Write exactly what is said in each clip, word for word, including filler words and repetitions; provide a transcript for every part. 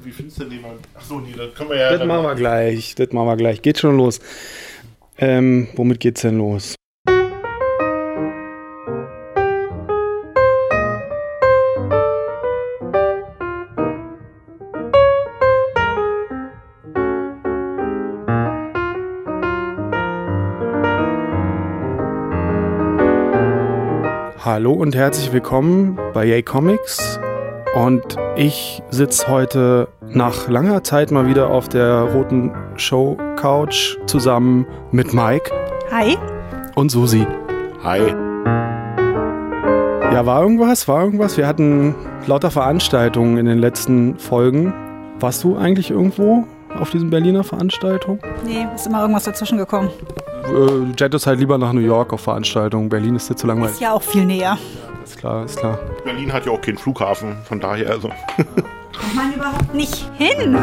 Wie findest du den mal? Achso, nee, das können wir ja... Das dann machen wir gleich, das machen wir gleich. Geht schon los. Ähm, womit geht's denn los? Hallo und herzlich willkommen bei Yay Comics. Und ich sitze heute nach langer Zeit mal wieder auf der roten Show-Couch zusammen mit Mike. Hi. Und Susi. Hi. Ja, war irgendwas? War irgendwas? Wir hatten lauter Veranstaltungen in den letzten Folgen. Warst du eigentlich irgendwo auf diesen Berliner Veranstaltungen? Nee, ist immer irgendwas dazwischen gekommen. Du jettest halt lieber nach New York auf Veranstaltungen. Berlin ist dir zu langweilig. Ist ja auch viel näher. Ist klar, ist klar. Berlin hat ja auch keinen Flughafen, von daher also. Kommt man überhaupt nicht hin?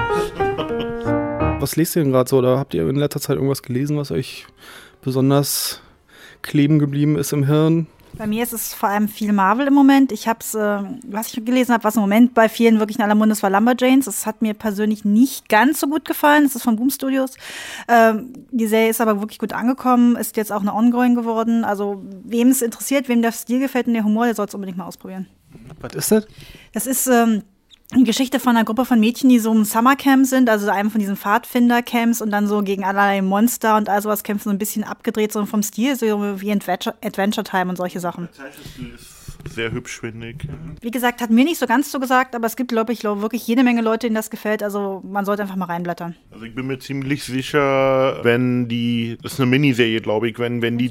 Was lest ihr denn gerade so? Oder habt ihr in letzter Zeit irgendwas gelesen, was euch besonders kleben geblieben ist im Hirn? Bei mir ist es vor allem viel Marvel im Moment. Ich habe es, äh, was ich gelesen habe, was im Moment bei vielen wirklich in aller Munde ist, war Lumberjanes. Das hat mir persönlich nicht ganz so gut gefallen. Das ist von Boom Studios. Ähm, die Serie ist aber wirklich gut angekommen, ist jetzt auch eine Ongoing geworden. Also wem es interessiert, wem der Stil gefällt und der Humor, der soll es unbedingt mal ausprobieren. Was ist das? Das ist ähm, eine Geschichte von einer Gruppe von Mädchen, die so im Summercamp sind, also einem von diesen Pfadfinder-Camps und dann so gegen allerlei Monster und all sowas kämpfen, so ein bisschen abgedreht, so vom Stil, so wie Adventure, Adventure Time und solche Sachen. Der Zeichenstil ist sehr hübsch, finde ich. Wie gesagt, hat mir nicht so ganz so gesagt, aber es gibt, glaube ich, glaub, wirklich jede Menge Leute, denen das gefällt, also man sollte einfach mal reinblättern. Also ich bin mir ziemlich sicher, wenn die, das ist eine Miniserie, glaube ich, wenn, wenn die...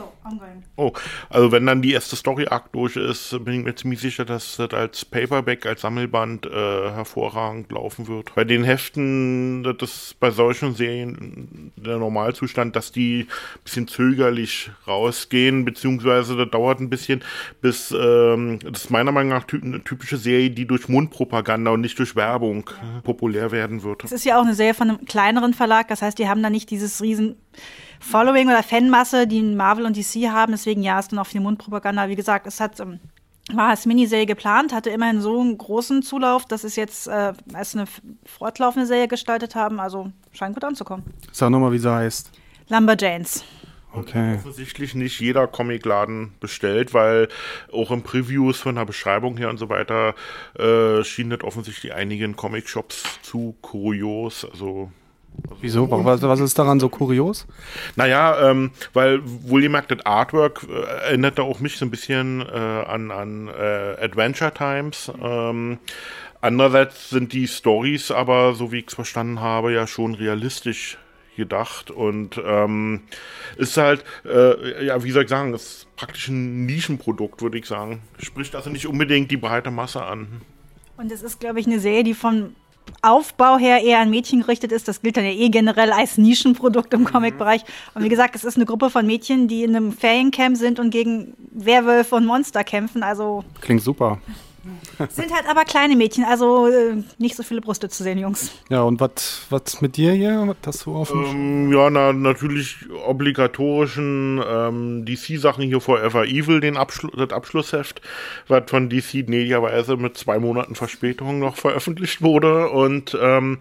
Oh, also wenn dann die erste Story-Arc durch ist, bin ich mir ziemlich sicher, dass das als Paperback, als Sammelband äh, hervorragend laufen wird. Bei den Heften, das ist bei solchen Serien der Normalzustand, dass die ein bisschen zögerlich rausgehen, beziehungsweise das dauert ein bisschen, bis, ähm, das ist meiner Meinung nach ty- eine typische Serie, die durch Mundpropaganda und nicht durch Werbung äh, populär werden wird. Es ist ja auch eine Serie von einem kleineren Verlag, das heißt, die haben da nicht dieses riesen Following oder Fanmasse, die Marvel und D C haben, deswegen ja, ist dann auch viel Mundpropaganda. Wie gesagt, es hat, ähm, war als Miniserie geplant, hatte immerhin so einen großen Zulauf, dass es jetzt äh, als eine fortlaufende Serie gestaltet haben, also scheint gut anzukommen. Sag nochmal, wie sie heißt. Lumberjanes. Okay. Offensichtlich nicht jeder Comicladen bestellt, weil auch in Previews von der Beschreibung her und so weiter äh, schien das offensichtlich einigen Comic-Shops zu kurios, also... Wieso? Was, was ist daran so kurios? Naja, ähm, weil wohlgemerkt das Artwork äh, erinnert da auch mich so ein bisschen äh, an, an äh, Adventure Times. Ähm, andererseits sind die Stories aber, so wie ich es verstanden habe, ja schon realistisch gedacht und ähm, ist halt, äh, ja, wie soll ich sagen, ist praktisch ein Nischenprodukt, würde ich sagen. Spricht also nicht unbedingt die breite Masse an. Und es ist, glaube ich, eine Serie, die von Aufbau her eher an Mädchen gerichtet ist. Das gilt dann ja eh generell als Nischenprodukt im Comic-Bereich. Und wie gesagt, es ist eine Gruppe von Mädchen, die in einem Feriencamp sind und gegen Werwölfe und Monster kämpfen. Also Klingt super. sind halt aber kleine Mädchen, also äh, nicht so viele Brüste zu sehen, Jungs. Ja, und was was mit dir hier? Was hast du auf dem Ähm, ja, na, natürlich obligatorischen ähm, D C-Sachen hier Forever Evil, den Abschlu- das Abschlussheft, was von D C gnädigerweise mit zwei Monaten Verspätung noch veröffentlicht wurde und ähm,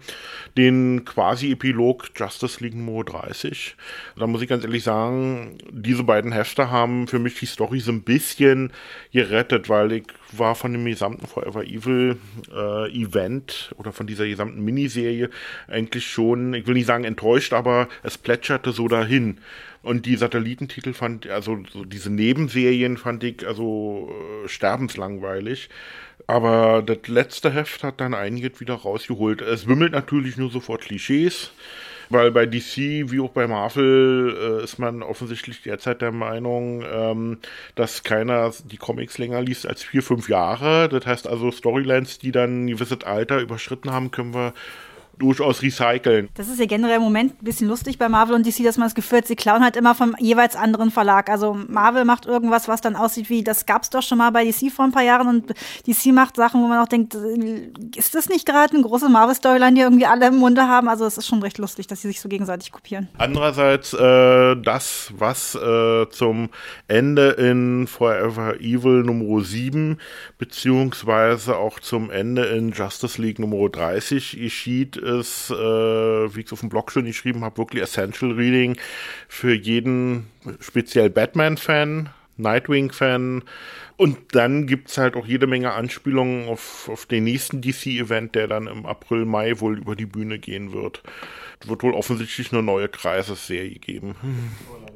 den Quasi-Epilog Justice League Nummer dreißig. Da muss ich ganz ehrlich sagen, diese beiden Hefte haben für mich die Story so ein bisschen gerettet, weil ich war von dem gesamten Forever Evil äh, Event oder von dieser gesamten Miniserie eigentlich schon, ich will nicht sagen enttäuscht, aber es plätscherte so dahin. Und die Satellitentitel fand, also so diese Nebenserien fand ich also äh, sterbenslangweilig. Aber das letzte Heft hat dann einiges wieder rausgeholt. Es wimmelt natürlich nur sofort Klischees. Weil bei D C wie auch bei Marvel äh, ist man offensichtlich derzeit der Meinung, ähm, dass keiner die Comics länger liest als vier, fünf Jahre. Das heißt also Storylines, die dann ein gewisses Alter überschritten haben, können wir durchaus recyceln. Das ist ja generell im Moment ein bisschen lustig bei Marvel und D C, dass man das Gefühl hat, sie klauen halt immer vom jeweils anderen Verlag. Also Marvel macht irgendwas, was dann aussieht wie, das gab's doch schon mal bei D C vor ein paar Jahren und D C macht Sachen, wo man auch denkt, ist das nicht gerade eine große Marvel-Storyline, die irgendwie alle im Munde haben? Also es ist schon recht lustig, dass sie sich so gegenseitig kopieren. Andererseits äh, das, was äh, zum Ende in Forever Evil Nummer sieben beziehungsweise auch zum Ende in Justice League Nummer dreißig geschieht, ist, äh, wie ich es auf dem Blog schon geschrieben habe, wirklich Essential Reading für jeden, speziell Batman-Fan, Nightwing-Fan. Und dann gibt's halt auch jede Menge Anspielungen auf, auf den nächsten D C-Event, der dann im April, Mai wohl über die Bühne gehen wird. Es wird wohl offensichtlich eine neue Crisis-Serie geben. Hm.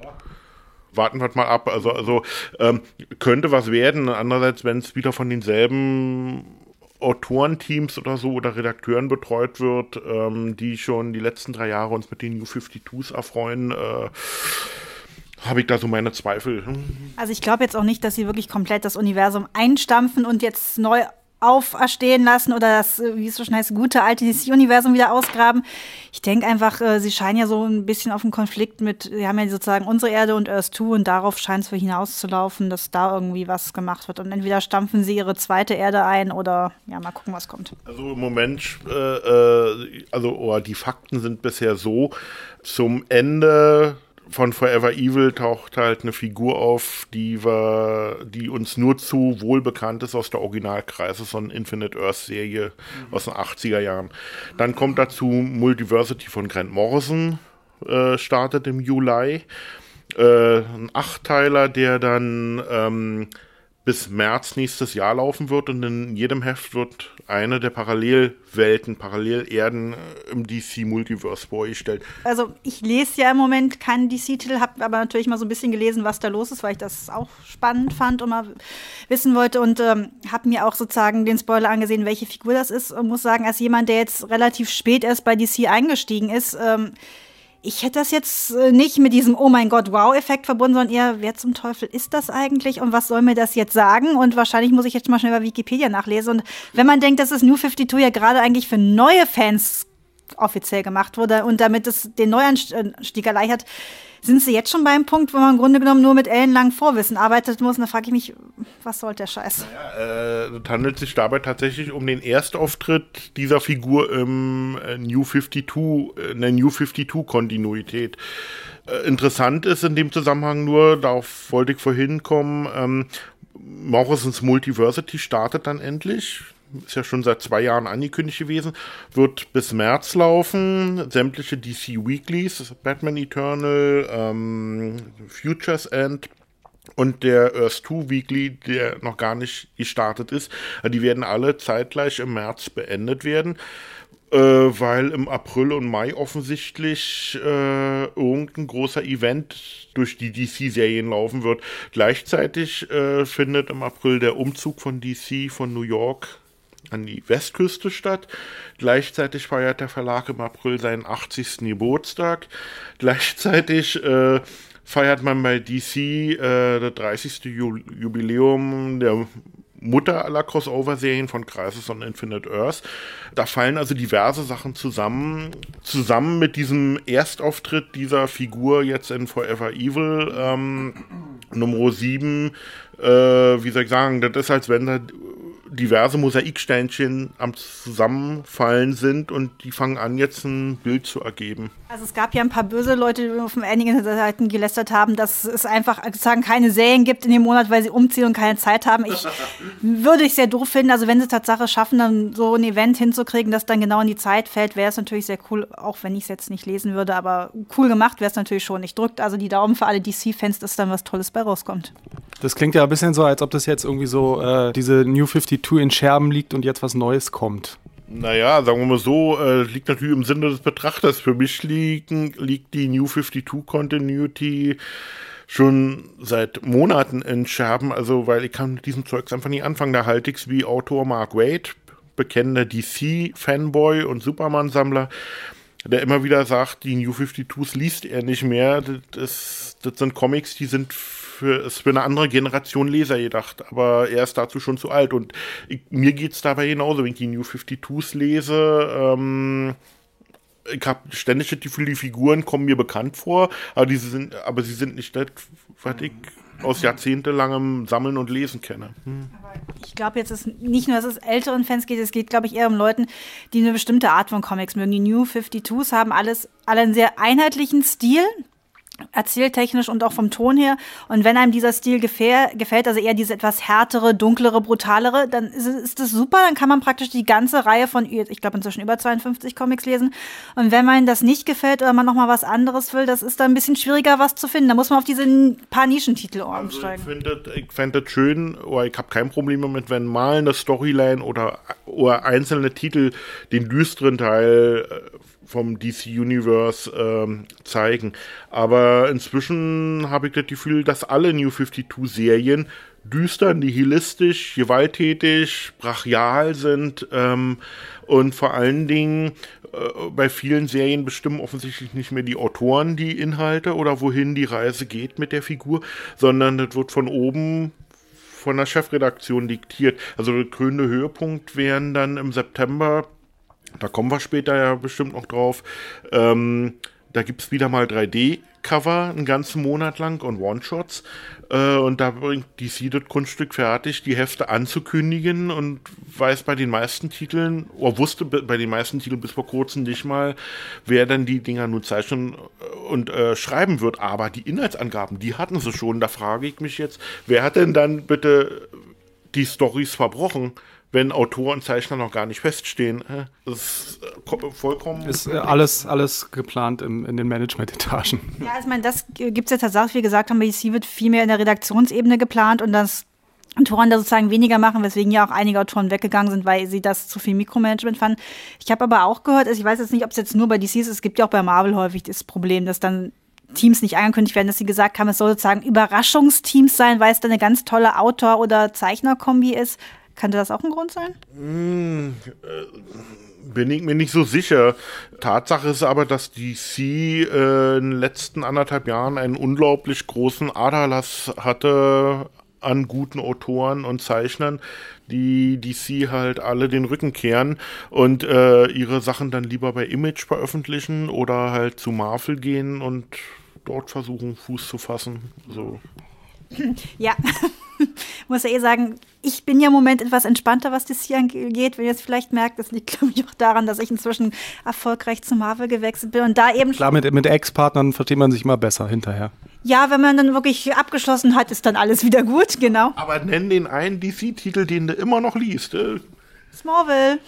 Warten wir mal ab. Also, also ähm, könnte was werden. Andererseits, wenn es wieder von denselben Autorenteams oder so oder Redakteuren betreut wird, ähm, die schon die letzten drei Jahre uns mit den New fifty-twos erfreuen, äh, habe ich da so meine Zweifel. Also ich glaube jetzt auch nicht, dass sie wirklich komplett das Universum einstampfen und jetzt neu auferstehen lassen oder das, wie es so schön heißt, gute alte D C-Universum wieder ausgraben. Ich denke einfach, äh, sie scheinen ja so ein bisschen auf einen Konflikt mit, sie haben ja sozusagen unsere Erde und Earth zwei und darauf scheint es hinauszulaufen, dass da irgendwie was gemacht wird. Und entweder stampfen sie ihre zweite Erde ein oder ja, mal gucken, was kommt. Also im Moment, äh, äh, also oh, die Fakten sind bisher so, zum Ende von Forever Evil taucht halt eine Figur auf, die wir, die uns nur zu wohl bekannt ist aus der Original-Crisis und Infinite Earth-Serie mhm. aus den achtziger Jahren. Dann kommt dazu Multiversity von Grant Morrison, äh, startet im Juli. Äh, ein Achtteiler, der dann ähm, bis März nächstes Jahr laufen wird und in jedem Heft wird eine der Parallelwelten, Parallelerden im D C-Multiverse vorgestellt. Also ich lese ja im Moment keinen D C-Titel, habe aber natürlich mal so ein bisschen gelesen, was da los ist, weil ich das auch spannend fand und mal wissen wollte und ähm, habe mir auch sozusagen den Spoiler angesehen, welche Figur das ist und muss sagen, als jemand, der jetzt relativ spät erst bei D C eingestiegen ist, ähm, ich hätte das jetzt nicht mit diesem Oh mein Gott, Wow-Effekt verbunden, sondern eher, wer zum Teufel ist das eigentlich und was soll mir das jetzt sagen? Und wahrscheinlich muss ich jetzt mal schnell bei Wikipedia nachlesen. Und wenn man denkt, dass das New fifty-two ja gerade eigentlich für neue Fans offiziell gemacht wurde und damit es den Neuanstieg erleichtert, sind sie jetzt schon beim Punkt, wo man im Grunde genommen nur mit ellenlangem Vorwissen arbeitet muss. Und da frage ich mich, was soll der Scheiß? Naja, äh, es handelt sich dabei tatsächlich um den Erstauftritt dieser Figur im äh, New fifty-two, in der New fifty-two-Kontinuität. Äh, interessant ist in dem Zusammenhang nur, darauf wollte ich vorhin kommen, ähm, Morrisons Multiversity startet dann endlich. Ist ja schon seit zwei Jahren angekündigt gewesen, wird bis März laufen, sämtliche D C Weeklies, Batman Eternal, ähm, Futures End und der Earth zwei Weekly, der noch gar nicht gestartet ist, die werden alle zeitgleich im März beendet werden, äh, weil im April und Mai offensichtlich äh, irgendein großer Event durch die D C-Serien laufen wird. Gleichzeitig äh, findet im April der Umzug von D C von New York an die Westküste statt. Gleichzeitig feiert der Verlag im April seinen achtzigsten Geburtstag. Gleichzeitig äh, feiert man bei D C äh, das dreißigste Ju- Jubiläum der Mutter aller Crossover-Serien von Crisis on Infinite Earth. Da fallen also diverse Sachen zusammen, zusammen mit diesem Erstauftritt dieser Figur jetzt in Forever Evil, ähm, Nummer sieben, äh, wie soll ich sagen, das ist, als wenn da diverse Mosaiksteinchen am Zusammenfallen sind und die fangen an, jetzt ein Bild zu ergeben. Also es gab ja ein paar böse Leute, die auf einigen Seiten gelästert haben, dass es einfach sozusagen keine Serien gibt in dem Monat, weil sie umziehen und keine Zeit haben. Ich würde es sehr doof finden, also wenn sie Tatsache schaffen, dann so ein Event hinzukriegen, das dann genau in die Zeit fällt, wäre es natürlich sehr cool, auch wenn ich es jetzt nicht lesen würde, aber cool gemacht wäre es natürlich schon. Ich drücke also die Daumen für alle D C-Fans, dass dann was Tolles bei rauskommt. Das klingt ja ein bisschen so, als ob das jetzt irgendwie so äh, diese New fifty-two in Scherben liegt und jetzt was Neues kommt. Naja, sagen wir mal so, äh, liegt natürlich im Sinne des Betrachters. Für mich liegen, liegt die New fifty-two Continuity schon seit Monaten in Scherben, also weil ich kann mit diesem Zeugs einfach nicht anfangen. Da halte ich es wie Autor Mark Waid, bekennender D C-Fanboy und Superman-Sammler, der immer wieder sagt, die New fifty-twos liest er nicht mehr. Das, das sind Comics, die sind für, ist für eine andere Generation Leser gedacht, aber er ist dazu schon zu alt und ich, mir geht's dabei genauso, wenn ich die New fifty-twos lese, ähm, ich habe ständig das Gefühl, die Figuren kommen mir bekannt vor, aber, diese sind, aber sie sind nicht das, was ich aus jahrzehntelangem Sammeln und Lesen kenne. Hm. Ich glaube jetzt ist nicht nur, dass es älteren Fans geht, es geht, glaube ich, eher um Leuten, die eine bestimmte Art von Comics mögen. Die New fifty-twos haben alles, alle einen sehr einheitlichen Stil, erzähltechnisch und auch vom Ton her. Und wenn einem dieser Stil gefähr, gefällt, also eher diese etwas härtere, dunklere, brutalere, dann ist, ist das super. Dann kann man praktisch die ganze Reihe von, ich glaube, inzwischen über zweiundfünfzig Comics lesen. Und wenn man das nicht gefällt oder man noch mal was anderes will, das ist dann ein bisschen schwieriger, was zu finden. Da muss man auf diese paar Nischentitel umsteigen. Also ich fände das schön, oder ich habe kein Problem damit, wenn mal eine Storyline oder, oder einzelne Titel den düsteren Teil vom D C Universe ähm, zeigen. Aber inzwischen habe ich das Gefühl, dass alle New fifty-two-Serien düster, nihilistisch, gewalttätig, brachial sind ähm, und vor allen Dingen äh, bei vielen Serien bestimmen offensichtlich nicht mehr die Autoren die Inhalte oder wohin die Reise geht mit der Figur, sondern das wird von oben von der Chefredaktion diktiert. Also der krönende Höhepunkt wären dann im September, da kommen wir später ja bestimmt noch drauf, ähm, da gibt es wieder mal drei D-Cover einen ganzen Monat lang und One-Shots. Äh, und da bringt D C das Kunststück fertig, die Hefte anzukündigen und weiß bei den meisten Titeln, oder wusste bei den meisten Titeln bis vor kurzem nicht mal, wer dann die Dinger nun zeichnen und äh, schreiben wird. Aber die Inhaltsangaben, die hatten sie schon. Da frage ich mich jetzt, wer hat denn dann bitte die Storys verbrochen, wenn Autor und Zeichner noch gar nicht feststehen? Das ist vollkommen... Ist äh, alles, alles geplant im, in den Management-Etagen. Ja, ich meine, das gibt es ja tatsächlich, wie wir gesagt haben, bei D C wird viel mehr in der Redaktionsebene geplant und das Autoren da sozusagen weniger machen, weswegen ja auch einige Autoren weggegangen sind, weil sie das zu viel Mikromanagement fanden. Ich habe aber auch gehört, also ich weiß jetzt nicht, ob es jetzt nur bei D C ist, es gibt ja auch bei Marvel häufig das Problem, dass dann Teams nicht angekündigt werden, dass sie gesagt haben, es soll sozusagen Überraschungsteams sein, weil es dann eine ganz tolle Autor- oder Zeichner-Kombi ist. Könnte das auch ein Grund sein? Hm, äh, bin ich mir nicht so sicher. Tatsache ist aber, dass D C äh, in den letzten anderthalb Jahren einen unglaublich großen Aderlass hatte an guten Autoren und Zeichnern, die D C halt alle den Rücken kehren und äh, ihre Sachen dann lieber bei Image veröffentlichen oder halt zu Marvel gehen und dort versuchen, Fuß zu fassen. So. Ja, muss ja eh sagen, ich bin ja im Moment etwas entspannter, was das hier angeht. Wenn ihr es vielleicht merkt, das liegt, glaube ich, auch daran, dass ich inzwischen erfolgreich zu Marvel gewechselt bin und da eben... Klar, mit, mit Ex-Partnern versteht man sich immer besser hinterher. Ja, wenn man dann wirklich abgeschlossen hat, ist dann alles wieder gut, genau. Aber nenn den einen D C-Titel, den du immer noch liest. Äh. Smallville.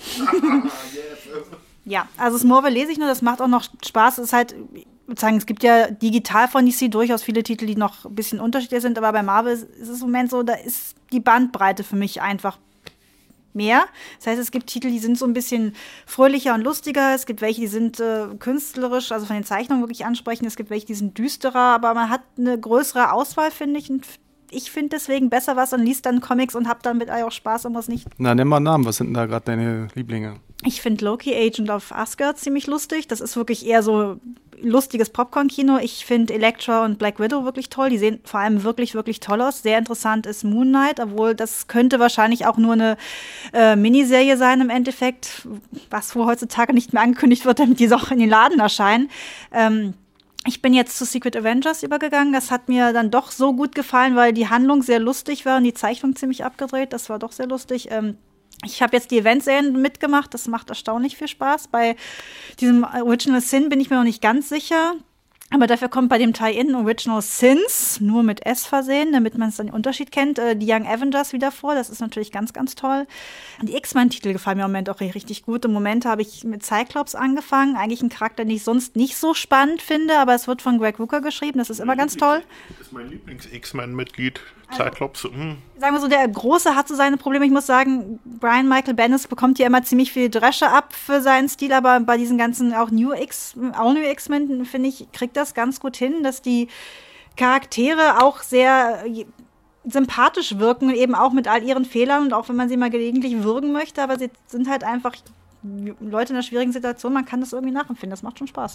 Ja, also Smallville lese ich nur, das macht auch noch Spaß. Es ist halt... Sagen, es gibt ja digital von D C durchaus viele Titel, die noch ein bisschen unterschiedlicher sind, aber bei Marvel ist es im Moment so, da ist die Bandbreite für mich einfach mehr. Das heißt, es gibt Titel, die sind so ein bisschen fröhlicher und lustiger, es gibt welche, die sind äh, künstlerisch, also von den Zeichnungen wirklich ansprechend, es gibt welche, die sind düsterer, aber man hat eine größere Auswahl, finde ich, und ich finde deswegen besser was und liest dann Comics und hab dann mit auch Spaß und was nicht. Na, nenn mal einen Namen, was sind denn da gerade deine Lieblinge? Ich finde Loki, Agent of Asgard ziemlich lustig, das ist wirklich eher so lustiges Popcorn-Kino. Ich finde Elektra und Black Widow wirklich toll. Die sehen vor allem wirklich, wirklich toll aus. Sehr interessant ist Moon Knight, obwohl das könnte wahrscheinlich auch nur eine äh, Miniserie sein im Endeffekt, was wohl heutzutage nicht mehr angekündigt wird, damit die auch in den Laden erscheinen. Ähm, Ich bin jetzt zu Secret Avengers übergegangen. Das hat mir dann doch so gut gefallen, weil die Handlung sehr lustig war und die Zeichnung ziemlich abgedreht. Das war doch sehr lustig. Ähm, ich habe jetzt die Event-Serien mitgemacht. Das macht erstaunlich viel Spaß. Bei diesem Original Sin bin ich mir noch nicht ganz sicher. Aber dafür kommt bei dem Tie-In Original Sins, nur mit S versehen, damit man es dann den Unterschied kennt, äh, die Young Avengers wieder vor. Das ist natürlich ganz, ganz toll. Die X-Men-Titel gefallen mir im Moment auch richtig gut. Im Moment habe ich mit Cyclops angefangen. Eigentlich ein Charakter, den ich sonst nicht so spannend finde, aber es wird von Greg Rucka geschrieben. Das ist immer ganz toll. Das ist mein Lieblings-X-Men-Mitglied, Cyclops. Mhm. Sagen wir so, der Große hat so seine Probleme. Ich muss sagen, Brian Michael Bendis bekommt hier immer ziemlich viel Dresche ab für seinen Stil, aber bei diesen ganzen auch New X, All New X-Men, finde ich, kriegt das ganz gut hin, dass die Charaktere auch sehr sympathisch wirken, eben auch mit all ihren Fehlern und auch wenn man sie mal gelegentlich würgen möchte, aber sie sind halt einfach Leute in einer schwierigen Situation, man kann das irgendwie nachempfinden, das macht schon Spaß.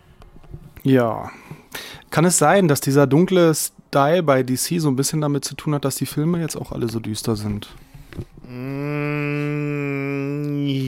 Ja. Kann es sein, dass dieser dunkle Style bei D C so ein bisschen damit zu tun hat, dass die Filme jetzt auch alle so düster sind? Mm, ja,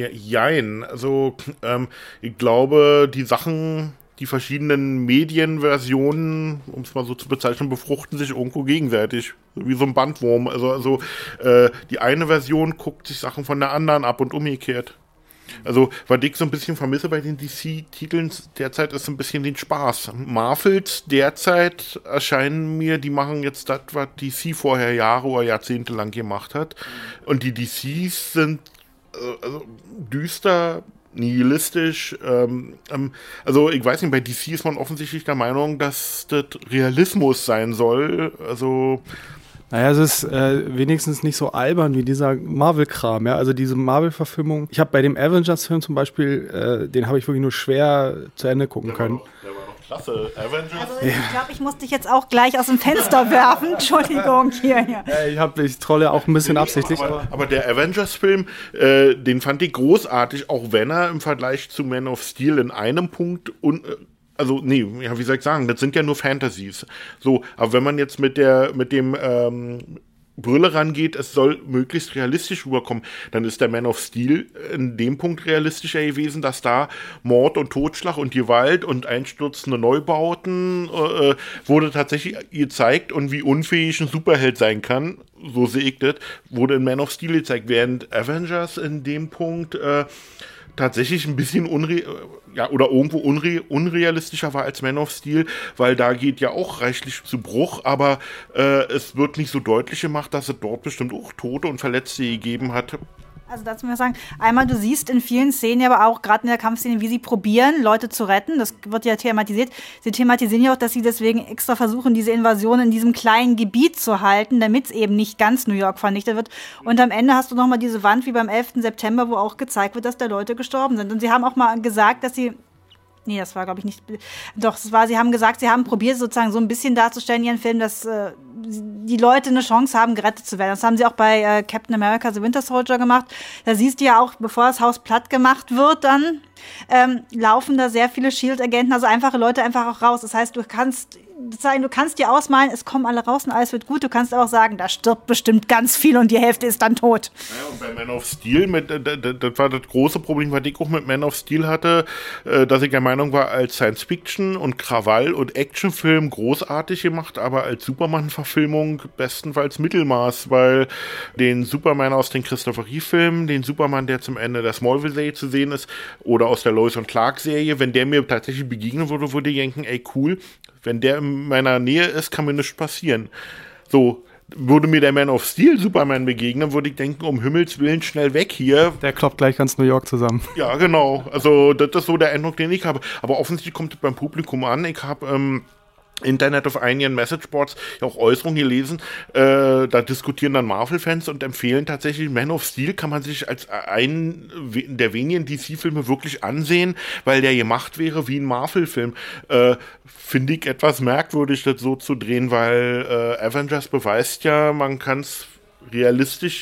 Ja, jein. Also ähm, ich glaube, die Sachen, die verschiedenen Medienversionen, um es mal so zu bezeichnen, befruchten sich irgendwo gegenseitig. Wie so ein Bandwurm. Also, also äh, die eine Version guckt sich Sachen von der anderen ab und umgekehrt. Also, was ich so ein bisschen vermisse bei den D C-Titeln derzeit ist so ein bisschen den Spaß. Marvels derzeit erscheinen mir, die machen jetzt das, was D C vorher Jahre oder Jahrzehnte lang gemacht hat. Und die D Cs sind äh, also düster, nihilistisch. Ähm, ähm, also, ich weiß nicht, bei D C ist man offensichtlich der Meinung, dass das Realismus sein soll. Also Naja, es ist äh, wenigstens nicht so albern wie dieser Marvel-Kram, ja, also diese Marvel-Verfilmung. Ich habe bei dem Avengers-Film zum Beispiel, äh, den habe ich wirklich nur schwer zu Ende gucken der können. War doch, der war doch klasse. Avengers? Also ich glaube, ich muss dich jetzt auch gleich aus dem Fenster werfen. Entschuldigung, hier, hier. Äh, ich habe ich trolle auch ein bisschen absichtlich. Aber, aber der Avengers-Film, äh, den fand ich großartig, auch wenn er im Vergleich zu Man of Steel in einem Punkt un äh, Also, nee, ja, wie soll ich sagen, das sind ja nur Fantasies. So, aber wenn man jetzt mit der, mit dem ähm, Brille rangeht, es soll möglichst realistisch rüberkommen, dann ist der Man of Steel in dem Punkt realistischer gewesen, dass da Mord und Totschlag und Gewalt und einstürzende Neubauten äh, wurde tatsächlich gezeigt und wie unfähig ein Superheld sein kann, so sehe ich das, wurde in Man of Steel gezeigt, während Avengers in dem Punkt äh, tatsächlich ein bisschen unre ja, oder irgendwo unre unrealistischer war als Man of Steel, weil da geht ja auch reichlich zu Bruch, aber äh, es wird nicht so deutlich gemacht, dass es dort bestimmt auch Tote und Verletzte gegeben hat. Also dazu muss ich sagen, einmal du siehst in vielen Szenen, aber auch gerade in der Kampfszene, wie sie probieren, Leute zu retten. Das wird ja thematisiert. Sie thematisieren ja auch, dass sie deswegen extra versuchen, diese Invasion in diesem kleinen Gebiet zu halten, damit es eben nicht ganz New York vernichtet wird. Und am Ende hast du nochmal diese Wand wie beim elften September, wo auch gezeigt wird, dass da Leute gestorben sind. Und sie haben auch mal gesagt, dass sie Nee, das war, glaube ich, nicht. Doch, es war, sie haben gesagt, sie haben probiert, sozusagen so ein bisschen darzustellen in ihren Film, dass äh, die Leute eine Chance haben, gerettet zu werden. Das haben sie auch bei äh, Captain America, The Winter Soldier gemacht. Da siehst du ja auch, bevor das Haus platt gemacht wird, dann ähm, laufen da sehr viele Shield-Agenten, also einfache Leute einfach auch raus. Das heißt, du kannst sagen, du kannst dir ausmalen, es kommen alle raus und alles wird gut. Du kannst aber auch sagen, da stirbt bestimmt ganz viel und die Hälfte ist dann tot. Ja, und bei Man of Steel, mit, das war das große Problem, was ich auch mit Man of Steel hatte, dass ich der Meinung war, als Science-Fiction und Krawall- und Actionfilm großartig gemacht, aber als Superman-Verfilmung bestenfalls Mittelmaß, weil den Superman aus den Christopher Reeve-Filmen, den Superman, der zum Ende der Smallville-Serie zu sehen ist, oder aus der Lois und Clark-Serie, wenn der mir tatsächlich begegnen würde, würde ich denken, ey, cool, wenn der in meiner Nähe ist, kann mir nichts passieren. So, würde mir der Man of Steel Superman begegnen, würde ich denken, um Himmels Willen schnell weg hier. Der kloppt gleich ganz New York zusammen. Ja, genau. Also, das ist so der Eindruck, den ich habe. Aber offensichtlich kommt es beim Publikum an. Ich habe ähm, Internet auf einigen Messageboards ja auch Äußerungen gelesen, äh, da diskutieren dann Marvel-Fans und empfehlen tatsächlich, Man of Steel kann man sich als einen der wenigen D C-Filme wirklich ansehen, weil der gemacht wäre wie ein Marvel-Film. Äh, finde ich etwas merkwürdig, das so zu drehen, weil äh, Avengers beweist ja, man kann es realistisch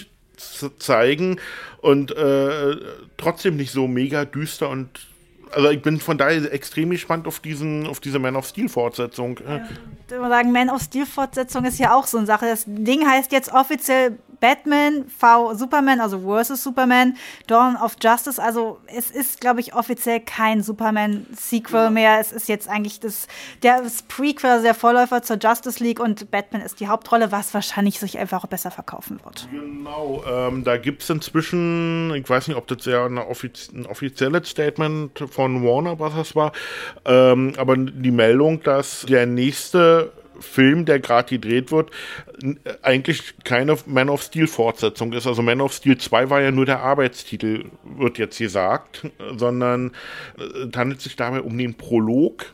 zeigen und äh, trotzdem nicht so mega düster und also ich bin von daher extrem gespannt auf diesen, auf diese Man of Steel Fortsetzung. Ich würde sagen, Man of Steel Fortsetzung ist ja auch so eine Sache. Das Ding heißt jetzt offiziell Batman v Superman, also versus Superman, Dawn of Justice. Also es ist, glaube ich, offiziell kein Superman-Sequel mehr. Es ist jetzt eigentlich das, der das Prequel, also der Vorläufer zur Justice League und Batman ist die Hauptrolle, was wahrscheinlich sich einfach auch besser verkaufen wird. Genau, ähm, da gibt es inzwischen, ich weiß nicht, ob das ja eine offiz ein offizielles Statement von Warner Brothers war, ähm, aber die Meldung, dass der nächste Film, der gerade gedreht wird, eigentlich keine Man of Steel Fortsetzung ist. Also Man of Steel zwei war ja nur der Arbeitstitel, wird jetzt gesagt, sondern es handelt sich dabei um den Prolog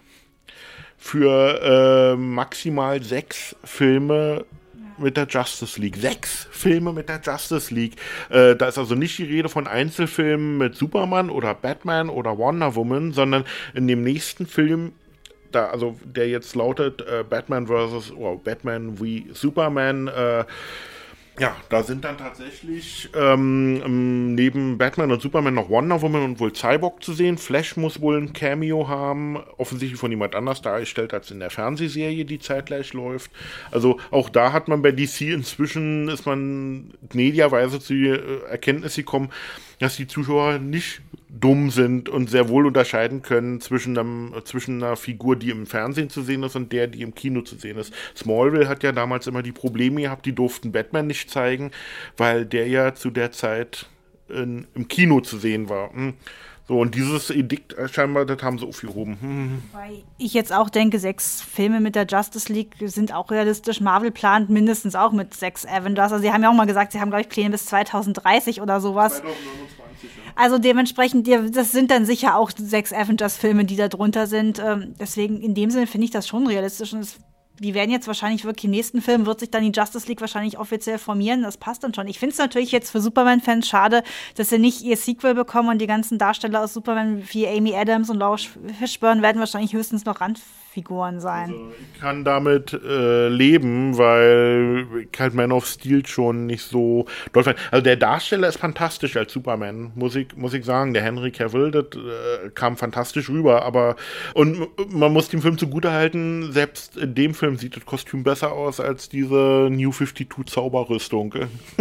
für äh, maximal sechs Filme mit der Justice League. Sechs Filme mit der Justice League. Äh, da ist also nicht die Rede von Einzelfilmen mit Superman oder Batman oder Wonder Woman, sondern in dem nächsten Film, da, also der jetzt lautet äh, Batman versus oh, Batman wie Superman, äh, ja, da sind dann tatsächlich ähm, neben Batman und Superman noch Wonder Woman und wohl Cyborg zu sehen. Flash muss wohl ein Cameo haben, offensichtlich von jemand anders dargestellt als in der Fernsehserie, die zeitgleich läuft. Also auch da hat man bei D C inzwischen, ist man mediaweise zu der Erkenntnis gekommen, dass die Zuschauer nicht dumm sind und sehr wohl unterscheiden können zwischen, einem, zwischen einer Figur, die im Fernsehen zu sehen ist und der, die im Kino zu sehen ist. Smallville hat ja damals immer die Probleme gehabt, die durften Batman nicht zeigen, weil der ja zu der Zeit in, im Kino zu sehen war. So, und dieses Edikt scheinbar, das haben sie aufgehoben. Hm. Weil ich jetzt auch denke, sechs Filme mit der Justice League sind auch realistisch. Marvel plant mindestens auch mit sechs Avengers. Also sie haben ja auch mal gesagt, sie haben, glaube ich, Pläne bis zwanzig dreißig oder sowas. zwanzig neunundzwanzig, ja. Also dementsprechend, das sind dann sicher auch sechs Avengers-Filme, die da drunter sind. Deswegen, in dem Sinne finde ich das schon realistisch. Und es die werden jetzt wahrscheinlich wirklich im nächsten Film, wird sich dann die Justice League wahrscheinlich offiziell formieren. Das passt dann schon. Ich finde es natürlich jetzt für Superman-Fans schade, dass sie nicht ihr Sequel bekommen und die ganzen Darsteller aus Superman wie Amy Adams und Laura Fishburne werden wahrscheinlich höchstens noch Randfiguren sein. Also ich kann damit äh, leben, weil ich halt Man of Steel schon nicht so doll fand. Also der Darsteller ist fantastisch als Superman, muss ich, muss ich sagen. Der Henry Cavill, das äh, kam fantastisch rüber, aber und man muss dem Film zugutehalten, selbst in dem Film sieht das Kostüm besser aus als diese New fünfundfünfzig Zauberrüstung.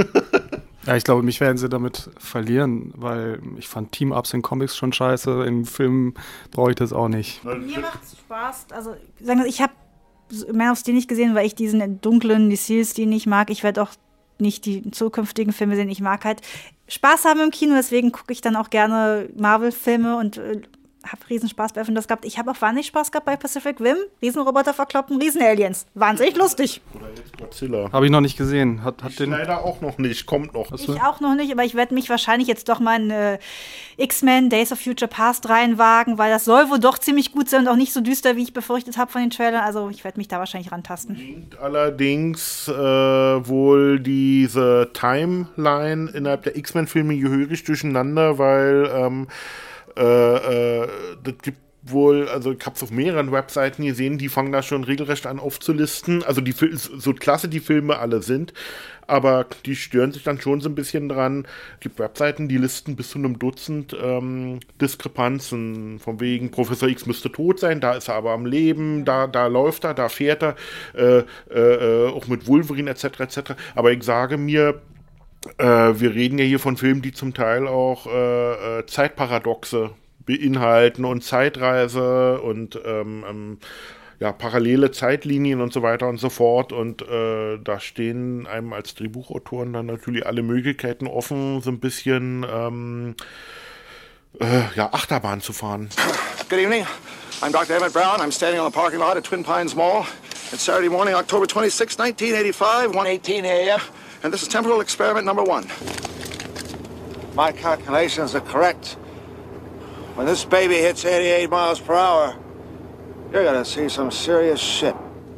Ja, ich glaube, mich werden sie damit verlieren, weil ich fand Team-Ups in Comics schon scheiße, in Filmen brauche ich das auch nicht. Mir macht's Spaß, also sagen wir, ich habe Man of Steel nicht gesehen, weil ich diesen dunklen D C-Stil nicht mag. Ich werde auch nicht die zukünftigen Filme sehen. Ich mag halt Spaß haben im Kino, deswegen gucke ich dann auch gerne Marvel-Filme und äh, habe riesen Spaß bei Avengers gehabt. Ich habe auch wahnsinnig Spaß gehabt bei Pacific Rim. Riesenroboter verkloppen, Riesen-Aliens. Wahnsinnig lustig. Oder jetzt Godzilla. Habe ich noch nicht gesehen. Hat, hat ich den leider auch noch nicht. Kommt noch. Ich auch noch nicht, aber ich werde mich wahrscheinlich jetzt doch mal in äh, X-Men Days of Future Past reinwagen, weil das soll wohl doch ziemlich gut sein und auch nicht so düster, wie ich befürchtet habe von den Trailern. Also ich werde mich da wahrscheinlich rantasten. Bringt allerdings äh, wohl diese Timeline innerhalb der X-Men-Filme gehörig durcheinander, weil ähm, Äh, äh, das gibt wohl, also ich habe es auf mehreren Webseiten gesehen, die fangen da schon regelrecht an aufzulisten, also die so klasse die Filme alle sind, aber die stören sich dann schon so ein bisschen dran. Es gibt Webseiten, die listen bis zu einem Dutzend ähm, Diskrepanzen, von wegen Professor X müsste tot sein, da ist er aber am Leben, da, da läuft er, da fährt er, äh, äh, auch mit Wolverine et cetera et cetera. Aber ich sage mir, Äh, wir reden ja hier von Filmen, die zum Teil auch äh, äh, Zeitparadoxe beinhalten und Zeitreise und ähm, ähm, ja, parallele Zeitlinien und so weiter und so fort. Und äh, da stehen einem als Drehbuchautoren dann natürlich alle Möglichkeiten offen, so ein bisschen ähm, äh, ja, Achterbahn zu fahren. Good evening. I'm Doctor Emmett Brown. I'm standing on the parking lot at Twin Pines Mall. It's Saturday morning, October twenty-sixth, nineteen eighty-five, one eighteen a m And this is temporal experiment number one. My calculations are correct. When this baby hits eighty-eight miles per hour, you're gonna see some serious shit.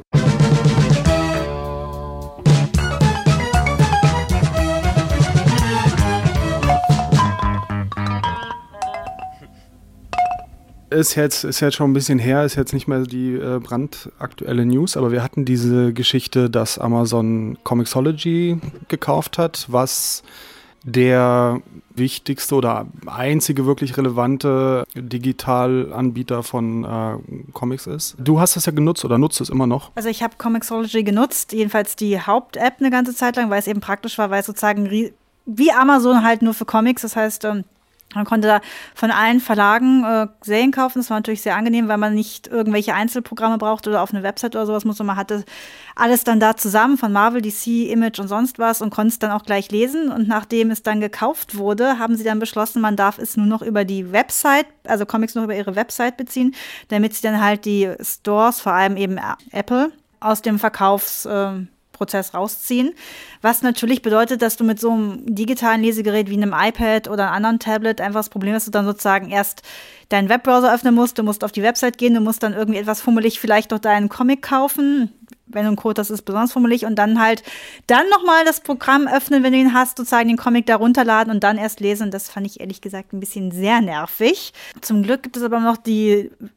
Ist jetzt, ist jetzt schon ein bisschen her, ist jetzt nicht mehr die äh, brandaktuelle News, aber wir hatten diese Geschichte, dass Amazon Comixology gekauft hat, was der wichtigste oder einzige wirklich relevante Digitalanbieter von äh, Comics ist. Du hast das ja genutzt oder nutzt es immer noch? Also ich habe Comixology genutzt, jedenfalls die Haupt-App eine ganze Zeit lang, weil es eben praktisch war, weil es sozusagen wie Amazon halt nur für Comics, das heißt, ähm, man konnte da von allen Verlagen äh, Serien kaufen. Das war natürlich sehr angenehm, weil man nicht irgendwelche Einzelprogramme braucht oder auf eine Website oder sowas muss. Und man hatte alles dann da zusammen von Marvel, D C, Image und sonst was und konnte es dann auch gleich lesen. Und nachdem es dann gekauft wurde, haben sie dann beschlossen, man darf es nur noch über die Website, also Comics nur über ihre Website beziehen, damit sie dann halt die Stores, vor allem eben Apple, aus dem Verkaufs äh, Prozess rausziehen, was natürlich bedeutet, dass du mit so einem digitalen Lesegerät wie einem iPad oder einem anderen Tablet einfach das Problem hast, dass du dann sozusagen erst deinen Webbrowser öffnen musst, du musst auf die Website gehen, du musst dann irgendwie etwas fummelig vielleicht noch deinen Comic kaufen, wenn du einen Code hast, ist es besonders fummelig und dann halt dann nochmal das Programm öffnen, wenn du ihn hast, sozusagen den Comic da runterladen und dann erst lesen. Und das fand ich ehrlich gesagt ein bisschen sehr nervig. Zum Glück gibt es aber noch die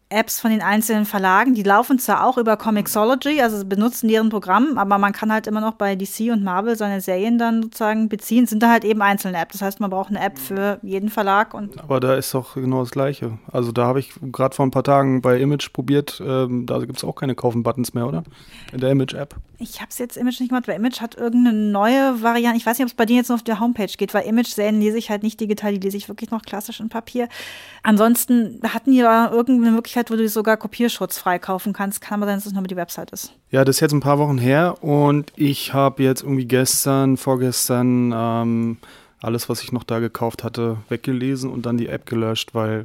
Apps von den einzelnen Verlagen, die laufen zwar auch über Comixology, also benutzen deren Programm, aber man kann halt immer noch bei D C und Marvel seine Serien dann sozusagen beziehen, sind da halt eben einzelne Apps. Das heißt, man braucht eine App für jeden Verlag. Und aber da ist doch genau das Gleiche. Also da habe ich gerade vor ein paar Tagen bei Image probiert, ähm, da gibt es auch keine Kaufen-Buttons mehr, oder? In der Image-App. Ich habe es jetzt Image nicht gemacht, weil Image hat irgendeine neue Variante. Ich weiß nicht, ob es bei denen jetzt noch auf der Homepage geht, weil Image-Serien lese ich halt nicht digital, die lese ich wirklich noch klassisch in Papier. Ansonsten hatten die da irgendeine Möglichkeit, wo du sogar Kopierschutz freikaufen kannst. Kann aber sein, dass das nochmal die Website ist. Ja, das ist jetzt ein paar Wochen her und ich habe jetzt irgendwie gestern, vorgestern ähm, alles, was ich noch da gekauft hatte, weggelesen und dann die App gelöscht, weil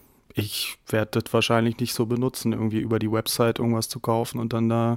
ich werde das wahrscheinlich nicht so benutzen, irgendwie über die Website irgendwas zu kaufen und dann da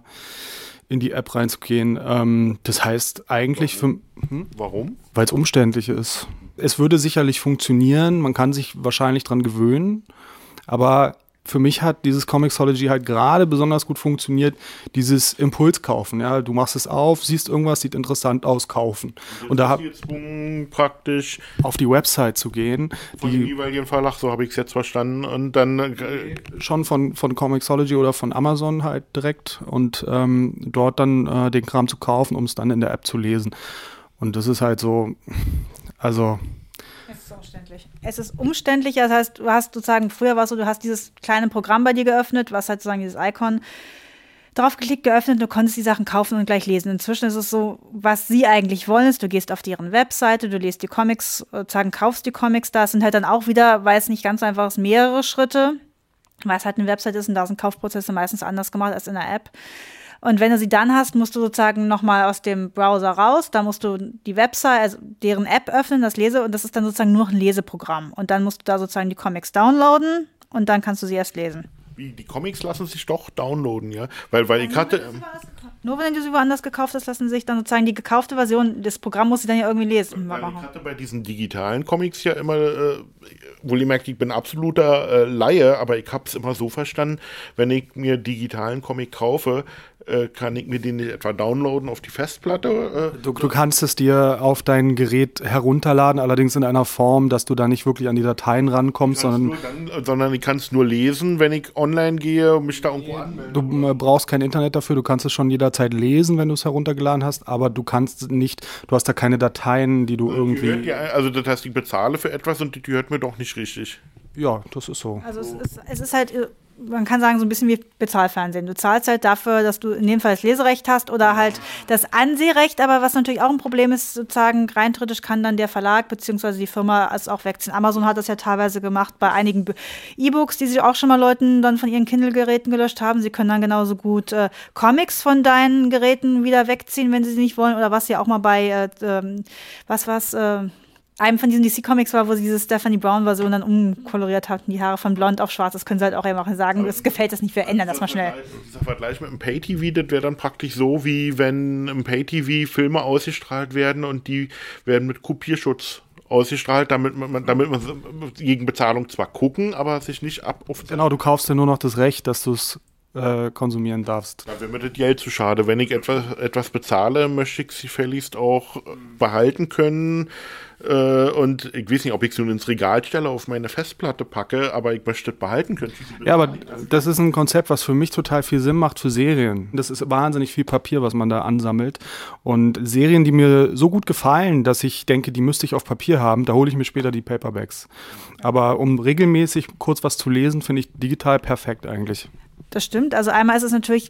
in die App reinzugehen. Ähm, das heißt eigentlich für... Hm? Warum? Weil es umständlich ist. Es würde sicherlich funktionieren, man kann sich wahrscheinlich dran gewöhnen, aber für mich hat dieses Comixology halt gerade besonders gut funktioniert, dieses Impulskaufen. Ja, du machst es auf, siehst irgendwas, sieht interessant aus, kaufen. Und, und da habe gezwungen, praktisch auf die Website zu gehen. Von die, dem jeweiligen Verlag, so habe ich es jetzt verstanden. Und dann äh, schon von, von Comixology oder von Amazon halt direkt und ähm, dort dann äh, den Kram zu kaufen, um es dann in der App zu lesen. Und das ist halt so, also... Es ist umständlich. Es ist umständlich, das heißt, du hast sozusagen, früher war es so, du hast dieses kleine Programm bei dir geöffnet, was halt sozusagen dieses Icon draufgeklickt, geöffnet, du konntest die Sachen kaufen und gleich lesen. Inzwischen ist es so, was sie eigentlich wollen, ist, du gehst auf deren Webseite, du liest die Comics, sozusagen kaufst die Comics, da sind halt dann auch wieder, weil es nicht ganz so einfach ist, mehrere Schritte, weil es halt eine Website ist und da sind Kaufprozesse meistens anders gemacht als in der App. Und wenn du sie dann hast, musst du sozusagen nochmal aus dem Browser raus, da musst du die Website, also deren App öffnen, das Lese, und das ist dann sozusagen nur ein Leseprogramm. Und dann musst du da sozusagen die Comics downloaden und dann kannst du sie erst lesen. Wie, die Comics lassen sich doch downloaden, ja? Weil, weil ich hatte... Ähm, Nur wenn du sie woanders gekauft hast, lassen sich dann sozusagen die gekaufte Version, das Programm muss sie dann ja irgendwie lesen. Weil ich hatte bei diesen digitalen Comics ja immer, äh, wohl gemerkt, ich bin absoluter äh, Laie, aber ich habe es immer so verstanden, wenn ich mir digitalen Comic kaufe, äh, kann ich mir den nicht etwa downloaden auf die Festplatte. Äh, du, du kannst es dir auf dein Gerät herunterladen, allerdings in einer Form, dass du da nicht wirklich an die Dateien rankommst, sondern, dann, sondern ich kann es nur lesen, wenn ich online gehe und mich da irgendwo anmelde. Du äh, brauchst kein Internet dafür, du kannst es schon jederzeit lesen, wenn du es heruntergeladen hast, aber du kannst nicht, du hast da keine Dateien, die du die irgendwie... hört ja, also das heißt, ich bezahle für etwas und die, die hört mir doch nicht richtig. Ja, das ist so. Also es ist, es ist halt, man kann sagen, so ein bisschen wie Bezahlfernsehen. Du zahlst halt dafür, dass du in dem Fall das Leserecht hast oder halt das Ansehrecht, aber was natürlich auch ein Problem ist, sozusagen rein theoretisch kann dann der Verlag bzw. die Firma es auch wegziehen. Amazon hat das ja teilweise gemacht bei einigen E-Books, die sie auch schon mal Leuten dann von ihren Kindle-Geräten gelöscht haben. Sie können dann genauso gut äh, Comics von deinen Geräten wieder wegziehen, wenn sie sie nicht wollen, oder was ja auch mal bei, äh, ähm, was was äh, einem von diesen D C-Comics war, wo sie diese Stephanie Brown-Version dann umkoloriert hatten, die Haare von blond auf schwarz. Das können sie halt auch einfach sagen, das gefällt das nicht, wir ändern das mal schnell. Dieser Vergleich mit dem Pay-T V, das wäre dann praktisch so, wie wenn im Pay-T V Filme ausgestrahlt werden und die werden mit Kopierschutz ausgestrahlt, damit man, damit man gegen Bezahlung zwar gucken, aber sich nicht ab... Genau, du kaufst dir nur noch das Recht, dass du es äh, konsumieren darfst. Da wäre mir das Geld zu schade. Wenn ich etwas, etwas bezahle, möchte ich sie gefälligst auch behalten können. Äh, und ich weiß nicht, ob ich es nun ins Regal stelle, auf meine Festplatte packe, aber ich möchte es behalten können. Ja, aber das ist ein Konzept, was für mich total viel Sinn macht für Serien. Das ist wahnsinnig viel Papier, was man da ansammelt. Und Serien, die mir so gut gefallen, dass ich denke, die müsste ich auf Papier haben, da hole ich mir später die Paperbacks. Aber um regelmäßig kurz was zu lesen, finde ich digital perfekt eigentlich. Das stimmt. Also einmal ist es natürlich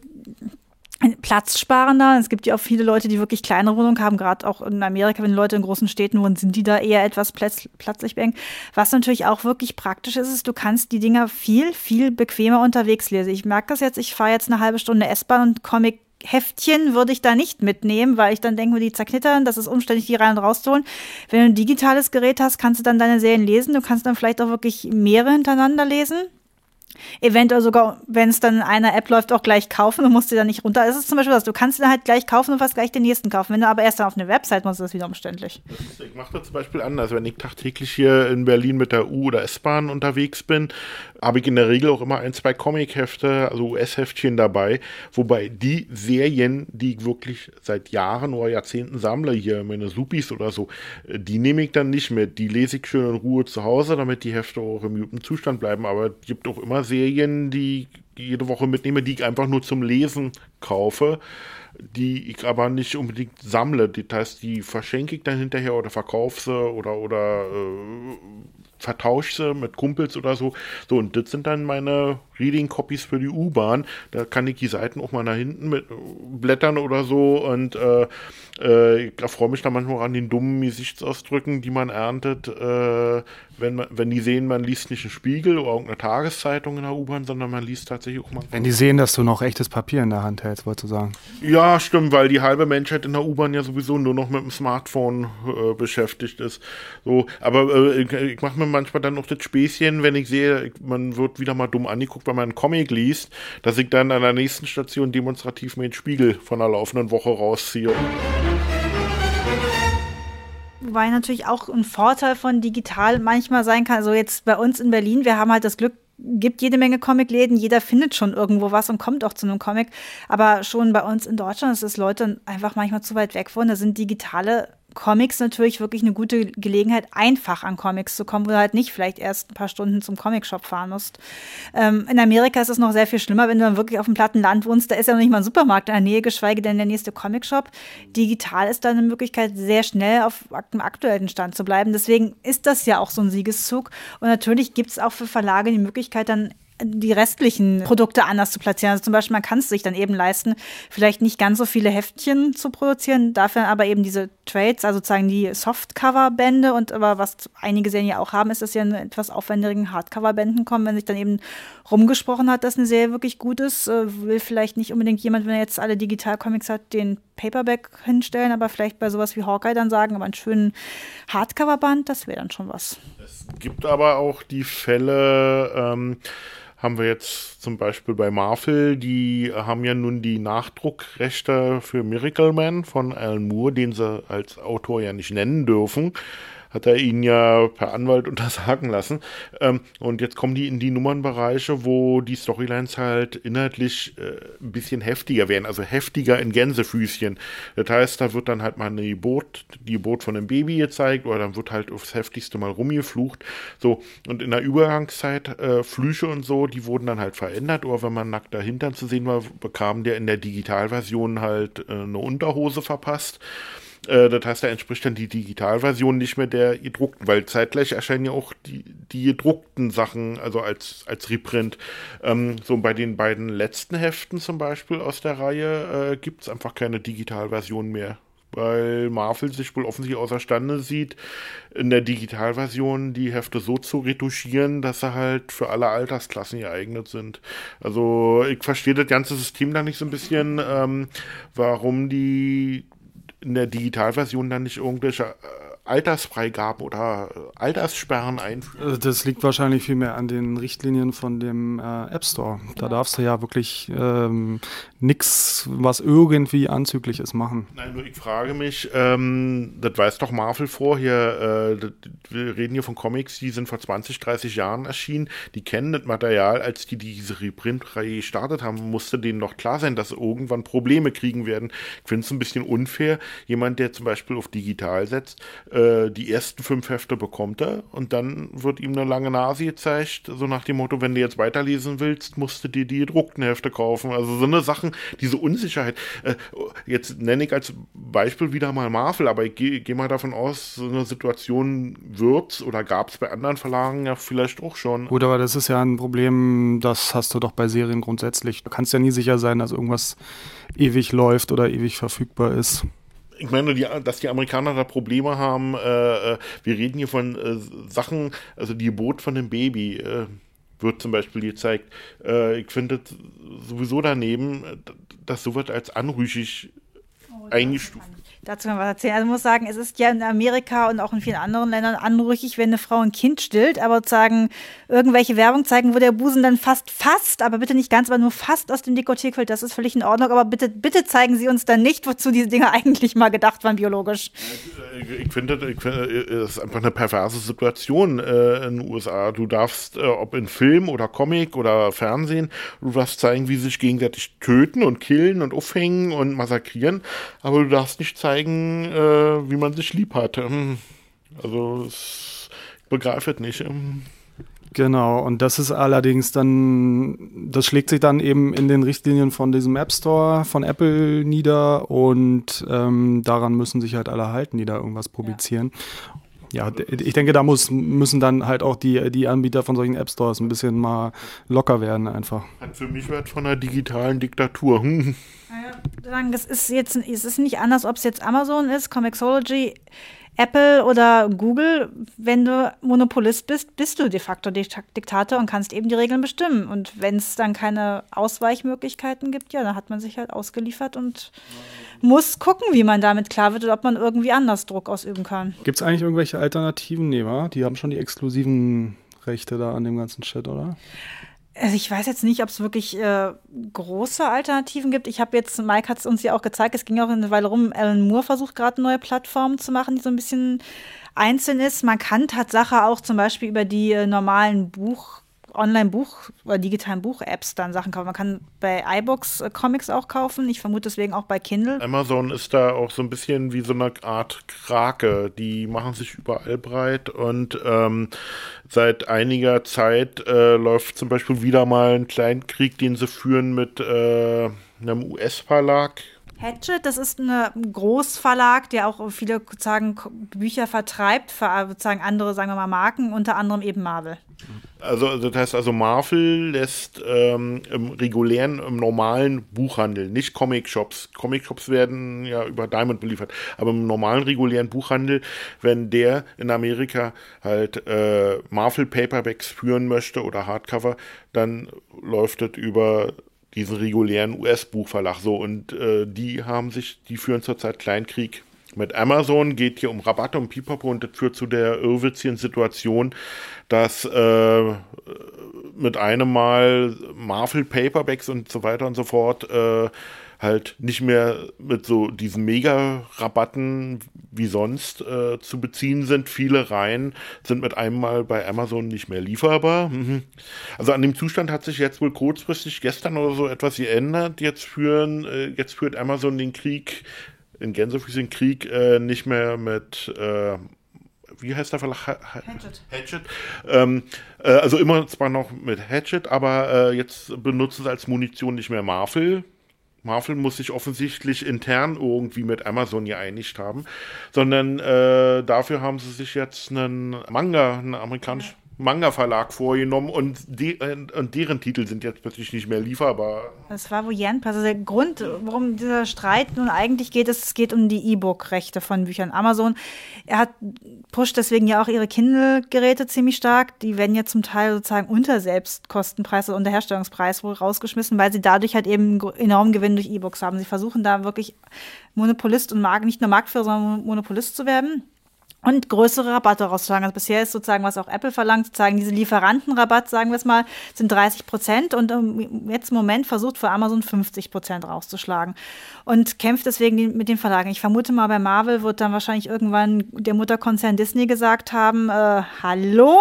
platzsparender. Es gibt ja auch viele Leute, die wirklich kleinere Wohnungen haben, gerade auch in Amerika, wenn Leute in großen Städten wohnen, sind die da eher etwas platz, platzlich beengt. Was natürlich auch wirklich praktisch ist, ist, du kannst die Dinger viel, viel bequemer unterwegs lesen. Ich merke das jetzt, ich fahre jetzt eine halbe Stunde S-Bahn und Comic Heftchen würde ich da nicht mitnehmen, weil ich dann denke, die zerknittern, das ist umständlich, die rein und rauszuholen. Wenn du ein digitales Gerät hast, kannst du dann deine Serien lesen. Du kannst dann vielleicht auch wirklich mehrere hintereinander lesen. Eventuell sogar, wenn es dann in einer App läuft, auch gleich kaufen. Du musst dir dann nicht runter. Es ist zum Beispiel das, du kannst dann halt gleich kaufen und fast gleich den nächsten kaufen. Wenn du aber erst dann auf eine Website musst, ist das wieder umständlich. Ich mache das zum Beispiel anders. Wenn ich tagtäglich hier in Berlin mit der U- oder S-Bahn unterwegs bin, habe ich in der Regel auch immer ein, zwei Comic-Hefte, also U S-Heftchen dabei. Wobei die Serien, die ich wirklich seit Jahren oder Jahrzehnten sammle, hier meine Supis oder so, die nehme ich dann nicht mit. Die lese ich schön in Ruhe zu Hause, damit die Hefte auch im guten Zustand bleiben. Aber es gibt auch immer immer Serien, die ich jede Woche mitnehme, die ich einfach nur zum Lesen kaufe, die ich aber nicht unbedingt sammle. Das heißt, die verschenke ich dann hinterher oder verkaufe sie oder, oder äh, vertausche sie mit Kumpels oder so. So, und das sind dann meine Reading-Copies für die U-Bahn. Da kann ich die Seiten auch mal nach hinten mit blättern oder so und äh, äh, ich freue mich da manchmal an den dummen Gesichtsausdrücken, die man erntet, äh, wenn, man, wenn die sehen, man liest nicht einen Spiegel oder irgendeine Tageszeitung in der U-Bahn, sondern man liest tatsächlich auch mal... Wenn die sehen, dass du noch echtes Papier in der Hand hältst, wolltest du sagen? Ja, stimmt, weil die halbe Menschheit in der U-Bahn ja sowieso nur noch mit dem Smartphone äh, beschäftigt ist. So, aber äh, ich, ich mache mir manchmal dann noch das Späßchen, wenn ich sehe, ich, man wird wieder mal dumm angeguckt, weil man einen Comic liest, dass ich dann an der nächsten Station demonstrativ mir den Spiegel von der laufenden Woche rausziehe. Wobei natürlich auch ein Vorteil von digital manchmal sein kann. Also jetzt bei uns in Berlin, wir haben halt das Glück, gibt jede Menge Comicläden, jeder findet schon irgendwo was und kommt auch zu einem Comic. Aber schon bei uns in Deutschland ist es Leute einfach manchmal zu weit weg von. Da sind digitale Comics natürlich wirklich eine gute Gelegenheit, einfach an Comics zu kommen, wo du halt nicht vielleicht erst ein paar Stunden zum Comicshop fahren musst. Ähm, in Amerika ist es noch sehr viel schlimmer, wenn du dann wirklich auf dem platten Land wohnst, da ist ja noch nicht mal ein Supermarkt in der Nähe, geschweige denn der nächste Comicshop. Digital ist da eine Möglichkeit, sehr schnell auf dem aktuellen Stand zu bleiben. Deswegen ist das ja auch so ein Siegeszug. Und natürlich gibt es auch für Verlage die Möglichkeit, dann die restlichen Produkte anders zu platzieren. Also zum Beispiel, man kann es sich dann eben leisten, vielleicht nicht ganz so viele Heftchen zu produzieren, dafür aber eben diese Trades, also sozusagen die Softcover-Bände und aber was einige Serien ja auch haben, ist, dass sie in etwas aufwendigeren Hardcover-Bänden kommen, wenn sich dann eben rumgesprochen hat, dass eine Serie wirklich gut ist, will vielleicht nicht unbedingt jemand, wenn er jetzt alle Digital-Comics hat, den Paperback hinstellen, aber vielleicht bei sowas wie Hawkeye dann sagen, aber einen schönen Hardcover-Band, das wäre dann schon was. Es gibt aber auch die Fälle, ähm, haben wir jetzt zum Beispiel bei Marvel, die haben ja nun die Nachdruckrechte für Miracle Man von Alan Moore, den sie als Autor ja nicht nennen dürfen. Hat er ihn ja per Anwalt untersagen lassen. Ähm, und jetzt kommen die in die Nummernbereiche, wo die Storylines halt inhaltlich äh, ein bisschen heftiger werden, also heftiger in Gänsefüßchen. Das heißt, da wird dann halt mal eine Geburt, die Geburt von einem Baby gezeigt oder dann wird halt aufs Heftigste mal rumgeflucht. So, und in der Übergangszeit äh, Flüche und so, die wurden dann halt verändert. Oder wenn man nackt dahinter zu sehen war, bekam der in der Digitalversion halt äh, eine Unterhose verpasst. Das heißt, da entspricht dann die Digitalversion nicht mehr der gedruckten, weil zeitgleich erscheinen ja auch die, die gedruckten Sachen, also als, als Reprint. Ähm, so bei den beiden letzten Heften zum Beispiel aus der Reihe äh, gibt es einfach keine Digitalversion mehr, weil Marvel sich wohl offensichtlich außerstande sieht, in der Digitalversion die Hefte so zu retuschieren, dass sie halt für alle Altersklassen geeignet sind. Also ich verstehe das ganze System da nicht so ein bisschen, ähm, warum die in der Digitalversion dann nicht irgendwelche äh, Altersfreigaben oder äh, Alterssperren einführen. Das liegt wahrscheinlich vielmehr an den Richtlinien von dem äh, App Store. Da darfst du ja wirklich ähm, nichts, was irgendwie anzüglich ist, machen. Nein, nur ich frage mich, ähm, das weiß doch Marvel vorher, äh, das, wir reden hier von Comics, die sind vor zwanzig, dreißig Jahren erschienen, die kennen das Material, als die diese Reprint-Reihe gestartet haben, musste denen doch klar sein, dass sie irgendwann Probleme kriegen werden. Ich finde es ein bisschen unfair, jemand, der zum Beispiel auf digital setzt, äh, die ersten fünf Hefte bekommt er und dann wird ihm eine lange Nase gezeigt, so nach dem Motto, wenn du jetzt weiterlesen willst, musst du dir die gedruckten Hefte kaufen. Also so eine Sachen, diese Unsicherheit. Äh, jetzt nenne ich als Beispiel wieder mal Marvel, aber ich gehe geh mal davon aus, so eine Situation wird's oder gab es bei anderen Verlagen ja vielleicht auch schon. Gut, aber das ist ja ein Problem, das hast du doch bei Serien grundsätzlich. Du kannst ja nie sicher sein, dass irgendwas ewig läuft oder ewig verfügbar ist. Ich meine, die, dass die Amerikaner da Probleme haben, äh, wir reden hier von äh, Sachen, also die Geburt von einem Baby äh, wird zum Beispiel gezeigt. Äh, ich finde sowieso daneben, dass sowas als anrüchig oh, eingestuft. Dazu kann man was erzählen. Also ich muss sagen, es ist ja in Amerika und auch in vielen anderen Ländern anrüchig, wenn eine Frau ein Kind stillt, aber sozusagen irgendwelche Werbung zeigen, wo der Busen dann fast, fast, aber bitte nicht ganz, aber nur fast aus dem Dekolleté quillt. Das ist völlig in Ordnung, aber bitte, bitte zeigen Sie uns dann nicht, wozu diese Dinge eigentlich mal gedacht waren, biologisch. Ich finde, ich finde, das ist einfach eine perverse Situation äh, in den U S A. Du darfst, äh, ob in Film oder Comic oder Fernsehen, du darfst zeigen, wie sie sich gegenseitig töten und killen und aufhängen und massakrieren, aber du darfst nicht zeigen, äh, wie man sich lieb hat. Also, ich begreife es nicht. Genau, und das ist allerdings dann, das schlägt sich dann eben in den Richtlinien von diesem App Store von Apple nieder und ähm, daran müssen sich halt alle halten, die da irgendwas publizieren. Ja, ja ich denke, da muss, müssen dann halt auch die, die Anbieter von solchen App Stores ein bisschen mal locker werden einfach. Hat für mich was von einer digitalen Diktatur. Hm. Sagen, es ist jetzt es ist nicht anders, ob es jetzt Amazon ist, Comixology, Apple oder Google. Wenn du Monopolist bist, bist du de facto Diktator und kannst eben die Regeln bestimmen. Und wenn es dann keine Ausweichmöglichkeiten gibt, ja, dann hat man sich halt ausgeliefert und muss gucken, wie man damit klar wird oder ob man irgendwie anders Druck ausüben kann. Gibt es eigentlich irgendwelche Alternativen? Nee, wa? Die haben schon die exklusiven Rechte da an dem ganzen Shit, oder? Also ich weiß jetzt nicht, ob es wirklich äh, große Alternativen gibt. Ich habe jetzt, Mike hat es uns ja auch gezeigt, es ging auch eine Weile rum, Alan Moore versucht gerade neue Plattformen zu machen, die so ein bisschen einzeln ist. Man kann Tatsache auch zum Beispiel über die äh, normalen Buch, Online-Buch- oder digitalen Buch-Apps dann Sachen kaufen. Man kann bei iBooks äh, Comics auch kaufen. Ich vermute deswegen auch bei Kindle. Amazon ist da auch so ein bisschen wie so eine Art Krake. Die machen sich überall breit und ähm, seit einiger Zeit äh, läuft zum Beispiel wieder mal ein Kleinkrieg, den sie führen mit äh, einem U S-Verlag. Hachette, das ist ein Großverlag, der auch viele sozusagen Bücher vertreibt, für sozusagen andere, sagen wir mal, Marken, unter anderem eben Marvel. Also das heißt also, Marvel lässt ähm, im regulären, im normalen Buchhandel, nicht Comic-Shops. Comic-Shops werden ja über Diamond beliefert, aber im normalen, regulären Buchhandel, wenn der in Amerika halt äh, Marvel-Paperbacks führen möchte oder Hardcover, dann läuft das über diesen regulären U S-Buchverlag so und äh, die haben sich, die führen zurzeit Kleinkrieg mit Amazon, geht hier um Rabatte, um Pipapo und das führt zu der irrwitzigen Situation, dass äh, mit einem Mal Marvel Paperbacks und so weiter und so fort äh, halt nicht mehr mit so diesen Mega-Rabatten wie sonst äh, zu beziehen sind. Viele Reihen sind mit einem Mal bei Amazon nicht mehr lieferbar. Mhm. Also an dem Zustand hat sich jetzt wohl kurzfristig gestern oder so etwas geändert. Jetzt führen, äh, jetzt führt Amazon den Krieg, in Gänsefüßchen Krieg, äh, nicht mehr mit äh, wie heißt der Verlag? Hachette. Hachette. Ähm, äh, also immer zwar noch mit Hachette, aber äh, jetzt benutzen sie als Munition nicht mehr Marvel. Marvel muss sich offensichtlich intern irgendwie mit Amazon geeinigt haben, sondern äh, dafür haben sie sich jetzt einen Manga, einen amerikanischen Manga-Verlag vorgenommen und, de- und deren Titel sind jetzt plötzlich nicht mehr lieferbar. Das war wohl Jan. Also der Grund, warum dieser Streit nun eigentlich geht, ist, es geht um die E-Book-Rechte von Büchern. Amazon, er hat pusht deswegen ja auch ihre Kindle-Geräte ziemlich stark. Die werden ja zum Teil sozusagen unter Selbstkostenpreis oder unter Herstellungspreis wohl rausgeschmissen, weil sie dadurch halt eben enormen Gewinn durch E-Books haben. Sie versuchen da wirklich Monopolist und Markt, nicht nur Marktführer, sondern Monopolist zu werden. Und größere Rabatte rauszuschlagen. Also bisher ist sozusagen, was auch Apple verlangt, sozusagen diese Lieferantenrabatt, sagen wir es mal, sind dreißig Prozent und um, jetzt im Moment versucht für Amazon fünfzig Prozent rauszuschlagen und kämpft deswegen mit den Verlagen. Ich vermute mal, bei Marvel wird dann wahrscheinlich irgendwann der Mutterkonzern Disney gesagt haben, äh, hallo?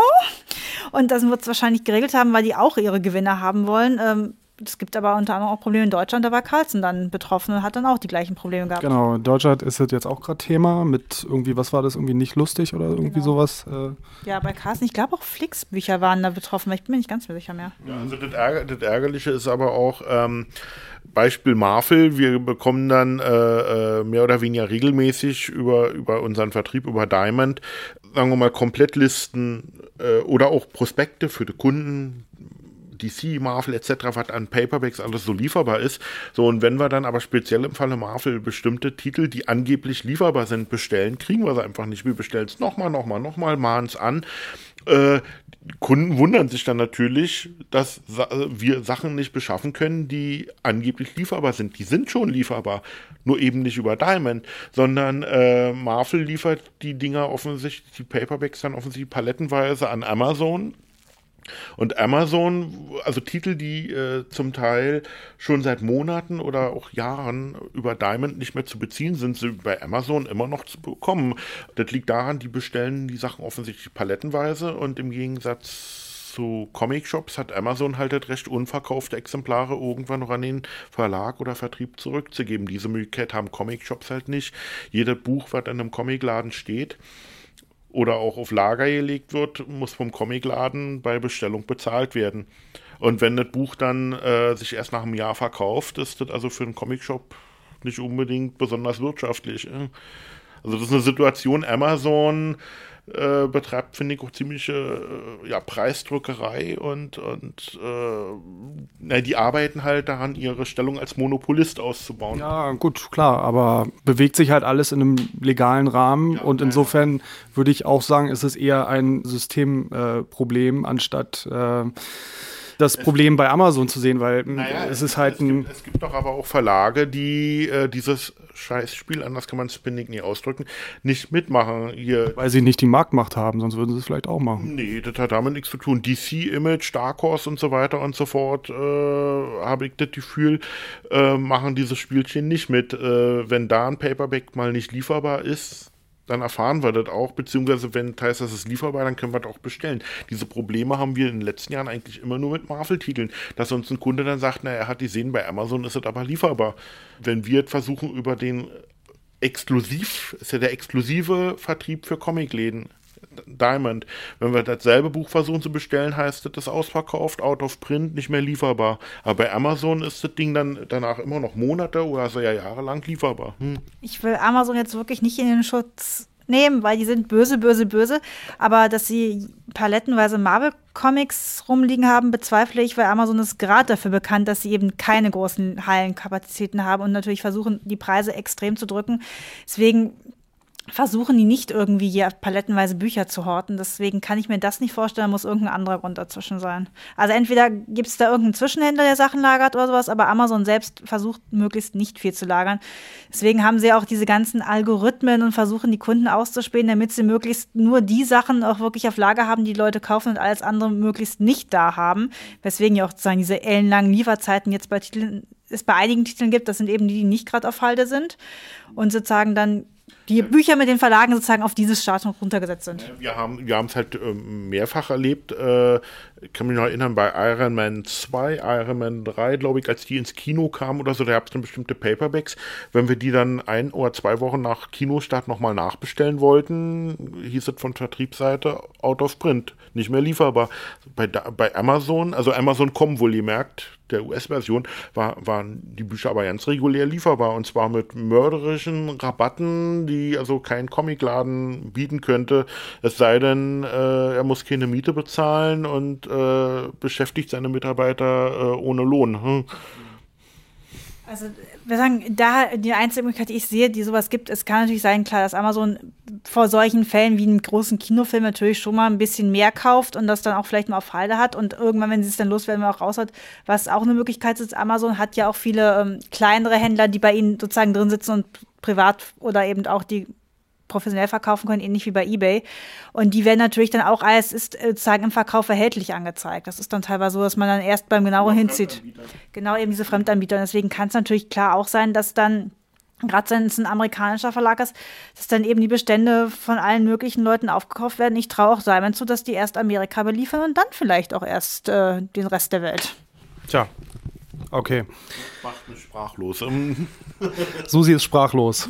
Und das wird es wahrscheinlich geregelt haben, weil die auch ihre Gewinne haben wollen. Ähm, Es gibt aber unter anderem auch Probleme in Deutschland, da war Carlsen dann betroffen und hat dann auch die gleichen Probleme gehabt. Genau, in Deutschland ist das jetzt auch gerade Thema mit irgendwie, was war das, irgendwie nicht lustig oder irgendwie genau. sowas? Äh. Ja, bei Carlsen, ich glaube auch Flix-Bücher waren da betroffen, weil ich bin mir nicht ganz mehr sicher mehr. Ja, also das, Ärger, das Ärgerliche ist aber auch, ähm, Beispiel Marvel, wir bekommen dann äh, mehr oder weniger regelmäßig über, über unseren Vertrieb, über Diamond, sagen wir mal, Komplettlisten äh, oder auch Prospekte für die Kunden, D C, Marvel et cetera, was an Paperbacks alles so lieferbar ist. So, und wenn wir dann aber speziell im Falle Marvel bestimmte Titel, die angeblich lieferbar sind, bestellen, kriegen wir sie einfach nicht. Wir bestellen es nochmal, nochmal, nochmal, mahnen es an. Äh, Kunden wundern sich dann natürlich, dass sa- wir Sachen nicht beschaffen können, die angeblich lieferbar sind. Die sind schon lieferbar, nur eben nicht über Diamond, sondern äh, Marvel liefert die Dinger offensichtlich, die Paperbacks dann offensichtlich palettenweise an Amazon. Und Amazon, also Titel, die äh, zum Teil schon seit Monaten oder auch Jahren über Diamond nicht mehr zu beziehen sind, sind bei Amazon immer noch zu bekommen. Das liegt daran, die bestellen die Sachen offensichtlich palettenweise und im Gegensatz zu Comic-Shops hat Amazon halt das Recht, unverkaufte Exemplare irgendwann noch an den Verlag oder Vertrieb zurückzugeben. Diese Möglichkeit haben Comic-Shops halt nicht. Jedes Buch, was in einem Comicladen steht, oder auch auf Lager gelegt wird, muss vom Comicladen bei Bestellung bezahlt werden. Und wenn das Buch dann äh, sich erst nach einem Jahr verkauft, ist das also für einen Comicshop nicht unbedingt besonders wirtschaftlich. Äh. Also das ist eine Situation, Amazon äh, betreibt, finde ich, auch ziemliche äh, ja, Preisdrückerei und, und äh, na, die arbeiten halt daran, ihre Stellung als Monopolist auszubauen. Ja, gut, klar, aber bewegt sich halt alles in einem legalen Rahmen, ja, und insofern würde ich auch sagen, ist es eher ein Systemproblem, äh, anstatt äh, das Problem bei Amazon zu sehen, weil naja, es ist halt es ein... Gibt, es gibt doch aber auch Verlage, die äh, dieses Scheißspiel, anders kann man es Spinning nie ausdrücken, nicht mitmachen. Hier, weil sie nicht die Marktmacht haben, sonst würden sie es vielleicht auch machen. Nee, das hat damit nichts zu tun. D C, Image, Dark Horse und so weiter und so fort, äh, habe ich das Gefühl, äh, machen dieses Spielchen nicht mit. Äh, wenn da ein Paperback mal nicht lieferbar ist, dann erfahren wir das auch, beziehungsweise wenn es heißt, das ist lieferbar, dann können wir das auch bestellen. Diese Probleme haben wir in den letzten Jahren eigentlich immer nur mit Marvel-Titeln, dass uns ein Kunde dann sagt, na, er hat die gesehen, bei Amazon ist es aber lieferbar. Wenn wir versuchen, über den Exklusiv, ist ja der exklusive Vertrieb für Comicläden, Diamond, wenn wir dasselbe Buch versuchen zu bestellen, heißt das, das ist ausverkauft, out of print, nicht mehr lieferbar. Aber bei Amazon ist das Ding dann danach immer noch Monate oder so ja jahrelang lieferbar. Hm. Ich will Amazon jetzt wirklich nicht in den Schutz nehmen, weil die sind böse, böse, böse. Aber dass sie palettenweise Marvel-Comics rumliegen haben, bezweifle ich, weil Amazon ist gerade dafür bekannt, dass sie eben keine großen Hallenkapazitäten haben und natürlich versuchen, die Preise extrem zu drücken. Deswegen versuchen die nicht irgendwie hier palettenweise Bücher zu horten. Deswegen kann ich mir das nicht vorstellen, muss irgendein anderer Grund dazwischen sein. Also entweder gibt es da irgendeinen Zwischenhändler, der Sachen lagert oder sowas, aber Amazon selbst versucht möglichst nicht viel zu lagern. Deswegen haben sie auch diese ganzen Algorithmen und versuchen die Kunden auszuspähen, damit sie möglichst nur die Sachen auch wirklich auf Lager haben, die die Leute kaufen und alles andere möglichst nicht da haben. Weswegen ja auch sozusagen diese ellenlangen Lieferzeiten jetzt bei Titeln, es bei einigen Titeln gibt, das sind eben die, die nicht gerade auf Halde sind und sozusagen dann die Bücher mit den Verlagen sozusagen auf dieses Stadium runtergesetzt sind. Wir haben wir haben es halt äh, mehrfach erlebt. Äh, ich kann mich noch erinnern, bei Iron Man zwei, Iron Man drei, glaube ich, als die ins Kino kamen oder so, da gab es dann bestimmte Paperbacks. Wenn wir die dann ein oder zwei Wochen nach Kinostart nochmal nachbestellen wollten, hieß es von Vertriebsseite out of print, nicht mehr lieferbar. Bei, bei Amazon, also Amazon Punkt com wohl gemerkt, der U S-Version, war, waren die Bücher aber ganz regulär lieferbar und zwar mit mörderischen Rabatten, die also kein Comicladen bieten könnte, es sei denn, äh, er muss keine Miete bezahlen und äh, beschäftigt seine Mitarbeiter äh, ohne Lohn. Hm. Also wir sagen, da die einzige Möglichkeit, die ich sehe, die sowas gibt, es kann natürlich sein, klar, dass Amazon vor solchen Fällen wie einem großen Kinofilm natürlich schon mal ein bisschen mehr kauft und das dann auch vielleicht mal auf Halde hat und irgendwann, wenn sie es dann loswerden, auch raus hat, was auch eine Möglichkeit ist. Amazon hat ja auch viele ähm, kleinere Händler, die bei ihnen sozusagen drin sitzen und privat oder eben auch die professionell verkaufen können, ähnlich wie bei eBay. Und die werden natürlich dann auch als ist sozusagen im Verkauf erhältlich angezeigt. Das ist dann teilweise so, dass man dann erst beim genaueren hinzieht. Genau, eben diese Fremdanbieter. Und deswegen kann es natürlich klar auch sein, dass dann, gerade wenn es ein amerikanischer Verlag ist, dass dann eben die Bestände von allen möglichen Leuten aufgekauft werden. Ich traue auch Simon zu, dass die erst Amerika beliefern und dann vielleicht auch erst äh, den Rest der Welt. Tja, okay. Das macht mich sprachlos. Susi ist sprachlos.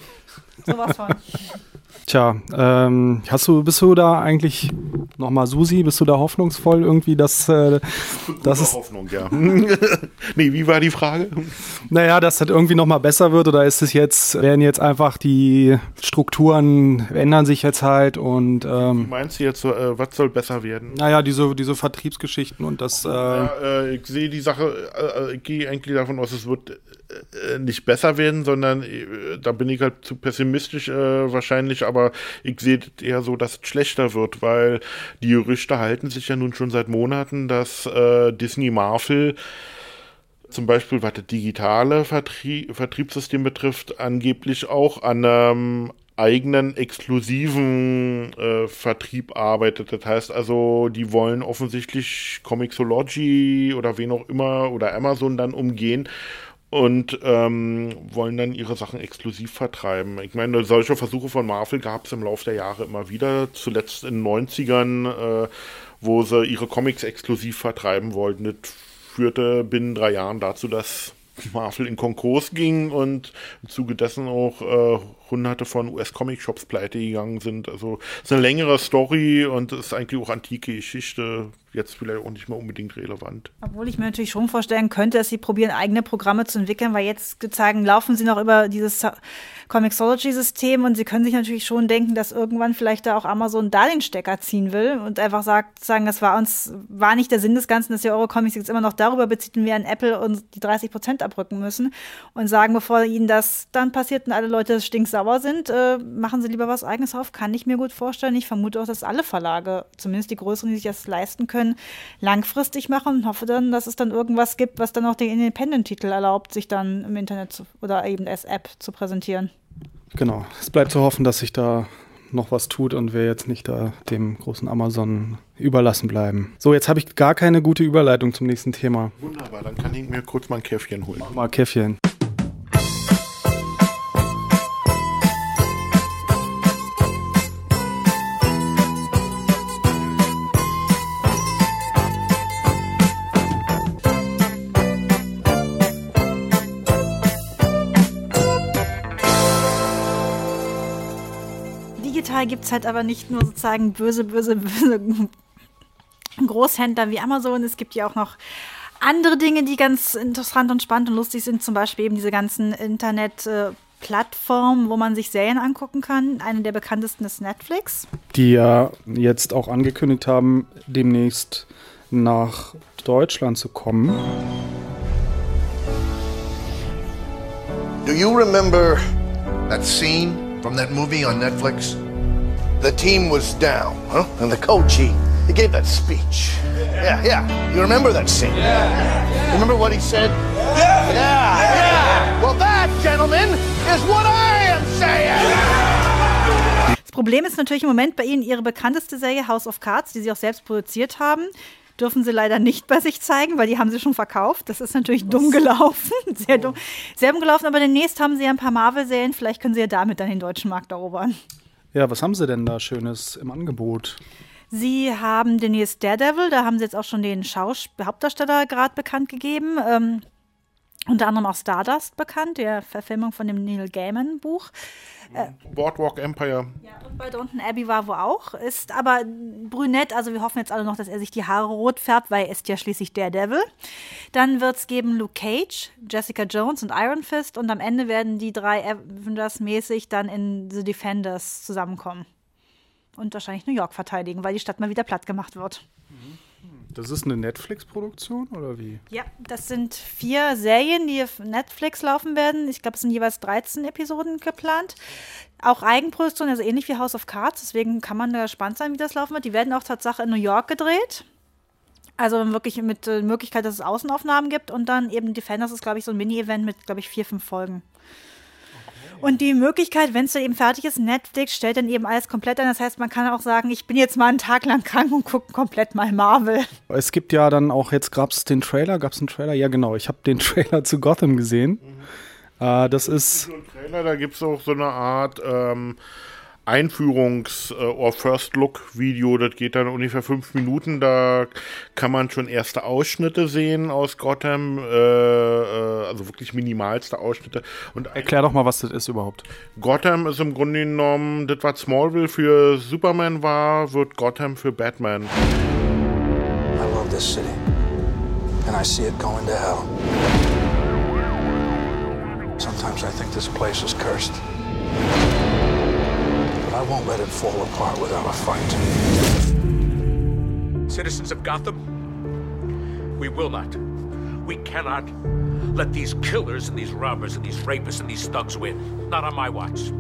Sowas von. Tja, ähm, hast du, bist du da eigentlich nochmal Susi, bist du da hoffnungsvoll irgendwie, dass äh, das ist Hoffnung, ja. Nee, wie war die Frage? Naja, dass das irgendwie nochmal besser wird oder ist es jetzt, werden jetzt einfach die Strukturen ändern sich jetzt halt und ähm, wie meinst du jetzt, äh, was soll besser werden? Naja, diese, diese Vertriebsgeschichten und das äh, ja, äh, ich sehe die Sache, äh, ich gehe eigentlich davon aus, es wird äh, nicht besser werden, sondern äh, da bin ich halt zu pessimistisch äh, wahrscheinlich, aber ich sehe es eher so, dass es schlechter wird, weil die Gerüchte halten sich ja nun schon seit Monaten, dass äh, Disney Marvel zum Beispiel, was das digitale Vertrie- Vertriebssystem betrifft, angeblich auch an einem eigenen exklusiven äh, Vertrieb arbeitet. Das heißt also, die wollen offensichtlich Comixology oder wen auch immer oder Amazon dann umgehen und ähm, wollen dann ihre Sachen exklusiv vertreiben. Ich meine, solche Versuche von Marvel gab es im Laufe der Jahre immer wieder, zuletzt in den neunzigern, äh, wo sie ihre Comics exklusiv vertreiben wollten. Das führte binnen drei Jahren dazu, dass Marvel in Konkurs ging und im Zuge dessen auch äh, hunderte von U S-Comic-Shops pleite gegangen sind. Also es ist eine längere Story und es ist eigentlich auch antike Geschichte, jetzt vielleicht auch nicht mehr unbedingt relevant. Obwohl ich mir natürlich schon vorstellen könnte, dass sie probieren, eigene Programme zu entwickeln, weil jetzt sozusagen laufen sie noch über dieses Comixology-System und sie können sich natürlich schon denken, dass irgendwann vielleicht da auch Amazon einen Darlehensstecker ziehen will und einfach sagt, sagen, das war uns, war nicht der Sinn des Ganzen, dass ihr eure Comics jetzt immer noch darüber bezieht und wir an Apple und die dreißig Prozent abrücken müssen und sagen, bevor ihnen das dann passiert und alle Leute stinksauer sind, äh, machen sie lieber was Eigenes auf. Kann ich mir gut vorstellen. Ich vermute auch, dass alle Verlage, zumindest die größeren, die sich das leisten können, langfristig machen und hoffe dann, dass es dann irgendwas gibt, was dann auch den Independent-Titel erlaubt, sich dann im Internet zu, oder eben als App zu präsentieren. Genau. Es bleibt zu hoffen, dass sich da noch was tut und wir jetzt nicht da dem großen Amazon überlassen bleiben. So, jetzt habe ich gar keine gute Überleitung zum nächsten Thema. Wunderbar, dann kann ich mir kurz mal ein Käffchen holen. Mach mal Käffchen. Digital gibt es halt aber nicht nur sozusagen böse, böse, böse Großhändler wie Amazon. Es gibt ja auch noch andere Dinge, die ganz interessant und spannend und lustig sind. Zum Beispiel eben diese ganzen Internet-Plattformen, wo man sich Serien angucken kann. Eine der bekanntesten ist Netflix. Die ja jetzt auch angekündigt haben, demnächst nach Deutschland zu kommen. Do you remember that scene from that movie on Netflix? The team was down, huh? And the coach, he, he gave that speech. Yeah, yeah. You remember that scene? Yeah. Remember what he said? Yeah. Yeah, yeah. Well, that, gentlemen, is what I am saying. Das Problem ist natürlich im Moment bei Ihnen ihre bekannteste Serie House of Cards, die Sie auch selbst produziert haben. Dürfen sie leider nicht bei sich zeigen, weil die haben sie schon verkauft. Das ist natürlich Was? dumm gelaufen, sehr dumm. Sehr dumm gelaufen, aber demnächst haben sie ja ein paar Marvel-Serien. Vielleicht können sie ja damit dann den deutschen Markt erobern. Ja, was haben sie denn da Schönes im Angebot? Sie haben demnächst Daredevil, da haben sie jetzt auch schon den Schaus- Hauptdarsteller gerade bekannt gegeben. Ähm, unter anderem auch Stardust bekannt, der Verfilmung von dem Neil Gaiman-Buch. Äh, Boardwalk Empire. Ja, und bei Downton Abbey war wo auch. Ist aber brünett, also wir hoffen jetzt alle noch, dass er sich die Haare rot färbt, weil er ist ja schließlich Daredevil. Dann wird es geben Luke Cage, Jessica Jones und Iron Fist und am Ende werden die drei Avengers-mäßig dann in The Defenders zusammenkommen. Und wahrscheinlich New York verteidigen, weil die Stadt mal wieder platt gemacht wird. Das ist eine Netflix-Produktion oder wie? Ja, das sind vier Serien, die auf Netflix laufen werden. Ich glaube, es sind jeweils dreizehn Episoden geplant. Auch Eigenproduktion, also ähnlich wie House of Cards. Deswegen kann man da gespannt sein, wie das laufen wird. Die werden auch Tatsache in New York gedreht. Also wirklich mit der äh, Möglichkeit, dass es Außenaufnahmen gibt. Und dann eben Defenders ist, glaube ich, so ein Mini-Event mit, glaube ich, vier, fünf Folgen. Und die Möglichkeit, wenn es dann eben fertig ist, Netflix stellt dann eben alles komplett ein. Das heißt, man kann auch sagen, ich bin jetzt mal einen Tag lang krank und gucke komplett mal Marvel. Es gibt ja dann auch, jetzt gab es den Trailer, gab es einen Trailer? Ja, genau, ich habe den Trailer zu Gotham gesehen. Mhm. Äh, das ist... So ein Trailer, da gibt es auch so eine Art ähm, Einführungs- oder First-Look-Video. Das geht dann ungefähr fünf Minuten. Da kann man schon erste Ausschnitte sehen aus Gotham. Äh, also wirklich minimalste Ausschnitte. Und erklär doch mal, was das ist überhaupt. Gotham ist im Grunde genommen, das was Smallville für Superman war, wird Gotham für Batman. I love this city. And I see it going to hell. Sometimes I think this place is cursed. I won't let it fall apart without a fight. Citizens of Gotham, we will not, we cannot let these killers and these robbers and these rapists and these thugs win. Not on my watch.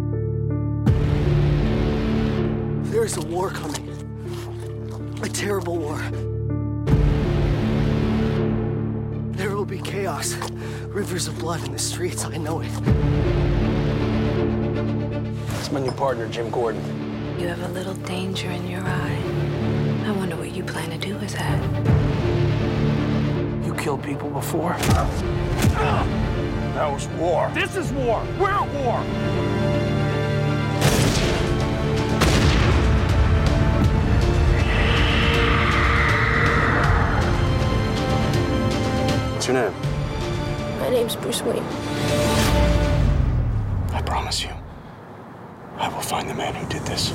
There is a war coming. A terrible war. There will be chaos. Rivers of blood in the streets, I know it. It's my new partner, Jim Gordon. You have a little danger in your eye. I wonder what you plan to do with that. You killed people before? That was war. This is war. We're at war. What's your name? My name's Bruce Wayne. I promise you, I will find the man who did this.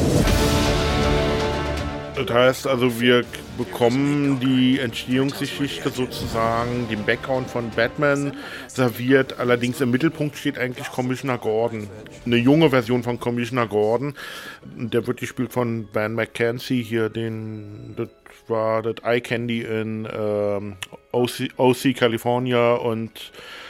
Das heißt also, wir bekommen die Entstehungsgeschichte sozusagen, den Background von Batman serviert. Allerdings im Mittelpunkt steht eigentlich Commissioner Gordon. Eine junge Version von Commissioner Gordon. Der wird gespielt von Ben McKenzie hier, den, das war das Eye Candy in ähm, O C, O C California und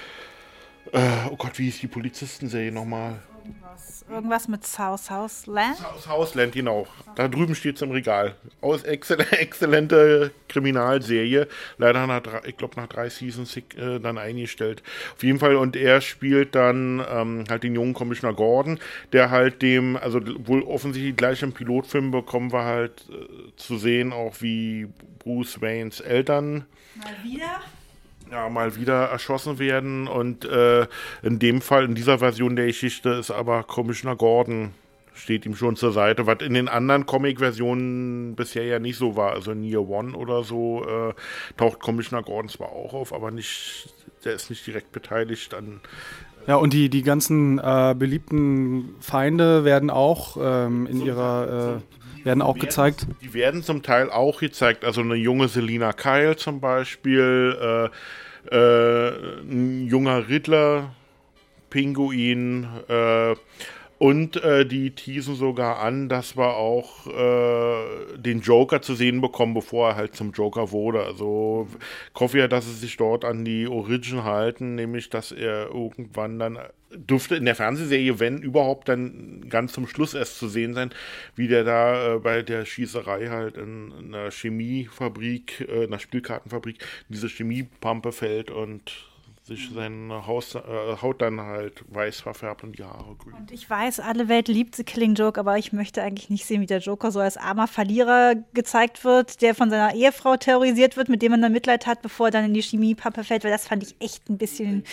äh, oh Gott, wie hieß die Polizistenserie nochmal? Irgendwas, irgendwas mit South Southland? South Southland, genau. Da drüben steht es im Regal. Aus exzell- exzellente Kriminalserie. Leider nach drei, ich glaube nach drei Seasons äh, dann eingestellt. Auf jeden Fall, und er spielt dann ähm, halt den jungen Commissioner Gordon, der halt dem, also wohl offensichtlich gleich im Pilotfilm bekommen wir halt äh, zu sehen, auch wie Bruce Waynes Eltern mal wieder ja, mal wieder erschossen werden, und äh, in dem Fall, in dieser Version der Geschichte ist aber Commissioner Gordon steht ihm schon zur Seite, was in den anderen Comic-Versionen bisher ja nicht so war. Also in Year One oder so äh, taucht Commissioner Gordon zwar auch auf, aber nicht, der ist nicht direkt beteiligt an. Ja, und die, die ganzen äh, beliebten Feinde werden auch ähm, in ihrer äh, werden auch gezeigt. Die werden zum Teil auch gezeigt. Also eine junge Selina Kyle zum Beispiel, äh, äh, ein junger Riddler, Pinguin, äh, und äh, die teasen sogar an, dass wir auch äh, den Joker zu sehen bekommen, bevor er halt zum Joker wurde. Also ich hoffe ja, dass sie sich dort an die Origin halten, nämlich dass er irgendwann dann dürfte in der Fernsehserie, wenn überhaupt, dann ganz zum Schluss erst zu sehen sein, wie der da äh, bei der Schießerei halt in, in einer Chemiefabrik, äh, in einer Spielkartenfabrik, in diese Chemiepampe fällt und sich seine Haus, äh, Haut dann halt weiß verfärbt und die Haare grün. Und ich weiß, alle Welt liebt The Killing Joke, aber ich möchte eigentlich nicht sehen, wie der Joker so als armer Verlierer gezeigt wird, der von seiner Ehefrau terrorisiert wird, mit dem man dann Mitleid hat, bevor er dann in die Chemiepappe fällt, weil das fand ich echt ein bisschen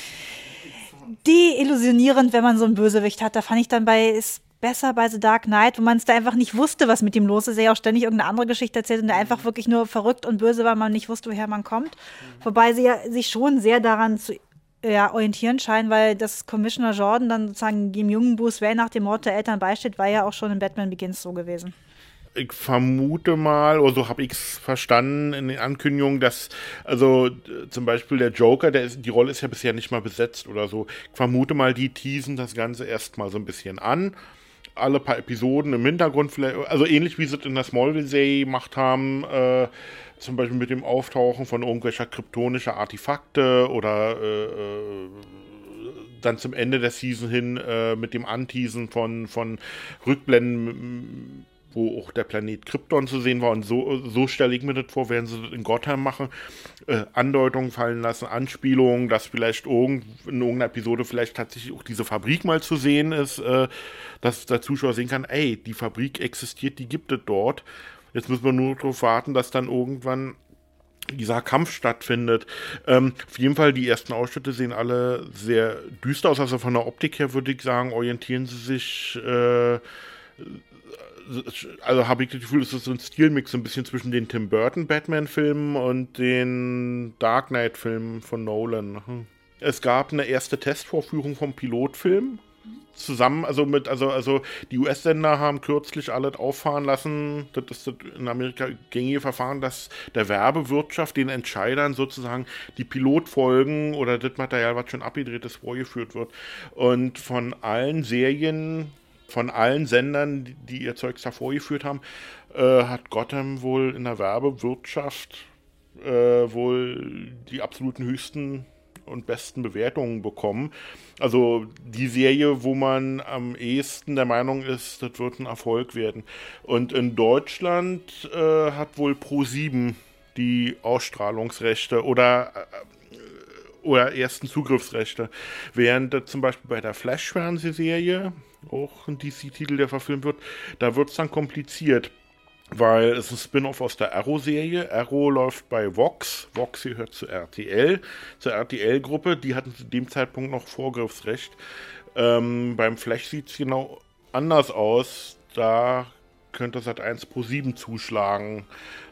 deillusionierend, wenn man so einen Bösewicht hat. Da fand ich dann bei ist besser bei The Dark Knight, wo man es da einfach nicht wusste, was mit ihm los ist. Er ja auch ständig irgendeine andere Geschichte erzählt und der einfach wirklich nur verrückt und böse war, man nicht wusste, woher man kommt. Wobei sie ja sich schon sehr daran zu ja, orientieren scheinen, weil das Commissioner Jordan dann sozusagen dem jungen Bruce Wayne nach dem Mord der Eltern beisteht, war ja auch schon in Batman Begins so gewesen. Ich vermute mal, oder so habe ich es verstanden in den Ankündigungen, dass, also äh, zum Beispiel der Joker, der ist, die Rolle ist ja bisher nicht mal besetzt oder so. Ich vermute mal, die teasen das Ganze erstmal so ein bisschen an. Alle paar Episoden im Hintergrund, vielleicht, also ähnlich wie sie es in der Smallville-Serie gemacht haben, äh, zum Beispiel mit dem Auftauchen von irgendwelcher kryptonischer Artefakte oder äh, äh, dann zum Ende der Season hin äh, mit dem Anteasen von, von Rückblenden, wo auch der Planet Krypton zu sehen war, und so, so stelle ich mir das vor, werden sie das in Gotham machen, äh, Andeutungen fallen lassen, Anspielungen, dass vielleicht irgend, in irgendeiner Episode vielleicht tatsächlich auch diese Fabrik mal zu sehen ist, äh, dass der Zuschauer sehen kann, ey, die Fabrik existiert, die gibt es dort. Jetzt müssen wir nur darauf warten, dass dann irgendwann dieser Kampf stattfindet. Ähm, auf jeden Fall, die ersten Ausschnitte sehen alle sehr düster aus, also von der Optik her würde ich sagen, orientieren sie sich äh, also habe ich das Gefühl, es ist so ein Stilmix so ein bisschen zwischen den Tim Burton Batman-Filmen und den Dark Knight-Filmen von Nolan. Es gab eine erste Testvorführung vom Pilotfilm. Zusammen, also mit, also, also die U S-Sender haben kürzlich alles auffahren lassen. Das ist das in Amerika gängige Verfahren, dass der Werbewirtschaft, den Entscheidern sozusagen die Pilotfolgen oder das Material, was schon abgedreht ist, vorgeführt wird. Und von allen Serien, von allen Sendern, die, die ihr Zeugs da vorgeführt haben, äh, hat Gotham wohl in der Werbewirtschaft äh, wohl die absoluten höchsten und besten Bewertungen bekommen. Also die Serie, wo man am ehesten der Meinung ist, das wird ein Erfolg werden. Und in Deutschland äh, hat wohl ProSieben die Ausstrahlungsrechte oder äh, oder ersten Zugriffsrechte. Während äh, zum Beispiel bei der Flash-Fernsehserie, auch ein D C-Titel, der verfilmt wird, da wird es dann kompliziert. Weil es ist ein Spin-off aus der Arrow-Serie. Arrow läuft bei Vox. Vox gehört zu R T L, zur R T L-Gruppe. Die hatten zu dem Zeitpunkt noch Vorgriffsrecht. Ähm, beim Flash sieht es genau anders aus. Da könnte Sat eins ProSieben zuschlagen.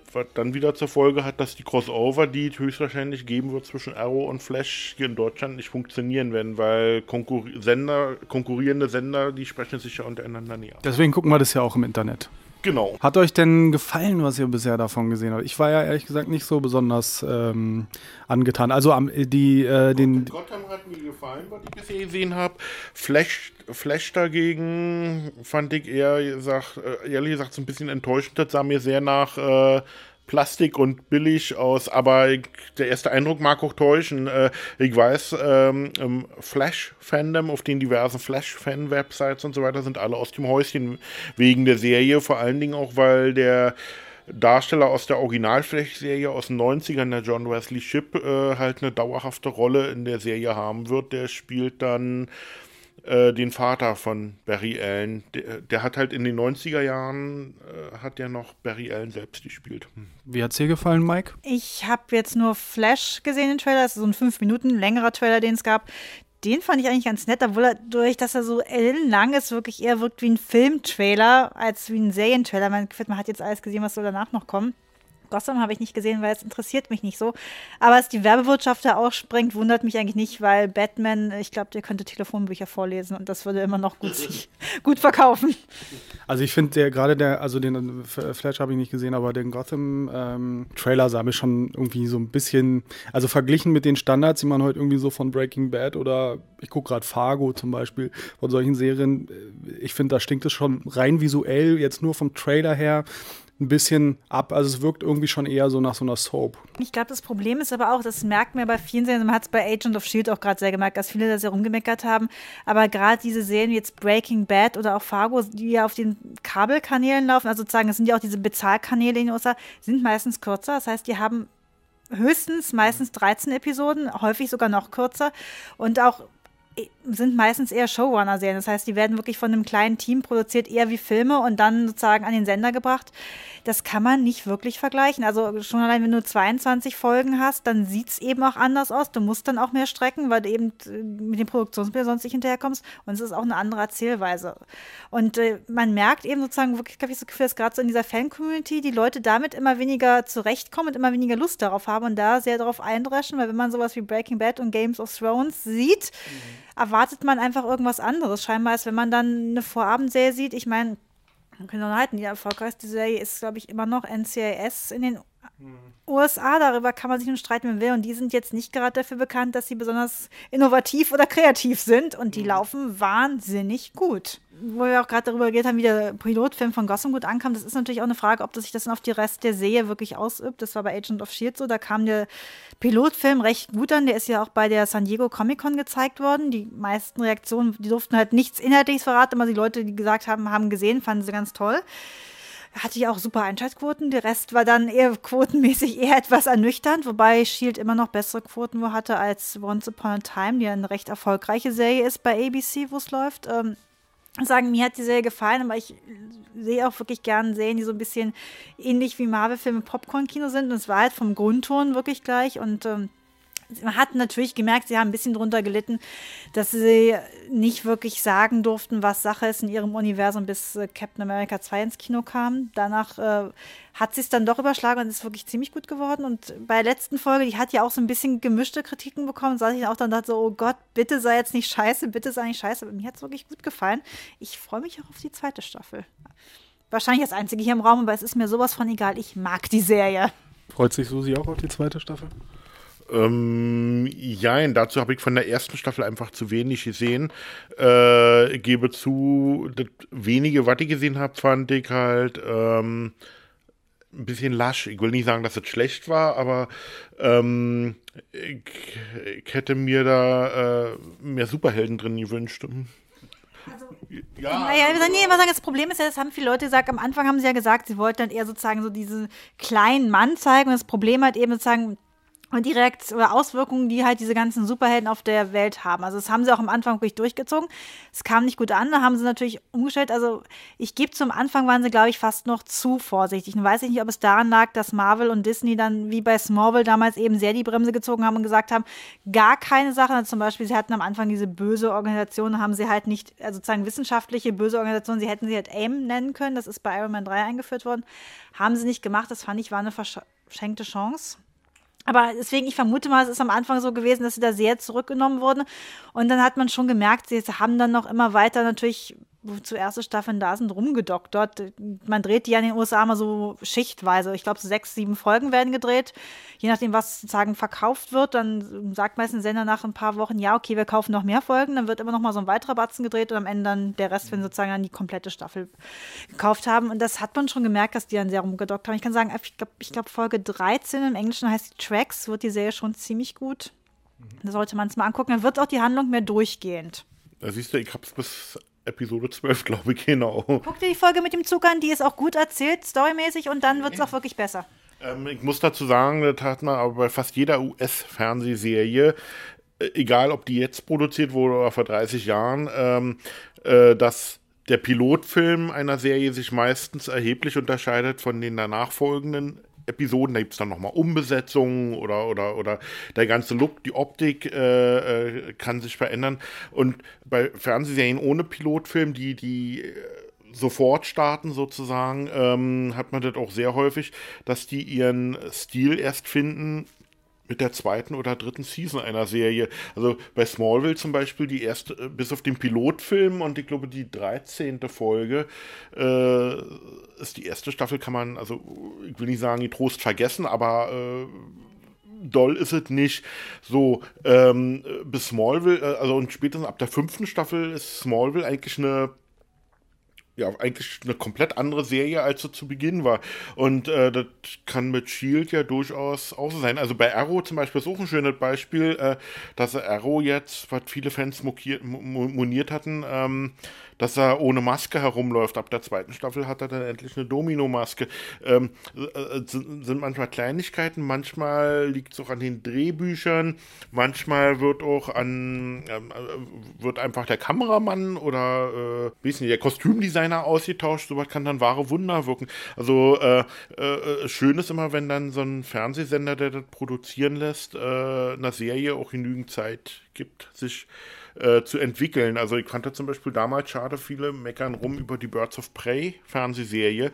was dann wieder zur Folge hat, dass die Crossover, die es höchstwahrscheinlich geben wird zwischen Arrow und Flash, hier in Deutschland nicht funktionieren werden, weil Konkur- Sender, konkurrierende Sender, die sprechen sich ja untereinander nie ab. Deswegen gucken wir das ja auch im Internet. Genau. Hat euch denn gefallen, was ihr bisher davon gesehen habt? Ich war ja ehrlich gesagt nicht so besonders ähm, angetan. Also am, die, äh, den... Gotham hat mir gefallen, was ich bisher gesehen habe. Flash, Flash dagegen fand ich eher gesagt, ehrlich gesagt so ein bisschen enttäuschend. Das sah mir sehr nach äh, Plastik und billig aus, aber ich, der erste Eindruck mag auch täuschen. Äh, ich weiß, ähm, im Flash-Fandom, auf den diversen Flash-Fan-Websites und so weiter, sind alle aus dem Häuschen wegen der Serie, vor allen Dingen auch, weil der Darsteller aus der Original-Flash-Serie aus den neunzigern, der John Wesley Shipp, äh, halt eine dauerhafte Rolle in der Serie haben wird. Der spielt dann den Vater von Barry Allen. Der, der hat halt in den neunziger Jahren äh, hat der noch Barry Allen selbst gespielt. Wie hat's dir gefallen, Mike? Ich habe jetzt nur Flash gesehen, den Trailer. Das ist so ein fünf Minuten längerer Trailer, den es gab. Den fand ich eigentlich ganz nett, obwohl er, durch, dass er so ellenlang ist, wirklich eher wirkt wie ein Filmtrailer als wie ein Serientrailer. Man, man hat jetzt alles gesehen, was soll danach noch kommen. Gotham habe ich nicht gesehen, weil es interessiert mich nicht so. Aber dass die Werbewirtschaft da auch springt, wundert mich eigentlich nicht, weil Batman, ich glaube, der könnte Telefonbücher vorlesen und das würde immer noch gut, sich, gut verkaufen. Also ich finde der gerade der, also den Flash habe ich nicht gesehen, aber den Gotham-Trailer ähm, sah mir schon irgendwie so ein bisschen, also verglichen mit den Standards, die man heute irgendwie so von Breaking Bad oder ich gucke gerade Fargo zum Beispiel, von solchen Serien, ich finde, da stinkt es schon rein visuell, jetzt nur vom Trailer her, ein bisschen ab. Also es wirkt irgendwie schon eher so nach so einer Soap. Ich glaube, das Problem ist aber auch, das merkt man bei vielen Serien, man hat es bei Agent of Shield auch gerade sehr gemerkt, dass viele da sehr rumgemeckert haben, aber gerade diese Serien wie jetzt Breaking Bad oder auch Fargo, die ja auf den Kabelkanälen laufen, also sozusagen, das sind ja auch diese Bezahlkanäle in den U S A, sind meistens kürzer, das heißt, die haben höchstens meistens dreizehn Episoden, häufig sogar noch kürzer und auch sind meistens eher Showrunner-Serien. Das heißt, die werden wirklich von einem kleinen Team produziert, eher wie Filme und dann sozusagen an den Sender gebracht. Das kann man nicht wirklich vergleichen. Also schon allein, wenn du zweiundzwanzig Folgen hast, dann sieht es eben auch anders aus. Du musst dann auch mehr strecken, weil du eben mit den Produktionsbildern sonst nicht hinterherkommst. Und es ist auch eine andere Erzählweise. Und äh, man merkt eben sozusagen wirklich, ich habe das Gefühl, dass gerade so in dieser Fan-Community die Leute damit immer weniger zurechtkommen und immer weniger Lust darauf haben und da sehr darauf eindreschen, weil wenn man sowas wie Breaking Bad und Games of Thrones sieht, mhm. erwartet man einfach irgendwas anderes. Scheinbar ist, wenn man dann eine Vorabendserie sieht, ich meine, man kann doch halten, die erfolgreichste Serie ist, glaube ich, immer noch N C I S in den mhm. U S A. Darüber kann man sich nun streiten, wenn man will. Und die sind jetzt nicht gerade dafür bekannt, dass sie besonders innovativ oder kreativ sind. Und die mhm. laufen wahnsinnig gut. Wo wir auch gerade darüber geredet haben, wie der Pilotfilm von Gotham gut ankam, das ist natürlich auch eine Frage, ob das sich das dann auf die Rest der Serie wirklich ausübt. Das war bei Agent of Shield so, da kam der Pilotfilm recht gut an. Der ist ja auch bei der San Diego Comic-Con gezeigt worden. Die meisten Reaktionen, die durften halt nichts Inhaltliches verraten, aber die Leute, die gesagt haben, haben gesehen, fanden sie ganz toll. Hatte ja auch super Einschaltquoten. Der Rest war dann eher quotenmäßig eher etwas ernüchternd, wobei Shield immer noch bessere Quoten wo hatte als Once Upon a Time, die ja eine recht erfolgreiche Serie ist bei A B C, wo es läuft. Ähm, sagen, mir hat die Serie gefallen, aber ich sehe auch wirklich gerne Serien, die so ein bisschen ähnlich wie Marvel-Filme Popcorn-Kino sind. Und es war halt vom Grundton wirklich gleich. Und ähm, man hat natürlich gemerkt, sie haben ein bisschen drunter gelitten, dass sie nicht wirklich sagen durften, was Sache ist in ihrem Universum, bis äh, Captain America zwei ins Kino kam. Danach äh, hat sie es dann doch überschlagen und ist wirklich ziemlich gut geworden. Und bei der letzten Folge, die hat ja auch so ein bisschen gemischte Kritiken bekommen, saß ich auch dann dachte so, oh Gott, bitte sei jetzt nicht scheiße, bitte sei nicht scheiße. Aber mir hat es wirklich gut gefallen. Ich freue mich auch auf die zweite Staffel. Wahrscheinlich das Einzige hier im Raum, aber es ist mir sowas von egal. Ich mag die Serie. Freut sich Susi auch auf die zweite Staffel? Ähm, ja, dazu habe ich von der ersten Staffel einfach zu wenig gesehen. Äh, ich gebe zu, das wenige, was ich gesehen habe, fand ich halt ähm, ein bisschen lasch. Ich will nicht sagen, dass es schlecht war, aber ähm, ich, ich hätte mir da äh, mehr Superhelden drin gewünscht. Also, ja, naja, nee, aber sagen, das Problem ist ja, das haben viele Leute gesagt, am Anfang haben sie ja gesagt, sie wollten dann eher sozusagen so diesen kleinen Mann zeigen und das Problem halt eben sozusagen, und die Reaktion oder Auswirkungen, die halt diese ganzen Superhelden auf der Welt haben. Also das haben sie auch am Anfang wirklich durchgezogen. Es kam nicht gut an, da haben sie natürlich umgestellt. Also ich gebe zum Anfang, waren sie, glaube ich, fast noch zu vorsichtig. Und weiß ich nicht, ob es daran lag, dass Marvel und Disney dann wie bei Smallville damals eben sehr die Bremse gezogen haben und gesagt haben, gar keine Sache. Also zum Beispiel, sie hatten am Anfang diese böse Organisation, haben sie halt nicht, also sozusagen wissenschaftliche böse Organisation, sie hätten sie halt AIM nennen können. Das ist bei Iron Man drei eingeführt worden. Haben sie nicht gemacht. Das fand ich, war eine verschenkte Chance. Aber deswegen, ich vermute mal, es ist am Anfang so gewesen, dass sie da sehr zurückgenommen wurden. Und dann hat man schon gemerkt, sie haben dann noch immer weiter natürlich, wozu erste Staffeln da sind, rumgedoktert. Man dreht die ja in den U S A mal so schichtweise. Ich glaube, so sechs, sieben Folgen werden gedreht. Je nachdem, was sozusagen verkauft wird, dann sagt meistens ein Sender nach ein paar Wochen, ja, okay, wir kaufen noch mehr Folgen. Dann wird immer noch mal so ein weiterer Batzen gedreht und am Ende dann der Rest, wenn sozusagen dann die komplette Staffel gekauft haben. Und das hat man schon gemerkt, dass die dann sehr rumgedockt haben. Ich kann sagen, ich glaube, ich glaub, Folge dreizehn im Englischen heißt die Tracks, wird die Serie schon ziemlich gut. Da sollte man es mal angucken. Dann wird auch die Handlung mehr durchgehend. Da siehst du, ich hab's bis Episode zwölf, glaube ich, genau. Guck dir die Folge mit dem Zug an, die ist auch gut erzählt, storymäßig, und dann wird es auch wirklich besser. Ähm, ich muss dazu sagen, das hat man aber bei fast jeder U S-Fernsehserie, äh, egal ob die jetzt produziert wurde oder vor dreißig Jahren, ähm, äh, dass der Pilotfilm einer Serie sich meistens erheblich unterscheidet von den danach folgenden Episoden. Da gibt es dann nochmal Umbesetzungen oder, oder, oder der ganze Look, die Optik äh, äh, kann sich verändern. Und bei Fernsehserien ohne Pilotfilm, die, die äh, sofort starten sozusagen, ähm, hat man das auch sehr häufig, dass die ihren Stil erst finden mit der zweiten oder dritten Season einer Serie. Also bei Smallville zum Beispiel, die erste, bis auf den Pilotfilm und ich glaube die dreizehnte Folge, äh, ist die erste Staffel, kann man, also ich will nicht sagen, getrost vergessen, aber äh, doll ist es nicht. So, ähm, bis Smallville, also und spätestens ab der fünften Staffel ist Smallville eigentlich eine ja, eigentlich eine komplett andere Serie, als sie zu Beginn war. Und äh, das kann mit S H I E L D ja durchaus auch so sein. Also bei Arrow zum Beispiel ist auch ein schönes Beispiel, äh, dass Arrow jetzt, was viele Fans mokiert, moniert hatten, ähm, dass er ohne Maske herumläuft. Ab der zweiten Staffel hat er dann endlich eine Domino-Maske. Ähm, äh, sind, sind manchmal Kleinigkeiten, manchmal liegt es auch an den Drehbüchern, manchmal wird auch an, äh, wird einfach der Kameramann oder äh, weiß nicht, der Kostümdesigner ausgetauscht. Sowas kann dann wahre Wunder wirken. Also äh, äh, schön ist immer, wenn dann so ein Fernsehsender, der das produzieren lässt, äh, einer Serie auch genügend Zeit gibt, sich Äh, zu entwickeln. Also ich fand das zum Beispiel damals schade, viele meckern rum über die Birds of Prey Fernsehserie.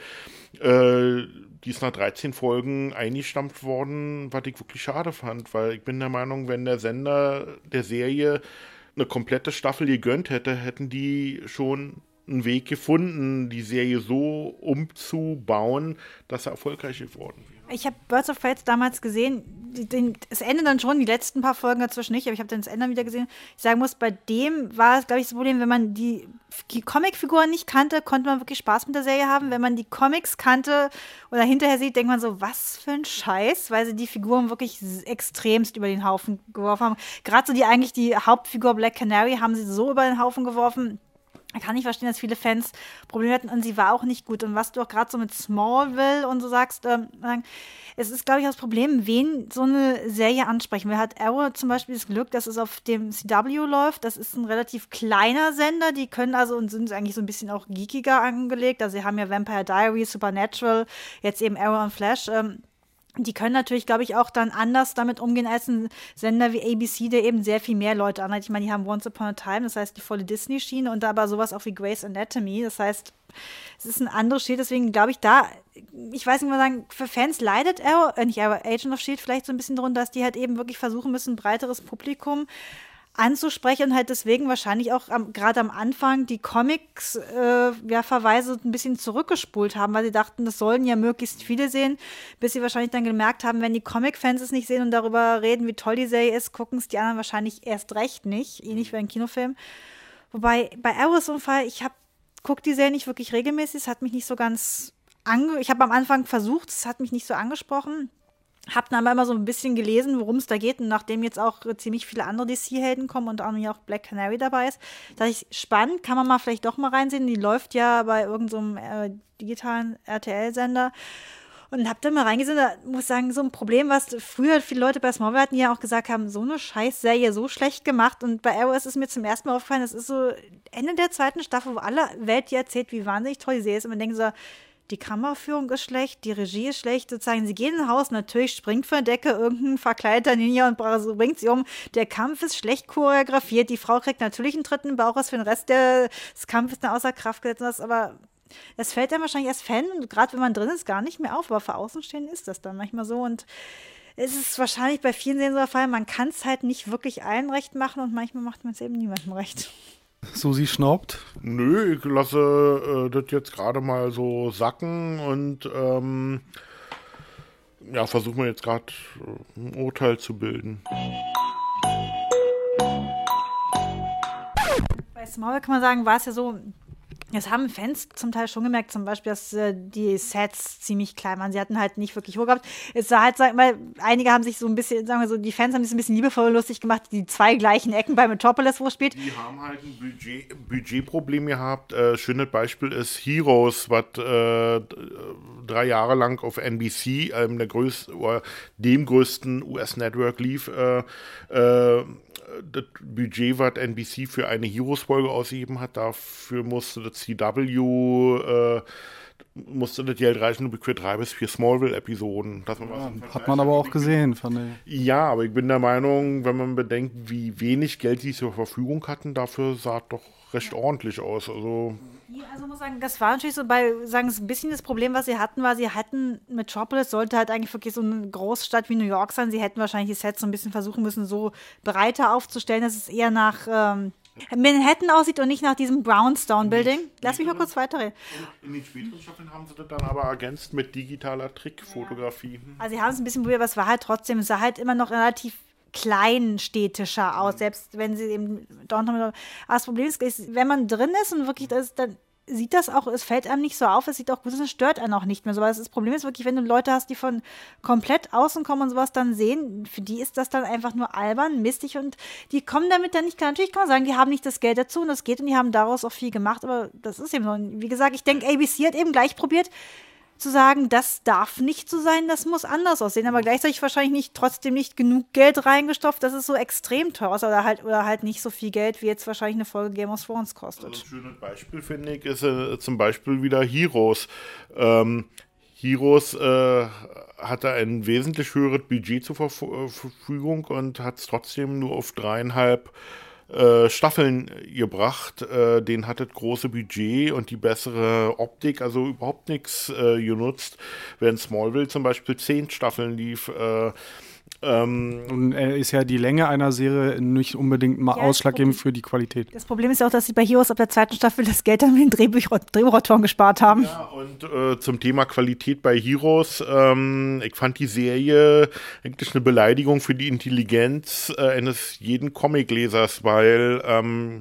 Äh, die ist nach dreizehn Folgen eingestampft worden, was ich wirklich schade fand, weil ich bin der Meinung, wenn der Sender der Serie eine komplette Staffel gegönnt hätte, hätten die schon einen Weg gefunden, die Serie so umzubauen, dass er erfolgreich geworden wäre. Ich habe Birds of Prey damals gesehen, den, das Ende dann schon, die letzten paar Folgen dazwischen nicht, aber ich habe dann das Ende wieder gesehen. Ich sagen muss, bei dem war es, glaube ich, das Problem, wenn man die, die Comicfiguren nicht kannte, konnte man wirklich Spaß mit der Serie haben. Wenn man die Comics kannte oder hinterher sieht, denkt man so, was für ein Scheiß, weil sie die Figuren wirklich extremst über den Haufen geworfen haben. Gerade so die eigentlich die Hauptfigur Black Canary haben sie so über den Haufen geworfen. Da kann ich verstehen, dass viele Fans Probleme hatten und sie war auch nicht gut. Und was du auch gerade so mit Smallville und so sagst, ähm, es ist, glaube ich, das Problem, wen so eine Serie ansprechen will. Hat Arrow zum Beispiel das Glück, dass es auf dem C W läuft. Das ist ein relativ kleiner Sender. Die können also und sind eigentlich so ein bisschen auch geekiger angelegt. Also sie haben ja Vampire Diaries, Supernatural, jetzt eben Arrow und Flash. Ähm, Die können natürlich, glaube ich, auch dann anders damit umgehen als ein Sender wie A B C, der eben sehr viel mehr Leute anhat. Ich meine, die haben Once Upon a Time, das heißt die volle Disney-Schiene und aber sowas auch wie Grey's Anatomy. Das heißt, es ist ein anderes Schild, deswegen glaube ich da, ich weiß nicht mal sagen, für Fans leidet Arrow, äh nicht Arrow, Agent of S H I E L D vielleicht so ein bisschen drunter, dass die halt eben wirklich versuchen müssen, ein breiteres Publikum anzusprechen und halt deswegen wahrscheinlich auch gerade am Anfang die Comics äh, ja, Verweise ein bisschen zurückgespult haben, weil sie dachten, das sollen ja möglichst viele sehen, bis sie wahrscheinlich dann gemerkt haben, wenn die Comic-Fans es nicht sehen und darüber reden, wie toll die Serie ist, gucken es die anderen wahrscheinlich erst recht nicht, ähnlich wie ein Kinofilm. Wobei bei Arrow ist so ein Fall, ich habe gucke die Serie nicht wirklich regelmäßig, es hat mich nicht so ganz ange... Ich habe am Anfang versucht, es hat mich nicht so angesprochen. Hab dann aber immer so ein bisschen gelesen, worum es da geht. Und nachdem jetzt auch ziemlich viele andere D C-Helden kommen und auch Black Canary dabei ist, dachte ich, spannend, kann man mal vielleicht doch mal reinsehen. Die läuft ja bei irgendeinem so äh, digitalen R T L-Sender. Und hab dann mal reingesehen, da muss ich sagen, so ein Problem, was früher viele Leute bei Smallville hatten, ja auch gesagt haben, so eine Scheißserie, so schlecht gemacht. Und bei Arrow ist es mir zum ersten Mal aufgefallen, das ist so Ende der zweiten Staffel, wo alle Welt dir erzählt, wie wahnsinnig toll die Serie ist. Und man denkt so, die Kameraführung ist schlecht, die Regie ist schlecht, sozusagen, sie gehen in ein Haus, natürlich springt von der Decke irgendein verkleideter Ninja und bringt sie um. Der Kampf ist schlecht choreografiert, die Frau kriegt natürlich einen Tritt in den Bauch, was für den Rest des Kampfes dann außer Kraft gesetzt ist, aber es fällt dann wahrscheinlich als Fan, gerade wenn man drin ist, gar nicht mehr auf, aber für Außenstehende ist das dann manchmal so und es ist wahrscheinlich bei vielen Serien so der Fall, man kann es halt nicht wirklich allen recht machen und manchmal macht man es eben niemandem recht. Susi schnaubt? Nö, ich lasse äh, das jetzt gerade mal so sacken und ähm, ja, versuchen wir jetzt gerade äh, ein Urteil zu bilden. Bei Smallville kann man sagen, war es ja so, das haben Fans zum Teil schon gemerkt, zum Beispiel, dass äh, die Sets ziemlich klein waren. Sie hatten halt nicht wirklich Ruhe gehabt. Es war halt, sag mal, einige haben sich so ein bisschen, sagen wir so, die Fans haben sich ein bisschen liebevoll lustig gemacht, die zwei gleichen Ecken bei Metropolis, wo es spielt. Die haben halt ein Budget, Budgetproblem gehabt. Äh, schönes Beispiel ist Heroes, was äh, drei Jahre lang auf N B C, ähm, der größte, oder dem größten U S-Network lief, äh, äh, das Budget, was N B C für eine Heroes-Folge ausgegeben hat, dafür musste das C W äh, musste das Geld reichen für drei bis vier Smallville-Episoden. Dass man Ja, was hat man aber auch gesehen, fand ich. Ja, aber ich bin der Meinung, wenn man bedenkt, wie wenig Geld sie zur Verfügung hatten, dafür sah es doch recht ordentlich aus. Also Also muss sagen, das war natürlich so bei, sagen Sie, ein bisschen das Problem, was sie hatten, war, sie hatten, Metropolis sollte halt eigentlich wirklich so eine Großstadt wie New York sein. Sie hätten wahrscheinlich die Sets so ein bisschen versuchen müssen, so breiter aufzustellen, dass es eher nach ähm, Manhattan aussieht und nicht nach diesem Brownstone-Building. Lass mich mal kurz weiterreden. in den späteren Staffeln haben sie das dann aber ergänzt mit digitaler Trickfotografie. Also sie haben es ein bisschen probiert, aber es war halt trotzdem, es sah halt immer noch relativ kleinstädtischer aus, selbst wenn sie eben Downtown. Aber das Problem ist, wenn man drin ist und wirklich das ist, dann sieht das auch, es fällt einem nicht so auf, es sieht auch gut, es stört einen auch nicht mehr so. Aber das Problem ist wirklich, wenn du Leute hast, die von komplett außen kommen und sowas dann sehen, für die ist das dann einfach nur albern, mistig und die kommen damit dann nicht klar. Natürlich kann man sagen, die haben nicht das Geld dazu und das geht und die haben daraus auch viel gemacht, aber das ist eben so. Und wie gesagt, ich denke, A B C hat eben gleich probiert, zu sagen, das darf nicht so sein, das muss anders aussehen, aber gleichzeitig wahrscheinlich nicht, trotzdem nicht genug Geld reingestopft, dass es so extrem teuer ist oder halt, oder halt nicht so viel Geld, wie jetzt wahrscheinlich eine Folge Game of Thrones kostet. Also ein schönes Beispiel, finde ich, ist äh, zum Beispiel wieder Heroes. Ähm, Heroes äh, hatte ein wesentlich höheres Budget zur Verf- Verfügung und hat es trotzdem nur auf dreieinhalb Äh, Staffeln gebracht, äh, den hat das große Budget und die bessere Optik, also überhaupt nichts äh, genutzt, während Smallville zum Beispiel zehn Staffeln lief. Äh, ähm, Und äh, ist ja die Länge einer Serie nicht unbedingt mal Ja, ausschlaggebend für die Qualität. Das Problem ist ja auch, dass sie bei Heroes ab der zweiten Staffel das Geld dann mit den Drehbuch- Drehbuchautoren gespart haben. Ja, und äh, zum Thema Qualität bei Heroes, ähm, ich fand die Serie eigentlich eine Beleidigung für die Intelligenz äh, eines jeden Comiclesers, weil ähm,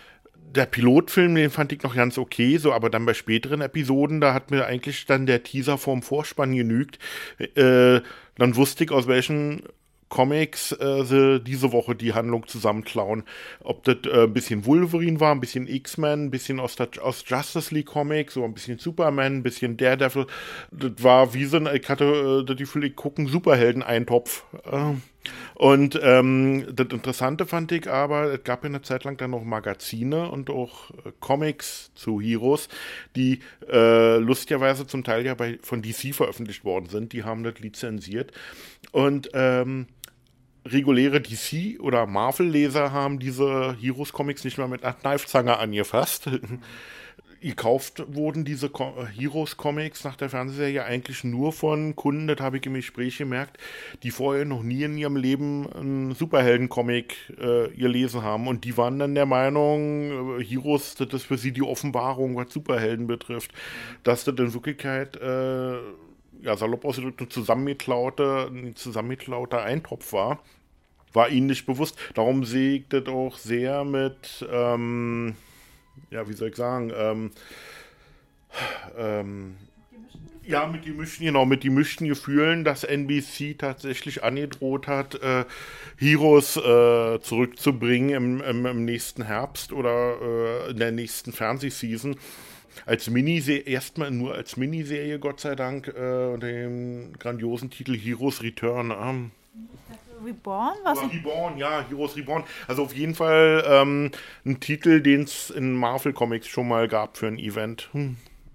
der Pilotfilm, den fand ich noch ganz okay, so, aber dann bei späteren Episoden, da hat mir eigentlich dann der Teaser vorm Vorspann genügt. Äh, dann wusste ich, aus welchen Comics äh, sie diese Woche die Handlung zusammenklauen. Ob das äh, ein bisschen Wolverine war, ein bisschen X-Men, ein bisschen aus, der, aus Justice League Comics, so ein bisschen Superman, ein bisschen Daredevil. Das war wie so ein, ich hatte äh, das Gefühl, ich gucke einen Superhelden-Eintopf. Äh, und ähm, das Interessante fand ich aber, es gab ja eine Zeit lang dann noch Magazine und auch äh, Comics zu Heroes, die äh, lustigerweise zum Teil ja bei, von D C veröffentlicht worden sind. Die haben das lizenziert. Und ähm, reguläre D C- oder Marvel-Leser haben diese Heroes-Comics nicht mehr mit einer Kneifzange angefasst. Gekauft wurden diese Co- Heroes-Comics nach der Fernsehserie eigentlich nur von Kunden, das habe ich im Gespräch gemerkt, die vorher noch nie in ihrem Leben einen Superhelden-Comic äh, gelesen haben. Und die waren dann der Meinung, äh, Heroes, das ist für sie die Offenbarung, was Superhelden betrifft. Dass das in Wirklichkeit, äh, ja, salopp ausgedrückt, ein zusammengeklauter, ein zusammengeklauter Eintopf war. War ihnen nicht bewusst. Darum sehe ich das auch sehr mit, ähm, ja, wie soll ich sagen, ähm, ähm, ja, mit gemischten, genau, mit gemischten Gefühlen, dass N B C tatsächlich angedroht hat, äh, Heroes äh, zurückzubringen im, im, im nächsten Herbst oder äh, in der nächsten Fernsehseason. als Miniserie, erstmal nur als Miniserie, Gott sei Dank, äh, unter dem grandiosen Titel Heroes Return. Ähm, Reborn? Was? Reborn, ja, Heroes Reborn. Also auf jeden Fall ähm, ein Titel, den es in Marvel Comics schon mal gab für ein Event. Hm.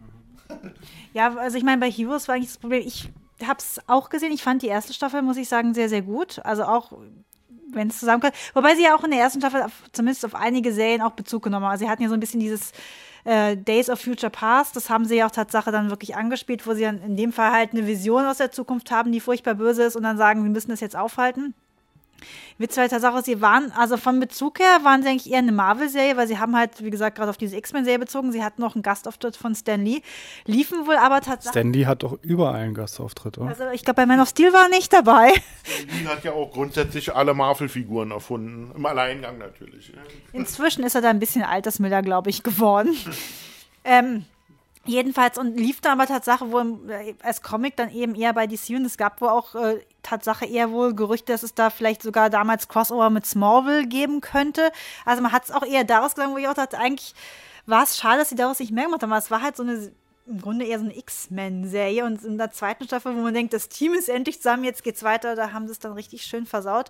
Ja, also ich meine, bei Heroes war eigentlich das Problem, ich habe es auch gesehen, ich fand die erste Staffel, muss ich sagen, sehr, sehr gut. Also auch, wenn es zusammenkommt. Wobei sie ja auch in der ersten Staffel auf, zumindest auf einige Serien auch Bezug genommen haben. Also sie hatten ja so ein bisschen dieses äh, Days of Future Past, das haben sie ja auch Tatsache dann wirklich angespielt, wo sie dann in dem Fall halt eine Vision aus der Zukunft haben, die furchtbar böse ist und dann sagen, wir müssen das jetzt aufhalten. Witz bei Tatsache, sie waren, also vom Bezug her waren sie eigentlich eher eine Marvel-Serie, weil sie haben halt, wie gesagt, gerade auf diese X-Men-Serie bezogen. Sie hatten noch einen Gastauftritt von Stan Lee, liefen wohl aber tatsächlich. Stan Lee hat doch überall einen Gastauftritt, oder? Also ich glaube, bei Man of Steel war er nicht dabei. Stan Lee hat ja auch grundsätzlich alle Marvel-Figuren erfunden, im Alleingang natürlich. Inzwischen ist er da ein bisschen altersmilder, glaube ich, geworden. ähm, Jedenfalls und lief da aber Tatsache wohl als Comic dann eben eher bei D C und es gab wohl auch äh, Tatsache eher wohl Gerüchte, dass es da vielleicht sogar damals Crossover mit Smallville geben könnte. Also man hat es auch eher daraus gesagt, wo ich auch dachte, eigentlich war es schade, dass sie daraus nicht mehr gemacht haben, aber es war halt so eine, im Grunde eher so eine X-Men-Serie und in der zweiten Staffel, wo man denkt, das Team ist endlich zusammen, jetzt geht's weiter, da haben sie es dann richtig schön versaut.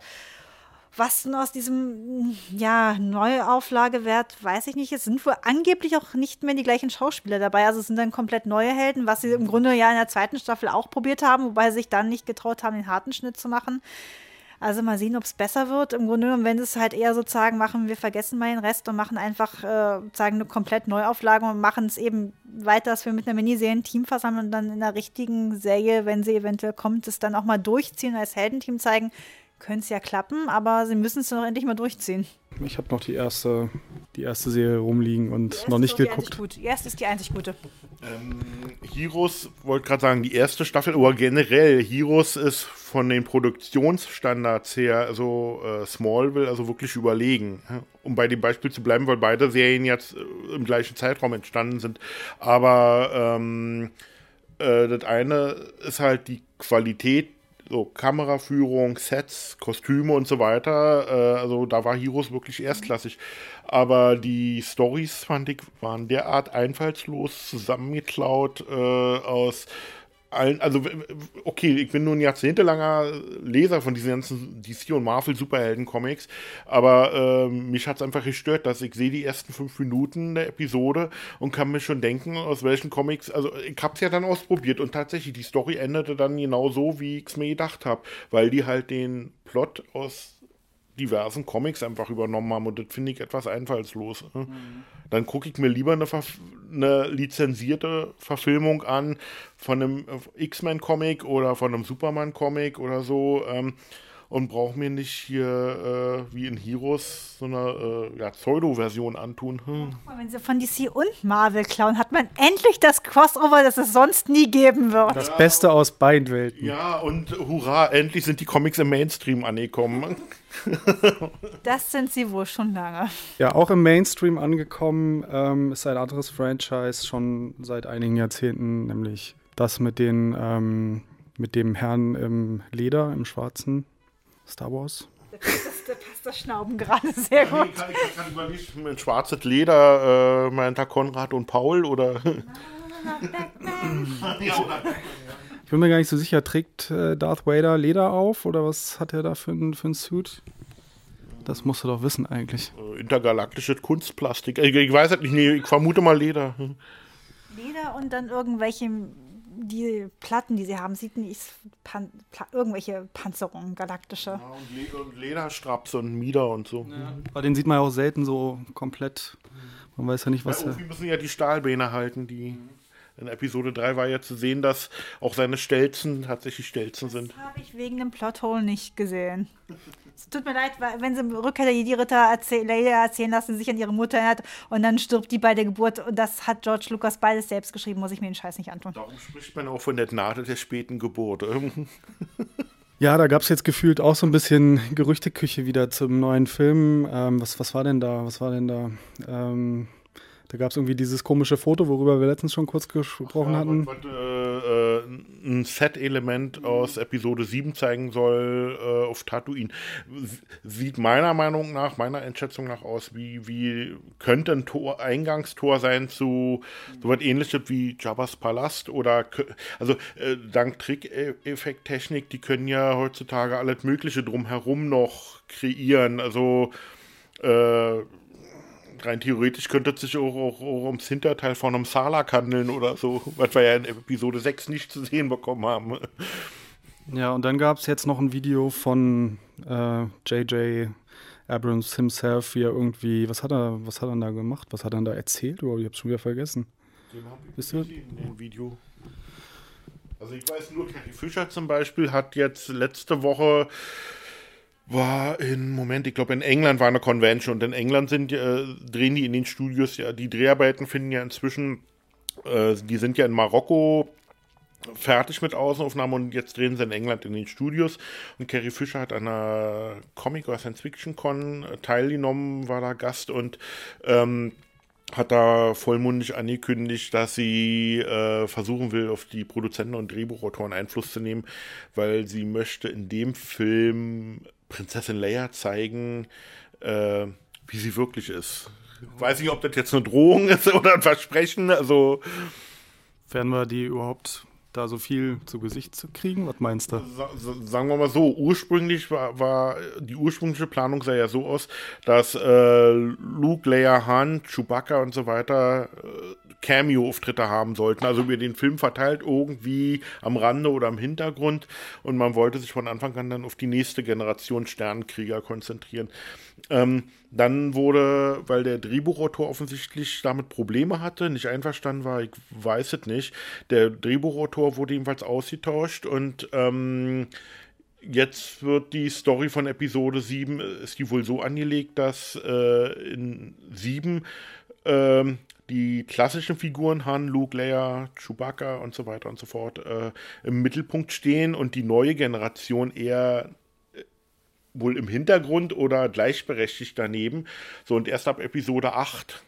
Was denn aus diesem, ja, Neuauflage wird, weiß ich nicht. Es sind wohl angeblich auch nicht mehr die gleichen Schauspieler dabei. Also es sind dann komplett neue Helden, was sie im Grunde ja in der zweiten Staffel auch probiert haben, wobei sie sich dann nicht getraut haben, den harten Schnitt zu machen. Also mal sehen, ob es besser wird. Im Grunde genommen, wenn sie es halt eher sozusagen machen, wir vergessen mal den Rest und machen einfach äh, sagen eine komplett Neuauflage und machen es eben weiter, dass wir mit einer Miniserie ein Team versammeln und dann in der richtigen Serie, wenn sie eventuell kommt, es dann auch mal durchziehen und als Heldenteam zeigen, könnte es ja klappen, aber sie müssen es doch endlich mal durchziehen. Ich habe noch die erste, die erste Serie rumliegen und noch nicht geguckt. Die erste ist die einzig gute. Ähm, Heroes, wollte gerade sagen, die erste Staffel, aber generell, Heroes ist von den Produktionsstandards her, also äh, Smallville, also wirklich überlegen. Um bei dem Beispiel zu bleiben, weil beide Serien jetzt äh, im gleichen Zeitraum entstanden sind. Aber ähm, äh, das eine ist halt die Qualität, so Kameraführung, Sets, Kostüme und so weiter, äh, also da war Heroes wirklich erstklassig. Aber die Storys, fand ich, waren derart einfallslos zusammengeklaut äh, aus allen, also okay, ich bin nun jahrzehntelanger Leser von diesen ganzen D C und Marvel Superhelden-Comics, aber äh, mich hat es einfach gestört, dass ich sehe die ersten fünf Minuten der Episode und kann mir schon denken, aus welchen Comics, also ich hab's ja dann ausprobiert und tatsächlich, die Story endete dann genau so, wie ich es mir gedacht habe, weil die halt den Plot aus diversen Comics einfach übernommen haben und das finde ich etwas einfallslos. Ne? Mhm. Dann gucke ich mir lieber eine, Verf- eine lizenzierte Verfilmung an von einem X-Men-Comic oder von einem Superman-Comic oder so ähm, und brauche mir nicht hier äh, wie in Heroes so eine äh, ja, Pseudo-Version antun. Hm. Wenn sie von D C und Marvel klauen, hat man endlich das Crossover, das es sonst nie geben wird. Das ja. Beste aus beiden Welten. Ja, und hurra, endlich sind die Comics im Mainstream angekommen. Das sind sie wohl schon lange. Ja, auch im Mainstream angekommen ähm, ist ein anderes Franchise schon seit einigen Jahrzehnten, nämlich das mit den ähm, mit dem Herrn im Leder, im Schwarzen. Star Wars. Da passt das, da passt das Schnauben gerade sehr gut. Ich kann, ich kann überlegen, mit schwarzes Leder, äh, meint da Konrad und Paul, oder? Ich bin mir gar nicht so sicher, trägt äh, Darth Vader Leder auf, oder was hat er da für ein, für ein Suit? Das musst du doch wissen eigentlich. Äh, intergalaktisches Kunstplastik. Ich, ich weiß es nicht, nee, ich vermute mal Leder. Leder und dann irgendwelche die Platten, die sie haben, sieht nicht Pan- Pla- irgendwelche Panzerungen, galaktische. Ja, und, Leder, und Lederstraps und Mieder und so. Ja. Aber den sieht man ja auch selten so komplett. Man weiß ja nicht, was ja, irgendwie müssen ja die Stahlbeine halten, die in Episode drei war ja zu sehen, dass auch seine Stelzen tatsächlich Stelzen sind. Das habe ich wegen dem Plothole nicht gesehen. Es tut mir leid, weil wenn sie im Rückkehr der Jedi-Ritter erzähl- erzählen lassen, sie sich an ihre Mutter erinnert und dann stirbt die bei der Geburt und das hat George Lucas beides selbst geschrieben, muss ich mir den Scheiß nicht antun. Darum spricht man auch von der Gnade der späten Geburt. Ja, da gab es jetzt gefühlt auch so ein bisschen Gerüchteküche wieder zum neuen Film. Ähm, was, was war denn da? Was war denn da? Ähm, da gab es irgendwie dieses komische Foto, worüber wir letztens schon kurz gesprochen ja, hatten. Und, und, äh, ein Set-Element aus Episode sieben zeigen soll äh, auf Tatooine. Sieht meiner Meinung nach, meiner Einschätzung nach aus, wie, wie könnte ein Tor, Eingangstor sein zu so was Ähnliches wie Jabba's Palast oder, also äh, dank Trick-Effekt-Technik, die können ja heutzutage alles Mögliche drumherum noch kreieren. Also äh, rein theoretisch könnte es sich auch, auch, auch ums Hinterteil von einem Salak handeln oder so, was wir ja in Episode sechs nicht zu sehen bekommen haben. Ja, und dann gab es jetzt noch ein Video von äh, J J Abrams himself, wie er irgendwie, was hat er, was hat er da gemacht? Was hat er da erzählt? Oh, ich hab's schon wieder vergessen. Den hab ich Bist du? in dem Video. Also ich weiß nur, Carrie Fisher zum Beispiel hat jetzt letzte Woche war in, Moment, ich glaube in England war eine Convention und in England sind äh, drehen die in den Studios, ja, die Dreharbeiten finden ja inzwischen, äh, die sind ja in Marokko fertig mit Außenaufnahmen und jetzt drehen sie in England in den Studios und Carrie Fisher hat an einer Comic- oder Science-Fiction-Con teilgenommen, war da Gast und ähm, hat da vollmundig angekündigt, dass sie äh, versuchen will, auf die Produzenten und Drehbuchautoren Einfluss zu nehmen, weil sie möchte in dem Film Prinzessin Leia zeigen, äh, wie sie wirklich ist. Ich weiß nicht, ob das jetzt eine Drohung ist oder ein Versprechen, also werden wir die überhaupt da so viel zu Gesicht zu kriegen? Was meinst du? Sa- sagen wir mal so, ursprünglich war, war die ursprüngliche Planung sah ja so aus, dass äh, Luke, Leia, Han, Chewbacca und so weiter äh, Cameo-Auftritte haben sollten, also über den Film verteilt irgendwie am Rande oder im Hintergrund und man wollte sich von Anfang an dann auf die nächste Generation Sternenkrieger konzentrieren. Ähm, dann wurde, weil der Drehbuchautor offensichtlich damit Probleme hatte, nicht einverstanden war, ich weiß es nicht, der Drehbuchautor wurde ebenfalls ausgetauscht und ähm, jetzt wird die Story von Episode sieben, ist die wohl so angelegt, dass äh, in sieben ähm, die klassischen Figuren Han, Luke, Leia, Chewbacca und so weiter und so fort äh, im Mittelpunkt stehen und die neue Generation eher äh, wohl im Hintergrund oder gleichberechtigt daneben. So, und erst ab Episode acht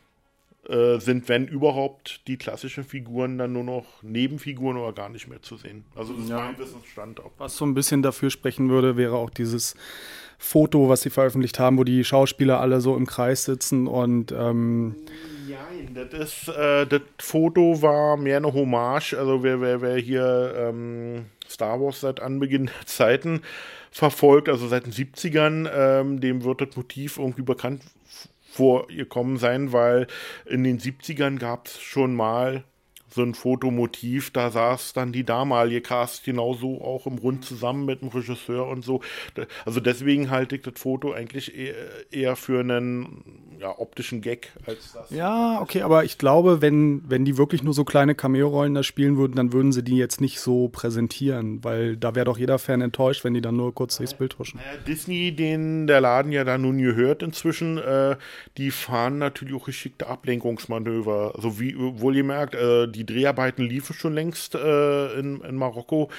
äh, sind, wenn überhaupt, die klassischen Figuren dann nur noch Nebenfiguren oder gar nicht mehr zu sehen. Also das ist Ja. mein Wissensstand. Ob Was so ein bisschen dafür sprechen würde, wäre auch dieses Foto, was sie veröffentlicht haben, wo die Schauspieler alle so im Kreis sitzen und ähm Nein, das ist, äh, das Foto war mehr eine Hommage, also wer, wer, wer hier ähm, Star Wars seit Anbeginn der Zeiten verfolgt, also seit den siebzigern, ähm, dem wird das Motiv irgendwie bekannt vorgekommen sein, weil in den siebzigern gab es schon mal so ein Fotomotiv, da saß dann die damalige Cast genauso auch im Rund zusammen mit dem Regisseur und so. Also deswegen halte ich das Foto eigentlich eher, eher für einen ja, optischen Gag als das. Ja, okay, aber ich glaube, wenn, wenn die wirklich nur so kleine Cameo-Rollen da spielen würden, dann würden sie die jetzt nicht so präsentieren, weil da wäre doch jeder Fan enttäuscht, wenn die dann nur kurz durchs Bild huschen. Naja, Disney, den der Laden ja da nun gehört inzwischen, äh, die fahren natürlich auch geschickte Ablenkungsmanöver. Also wie wohlgemerkt, äh, die Dreharbeiten liefen schon längst äh, in, in Marokko.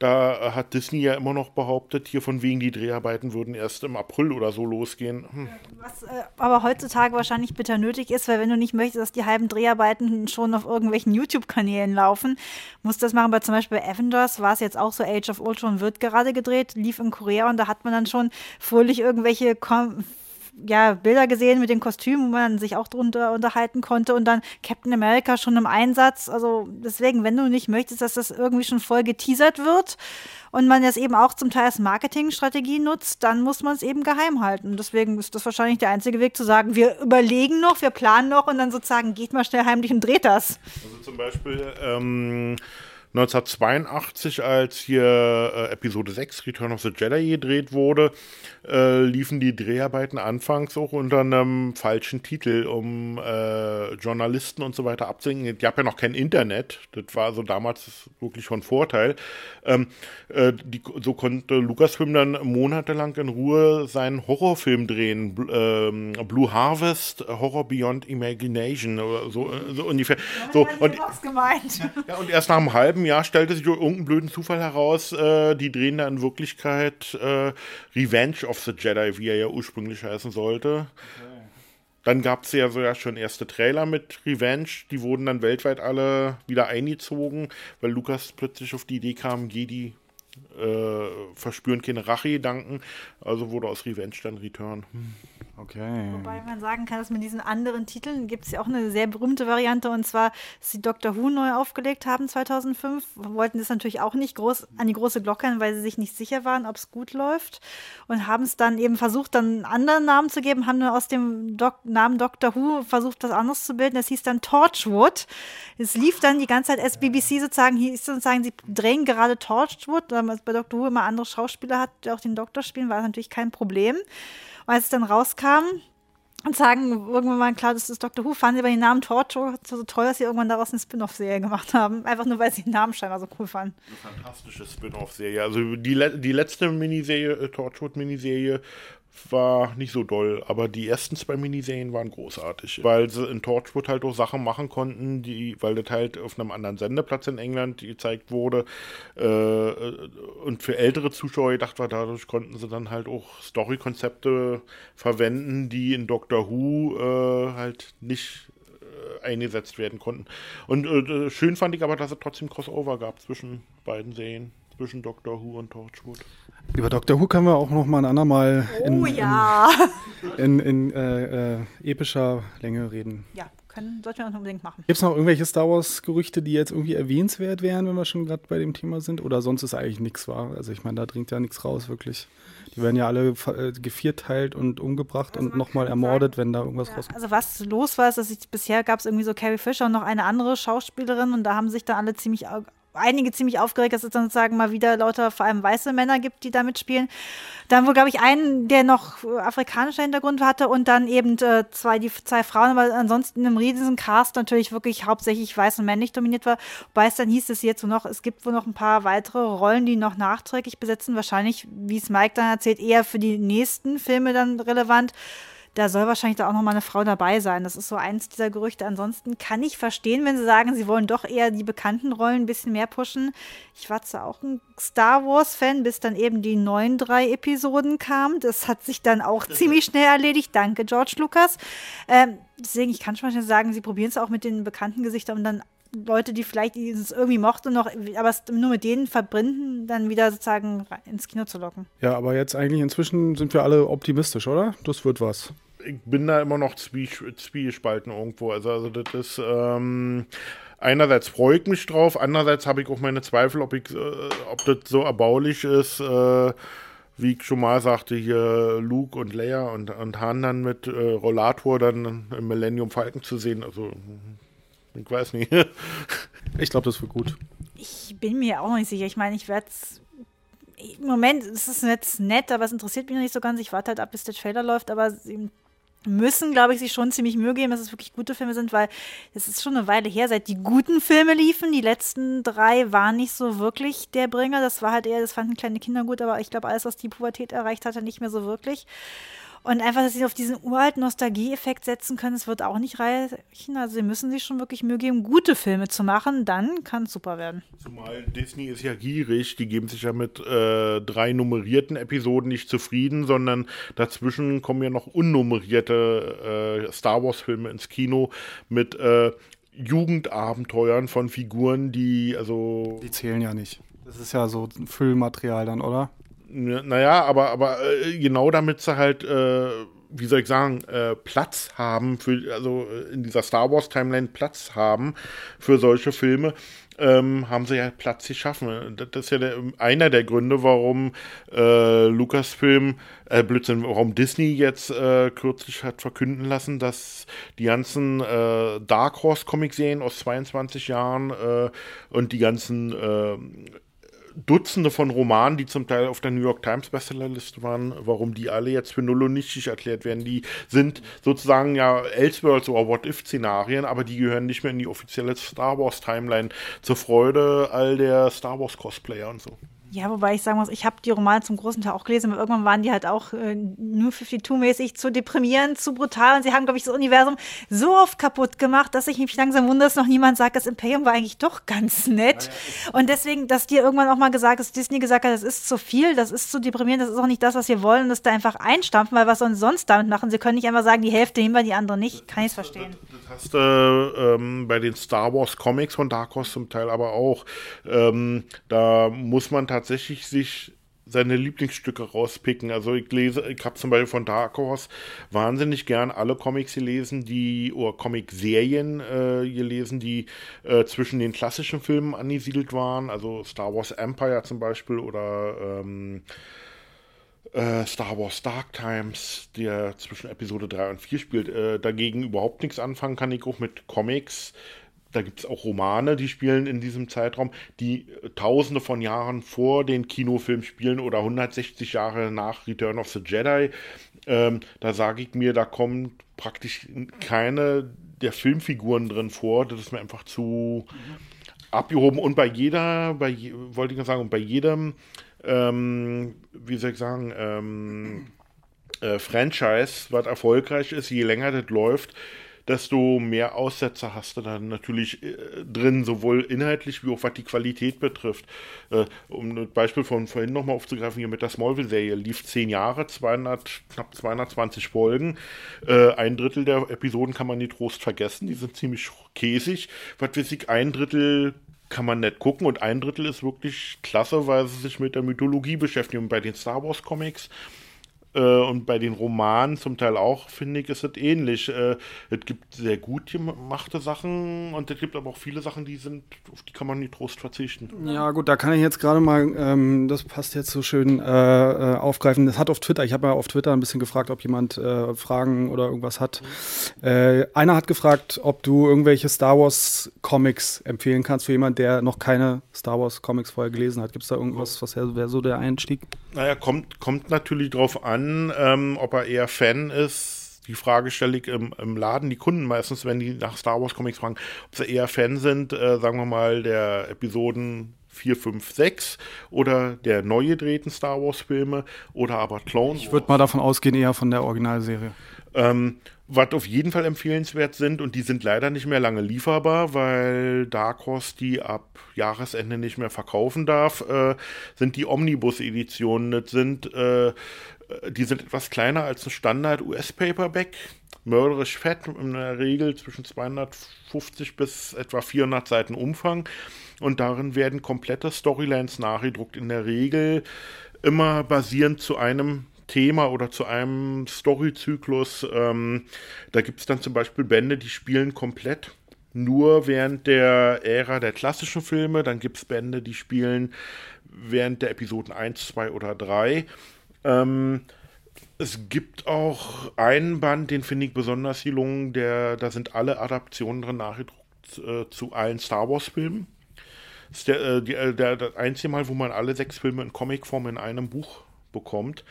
Da hat Disney ja immer noch behauptet, hier von wegen die Dreharbeiten würden erst im April oder so losgehen. Hm. Was äh, aber heutzutage wahrscheinlich bitter nötig ist, weil wenn du nicht möchtest, dass die halben Dreharbeiten schon auf irgendwelchen YouTube-Kanälen laufen, musst du das machen. Bei zum Beispiel bei Avengers war es jetzt auch so, Age of Ultron wird gerade gedreht, lief in Korea und da hat man dann schon fröhlich irgendwelche Kom- ja, Bilder gesehen mit den Kostümen, wo man sich auch drunter unterhalten konnte und dann Captain America schon im Einsatz. Also deswegen, wenn du nicht möchtest, dass das irgendwie schon voll geteasert wird und man das eben auch zum Teil als Marketingstrategie nutzt, dann muss man es eben geheim halten. Deswegen ist das wahrscheinlich der einzige Weg zu sagen, wir überlegen noch, wir planen noch und dann sozusagen geht mal schnell heimlich und dreht das. Also zum Beispiel ähm, neunzehnhundertzweiundachtzig, als hier äh, Episode sechs, Return of the Jedi, gedreht wurde, äh, liefen die Dreharbeiten anfangs auch unter einem falschen Titel, um äh, Journalisten und so weiter abzulenken. Es gab ja noch kein Internet, das war so damals wirklich von Vorteil. Ähm, äh, die, so konnte Lucasfilm dann monatelang in Ruhe seinen Horrorfilm drehen, Bl- ähm, Blue Harvest, Horror Beyond Imagination, oder so, äh, so ungefähr. So, und, gemeint. ja, und erst nach einem halben Jahr stellte sich durch irgendeinen blöden Zufall heraus, äh, die drehen da in Wirklichkeit äh, Revenge of the Jedi, wie er ja ursprünglich heißen sollte. Dann gab es ja so ja schon erste Trailer mit Revenge, die wurden dann weltweit alle wieder eingezogen, weil Lucas plötzlich auf die Idee kam, Jedi äh, verspüren keine Rache-Gedanken, also wurde aus Revenge dann Return. Okay. Wobei man sagen kann, dass mit diesen anderen Titeln gibt es ja auch eine sehr berühmte Variante, und zwar, dass sie Doctor Who neu aufgelegt haben zweitausendfünf, wollten das natürlich auch nicht groß an die große Glocke hängen, weil sie sich nicht sicher waren, ob es gut läuft, und haben es dann eben versucht, dann einen anderen Namen zu geben, haben nur aus dem Dok- Namen Doctor Who versucht, was anderes zu bilden. Das hieß dann Torchwood. Es lief dann die ganze Zeit als B B C sozusagen, hieß sozusagen, sie drehen gerade Torchwood, weil man bei Doctor Who immer andere Schauspieler hat, die auch den Doktor spielen, war das natürlich kein Problem. Und als es dann rauskam und sagen irgendwann mal, klar, das ist Doctor Who, fanden sie aber den Namen Torchwood so toll, dass sie irgendwann daraus eine Spin-off-Serie gemacht haben. Einfach nur, weil sie den Namen scheinbar so cool fanden. Eine fantastische Spin-off-Serie. Also die, le- die letzte Miniserie, äh, Torchwood-Miniserie, war nicht so doll, aber die ersten zwei Miniserien waren großartig, weil sie in Torchwood halt auch Sachen machen konnten, die, weil das halt auf einem anderen Sendeplatz in England gezeigt wurde äh, und für ältere Zuschauer gedacht war, dadurch konnten sie dann halt auch Story-Konzepte verwenden, die in Doctor Who äh, halt nicht äh, eingesetzt werden konnten. Und äh, schön fand ich aber, dass es trotzdem Crossover gab zwischen beiden Serien, zwischen Doctor Who und Torchwood. Über Doctor Who können wir auch noch mal ein andermal in, Oh ja! in, in, in äh, äh, epischer Länge reden. Ja, können, sollten wir unbedingt machen. Gibt es noch irgendwelche Star Wars-Gerüchte, die jetzt irgendwie erwähnenswert wären, wenn wir schon gerade bei dem Thema sind? Oder sonst ist eigentlich nichts wahr? Also ich meine, da dringt ja nichts raus, wirklich. Die werden ja alle äh, gevierteilt und umgebracht also und nochmal ermordet, wenn da irgendwas ja, rauskommt. Also was los war, ist, dass ich, bisher gab es irgendwie so Carrie Fisher und noch eine andere Schauspielerin, und da haben sich dann alle ziemlich... einige ziemlich aufgeregt, dass es dann sozusagen mal wieder lauter, vor allem weiße Männer gibt, die da mitspielen. Dann wohl, glaube ich, einen, der noch äh, afrikanischer Hintergrund hatte, und dann eben äh, zwei, die zwei Frauen, aber ansonsten in einem riesigen Cast natürlich wirklich hauptsächlich weiß und männlich dominiert war. Wobei es dann hieß es jetzt wohl noch, es gibt wohl noch ein paar weitere Rollen, die noch nachträglich besetzen, wahrscheinlich, wie es Mike dann erzählt, eher für die nächsten Filme dann relevant. Da soll wahrscheinlich da auch noch mal eine Frau dabei sein. Das ist so eins dieser Gerüchte. Ansonsten kann ich verstehen, wenn sie sagen, sie wollen doch eher die bekannten Rollen ein bisschen mehr pushen. Ich war zwar auch ein Star Wars-Fan, bis dann eben die neuen drei Episoden kamen. Das hat sich dann auch ziemlich schnell erledigt. Danke, George Lucas. Ähm, deswegen, ich kann schon mal sagen, sie probieren es auch mit den bekannten Gesichtern, um dann Leute, die vielleicht es irgendwie mochten, noch, aber es nur mit denen verbinden, dann wieder sozusagen ins Kino zu locken. Ja, aber jetzt eigentlich inzwischen sind wir alle optimistisch, oder? Das wird was. Ich bin da immer noch zwie- zwiegespalten irgendwo. Also, also das ist, ähm, einerseits freue ich mich drauf, andererseits habe ich auch meine Zweifel, ob ich, äh, ob das so erbaulich ist, äh, wie ich schon mal sagte, hier Luke und Leia und, und Han dann mit äh, Rollator dann im Millennium Falcon zu sehen. Also, ich weiß nicht. Ich glaube, das wird gut. Ich bin mir auch noch nicht sicher. Ich meine, ich werde es. Im Moment ist es jetzt nett, aber es interessiert mich noch nicht so ganz. Ich warte halt ab, bis der Trailer läuft, aber sie müssen, glaube ich, sich schon ziemlich Mühe geben, dass es wirklich gute Filme sind, weil es ist schon eine Weile her, seit die guten Filme liefen. Die letzten drei waren nicht so wirklich der Bringer. Das war halt eher, das fanden kleine Kinder gut, aber ich glaube, alles, was die Pubertät erreicht hatte, nicht mehr so wirklich. Und einfach, dass sie auf diesen uralten Nostalgie-Effekt setzen können, das wird auch nicht reichen. Also sie müssen sich schon wirklich Mühe geben, gute Filme zu machen, dann kann es super werden. Zumal Disney ist ja gierig, die geben sich ja mit äh, drei nummerierten Episoden nicht zufrieden, sondern dazwischen kommen ja noch unnummerierte äh, Star Wars-Filme ins Kino mit äh, Jugendabenteuern von Figuren, die also... Die zählen ja nicht. Das ist ja so Füllmaterial dann, oder? Naja, aber, aber äh, genau damit sie halt, äh, wie soll ich sagen, äh, Platz haben, für, also in dieser Star Wars Timeline Platz haben für solche Filme, ähm, haben sie ja Platz geschaffen. Das ist ja der, einer der Gründe, warum äh, Lucasfilm, äh, Blödsinn, warum Disney jetzt äh, kürzlich hat verkünden lassen, dass die ganzen äh, Dark Horse Comic-Serien aus zweiundzwanzig Jahren äh, und die ganzen äh, Dutzende von Romanen, die zum Teil auf der New York Times Bestsellerliste waren, warum die alle jetzt für null und nichtig erklärt werden. Die sind sozusagen ja Elseworlds oder What-If-Szenarien, aber die gehören nicht mehr in die offizielle Star Wars Timeline zur Freude all der Star Wars Cosplayer und so. Ja, wobei ich sagen muss, ich habe die Romane zum großen Teil auch gelesen, aber irgendwann waren die halt auch äh, New fifty-two-mäßig zu deprimierend, zu brutal und sie haben, glaube ich, das Universum so oft kaputt gemacht, dass ich mich langsam wundere, dass noch niemand sagt, das Imperium war eigentlich doch ganz nett. Und deswegen, dass dir irgendwann auch mal gesagt ist, Disney gesagt hat, das ist zu viel, das ist zu deprimierend, das ist auch nicht das, was wir wollen, das da einfach einstampfen, weil was sollen sie sonst damit machen? Sie können nicht einfach sagen, die Hälfte nehmen wir, die andere nicht. Kann ich es verstehen. Das hast du äh, ähm, bei den Star Wars Comics von Dark Horse zum Teil aber auch. Ähm, da muss man tatsächlich sich seine Lieblingsstücke rauspicken. Also ich lese, ich habe zum Beispiel von Dark Horse wahnsinnig gern alle Comics gelesen, die, oder Comic-Serien äh, gelesen, die äh, zwischen den klassischen Filmen angesiedelt waren, also Star Wars Empire zum Beispiel oder ähm, äh, Star Wars Dark Times, der zwischen Episode drei und vier spielt. Äh, dagegen überhaupt nichts anfangen kann ich auch mit Comics. Da gibt es auch Romane, die spielen in diesem Zeitraum, die tausende von Jahren vor den Kinofilmen spielen oder hundertsechzig Jahre nach Return of the Jedi. Ähm, da sage ich mir, da kommt praktisch keine der Filmfiguren drin vor. Das ist mir einfach zu mhm. abgehoben. Und bei jeder, bei je, wollte ich sagen, bei jedem, ähm, wie soll ich sagen, ähm, äh, Franchise, was erfolgreich ist, je länger das läuft, desto mehr Aussetzer hast du dann natürlich äh, drin, sowohl inhaltlich wie auch was die Qualität betrifft. Äh, um ein Beispiel von vorhin nochmal aufzugreifen, hier mit der Smallville-Serie, lief zehn Jahre, zweihundert, knapp zweihundertzwanzig Folgen. Äh, ein Drittel der Episoden kann man nicht Trost vergessen, die sind ziemlich käsig. Was weiß ich, ein Drittel kann man nicht gucken und ein Drittel ist wirklich klasse, weil sie sich mit der Mythologie beschäftigen. Und bei den Star Wars Comics und bei den Romanen zum Teil auch, finde ich, ist es ähnlich. Äh, es gibt sehr gut gemachte Sachen und es gibt aber auch viele Sachen, die sind, auf die kann man nicht Trost verzichten. Ja gut, da kann ich jetzt gerade mal, ähm, das passt jetzt so schön äh, äh, aufgreifen. Das hat auf Twitter, ich habe ja auf Twitter ein bisschen gefragt, ob jemand äh, Fragen oder irgendwas hat. Mhm. Äh, einer hat gefragt, ob du irgendwelche Star Wars Comics empfehlen kannst für jemanden, der noch keine Star Wars Comics vorher gelesen hat. Gibt es da irgendwas, was wäre so der Einstieg? Naja, kommt, kommt natürlich drauf an, Ähm, ob er eher Fan ist. Die Frage stelle ich im, im Laden, die Kunden meistens, wenn die nach Star Wars Comics fragen, ob sie eher Fan sind, äh, sagen wir mal, der Episoden vier, fünf, sechs oder der neu gedrehten Star Wars Filme oder aber Clone Wars. Ich würde mal davon ausgehen, eher von der Originalserie. Ähm, was auf jeden Fall empfehlenswert sind, und die sind leider nicht mehr lange lieferbar, weil Dark Horse die ab Jahresende nicht mehr verkaufen darf, äh, sind die Omnibus-Editionen. Das sind äh, Die sind etwas kleiner als ein Standard-U S-Paperback, mörderisch fett, in der Regel zwischen zweihundertfünfzig bis etwa vierhundert Seiten Umfang. Und darin werden komplette Storylines nachgedruckt, in der Regel immer basierend zu einem Thema oder zu einem Storyzyklus. Ähm, da gibt es dann zum Beispiel Bände, die spielen komplett nur während der Ära der klassischen Filme. Dann gibt es Bände, die spielen während der Episoden eins, zwei oder drei. Ähm, es gibt auch einen Band, den finde ich besonders gelungen, der, da sind alle Adaptionen drin nachgedruckt äh, zu allen Star Wars Filmen. Das ist der, äh, die, äh, der, das einzige Mal, wo man alle sechs Filme in Comicform in einem Buch bekommt.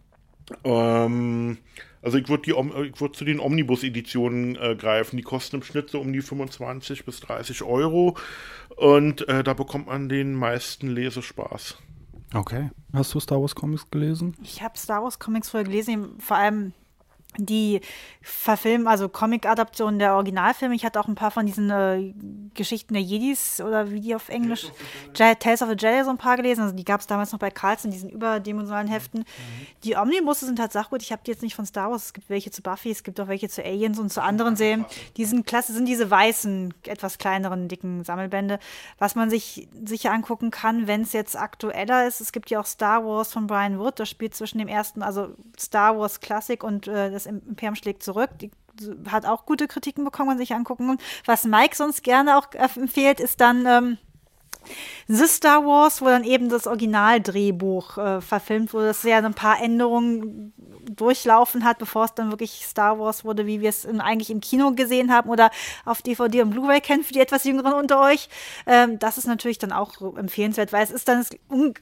Ähm, also ich würde würd zu den Omnibus-Editionen äh, greifen, die kosten im Schnitt so um die fünfundzwanzig bis dreißig Euro und äh, da bekommt man den meisten Lesespaß. Okay. Hast du Star Wars Comics gelesen? Ich habe Star Wars Comics früher gelesen, vor allem die Verfilmen, also Comic-Adaptionen der Originalfilme. Ich hatte auch ein paar von diesen äh, Geschichten der Jedis oder wie die auf Englisch, Je- Tales of the Jedi, so ein paar gelesen. Also die gab es damals noch bei Carlson, diesen überdimensionalen Heften. Mhm. Die Omnibusse sind halt sachgut. Ich habe die jetzt nicht von Star Wars. Es gibt welche zu Buffy, es gibt auch welche zu Aliens und zu anderen Serien. Die sind klasse, sind diese weißen, etwas kleineren, dicken Sammelbände. Was man sich sicher angucken kann, wenn es jetzt aktueller ist. Es gibt ja auch Star Wars von Brian Wood. Das spielt zwischen dem ersten, also Star Wars Classic und äh, das Imperium schlägt zurück. Die hat auch gute Kritiken bekommen, kann man sich angucken. Was Mike sonst gerne auch empfiehlt, ist dann ähm, The Star Wars, wo dann eben das Originaldrehbuch äh, verfilmt wurde, das ja ein paar Änderungen durchlaufen hat, bevor es dann wirklich Star Wars wurde, wie wir es in, eigentlich im Kino gesehen haben oder auf D V D und Blu-ray kennen, für die etwas Jüngeren unter euch. Ähm, das ist natürlich dann auch empfehlenswert, weil es ist dann un-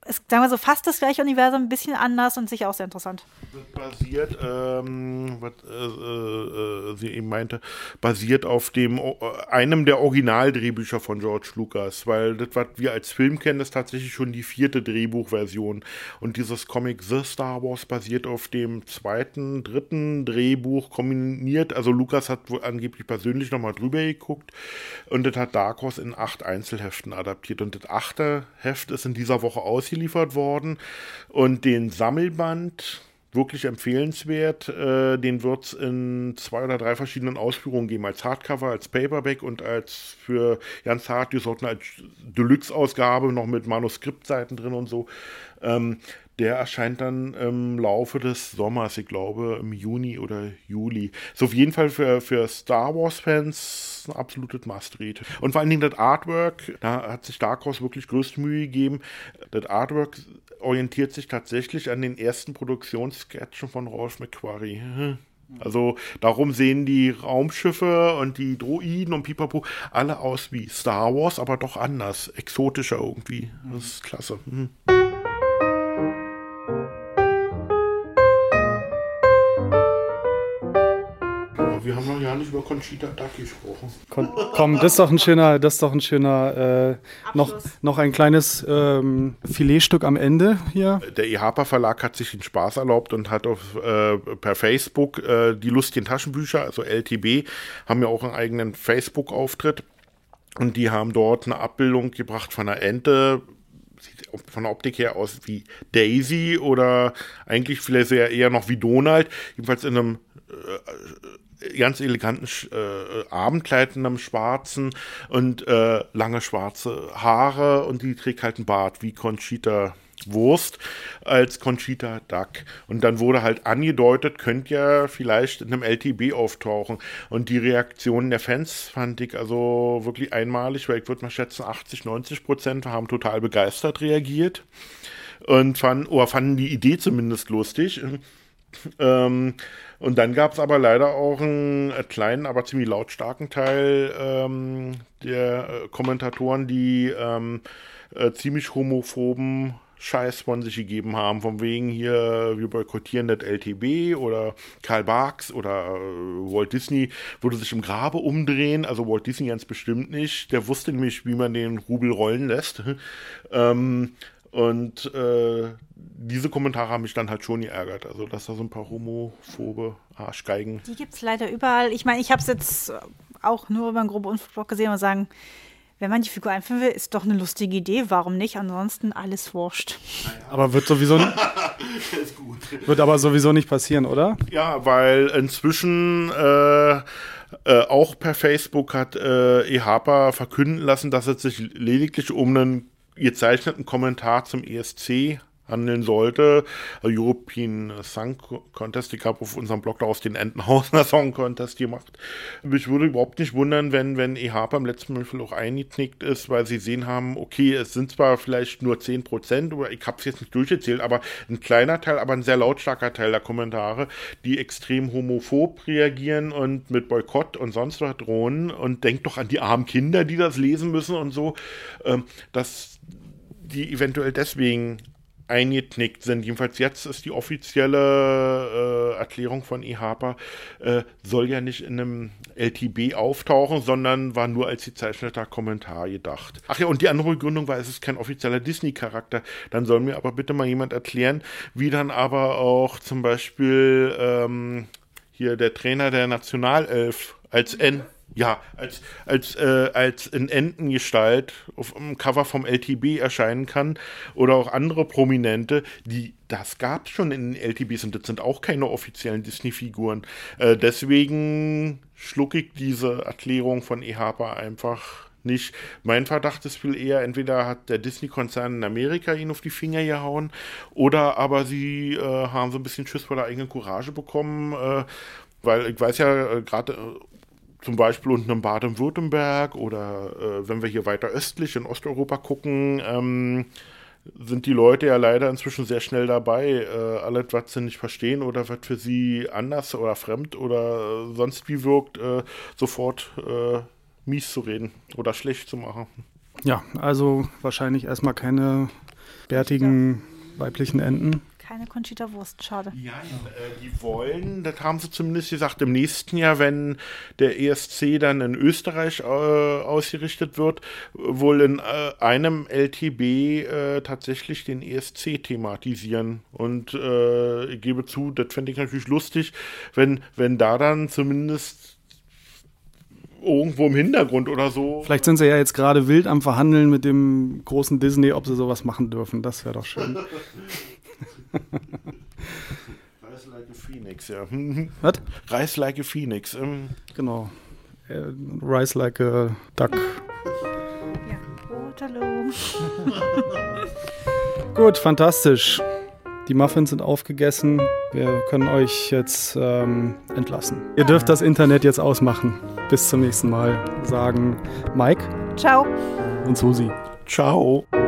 ist, sagen wir so, fast das gleiche Universum, ein bisschen anders und sicher auch sehr interessant. Basiert, ähm, was äh, äh, sie eben meinte, basiert auf dem äh, einem der Originaldrehbücher von George Lucas, weil das, was wir als Film kennen, ist tatsächlich schon die vierte Drehbuchversion. Und dieses Comic The Star Wars basiert auf dem zweiten, dritten Drehbuch kombiniert. Also Lucas hat wohl angeblich persönlich nochmal drüber geguckt und das hat Dark Horse in acht Einzelheften adaptiert. Und das achte Heft ist in dieser Woche ausgeliefert worden und den Sammelband, wirklich empfehlenswert, äh, den wird es in zwei oder drei verschiedenen Ausführungen geben, als Hardcover, als Paperback und als für ganz hart, die sollten als Deluxe-Ausgabe noch mit Manuskriptseiten drin und so. Ähm, der erscheint dann im Laufe des Sommers, ich glaube im Juni oder Juli. Ist auf jeden Fall für, für Star Wars-Fans ein absolutes Must-Read. Und vor allen Dingen das Artwork, da hat sich Dark Horse wirklich größte Mühe gegeben. Das Artwork orientiert sich tatsächlich an den ersten Produktionssketchen von Ralph McQuarrie. Also darum sehen die Raumschiffe und die Droiden und Pipapo alle aus wie Star Wars, aber doch anders, exotischer irgendwie. Das ist klasse. Mhm. Wir haben noch ja nicht über Conchita Duck gesprochen. Komm, komm, das ist doch ein schöner, das ist doch ein schöner, äh, noch, noch ein kleines ähm, Filetstück am Ende hier. Der E. Harper Verlag hat sich den Spaß erlaubt und hat auf, äh, per Facebook äh, die lustigen Taschenbücher, also L T B, haben ja auch einen eigenen Facebook-Auftritt und die haben dort eine Abbildung gebracht von einer Ente, sieht von der Optik her aus wie Daisy oder eigentlich vielleicht eher, eher noch wie Donald, jedenfalls in einem äh, ganz eleganten äh, Abendkleid in einem schwarzen und äh, lange schwarze Haare und die trägt halt einen Bart wie Conchita Wurst als Conchita Duck. Und dann wurde halt angedeutet, könnte ja vielleicht in einem L T B auftauchen. Und die Reaktionen der Fans fand ich also wirklich einmalig, weil ich würde mal schätzen, achtzig, neunzig Prozent haben total begeistert reagiert und fanden, oder fanden die Idee zumindest lustig. Ähm, und dann gab es aber leider auch einen kleinen, aber ziemlich lautstarken Teil ähm, der äh, Kommentatoren, die ähm, äh, ziemlich homophoben Scheiß von sich gegeben haben, von wegen hier, wir boykottieren das L T B oder Karl Barks oder äh, Walt Disney würde sich im Grabe umdrehen, also Walt Disney ganz bestimmt nicht, der wusste nämlich, wie man den Rubel rollen lässt. ähm, Und äh, diese Kommentare haben mich dann halt schon geärgert. Also, dass da so ein paar homophobe Arschgeigen. Die gibt es leider überall. Ich meine, ich habe es jetzt auch nur über einen groben Unfug gesehen und sagen, wenn man die Figur einführen will, ist doch eine lustige Idee. Warum nicht? Ansonsten alles wurscht. Aber wird sowieso nicht, ist gut. Wird aber sowieso nicht passieren, oder? Ja, weil inzwischen äh, äh, auch per Facebook hat äh, E. Harper verkünden lassen, dass es sich lediglich um einen gezeichneten Kommentar zum E S C handeln sollte. European Song Contest, ich habe auf unserem Blog daraus den Entenhausener Song Contest gemacht. Mich würde überhaupt nicht wundern, wenn, wenn E. Harper im letzten Mal auch eingeknickt ist, weil sie sehen haben, okay, es sind zwar vielleicht nur zehn Prozent, oder ich habe es jetzt nicht durchgezählt, aber ein kleiner Teil, aber ein sehr lautstarker Teil der Kommentare, die extrem homophob reagieren und mit Boykott und sonst was drohen und denkt doch an die armen Kinder, die das lesen müssen und so, ähm, dass die eventuell deswegen eingeknickt sind. Jedenfalls jetzt ist die offizielle äh, Erklärung von E. Harper, äh, soll ja nicht in einem L T B auftauchen, sondern war nur als gezeichneter Kommentar gedacht. Ach ja, und die andere Begründung war, es ist kein offizieller Disney-Charakter. Dann soll mir aber bitte mal jemand erklären, wie dann aber auch zum Beispiel ähm, hier der Trainer der Nationalelf als N Ja, als, als, äh, als in Entengestalt auf dem Cover vom L T B erscheinen kann oder auch andere Prominente, die, das gab es schon in den L T Bs und das sind auch keine offiziellen Disney-Figuren. Äh, deswegen schlucke ich diese Erklärung von E. Harper einfach nicht. Mein Verdacht ist viel eher, entweder hat der Disney-Konzern in Amerika ihn auf die Finger gehauen oder aber sie äh, haben so ein bisschen Schiss vor der eigenen Courage bekommen, äh, weil ich weiß ja äh, gerade äh, zum Beispiel unten in Baden-Württemberg oder äh, wenn wir hier weiter östlich in Osteuropa gucken, ähm, sind die Leute ja leider inzwischen sehr schnell dabei, äh, alles, was sie nicht verstehen oder was für sie anders oder fremd oder äh, sonst wie wirkt, äh, sofort äh, mies zu reden oder schlecht zu machen. Ja, also wahrscheinlich erstmal keine bärtigen weiblichen Enten. Keine Conchita Wurst, schade. Ja, äh, die wollen, das haben sie zumindest gesagt, im nächsten Jahr, wenn der E S C dann in Österreich äh, ausgerichtet wird, wohl in äh, einem L T B äh, tatsächlich den E S C thematisieren. Und äh, ich gebe zu, das fände ich natürlich lustig, wenn, wenn da dann zumindest irgendwo im Hintergrund oder so. Vielleicht sind sie ja jetzt gerade wild am Verhandeln mit dem großen Disney, ob sie sowas machen dürfen. Das wäre doch schön. Rise like a Phoenix, ja. Was? Rise like a Phoenix. Ähm. Genau. Äh, Rise like a duck. Ja, Waterloo. Gut, fantastisch. Die Muffins sind aufgegessen. Wir können euch jetzt ähm, entlassen. Ihr dürft das Internet jetzt ausmachen. Bis zum nächsten Mal, sagen Mike. Ciao. Und Susi. Ciao.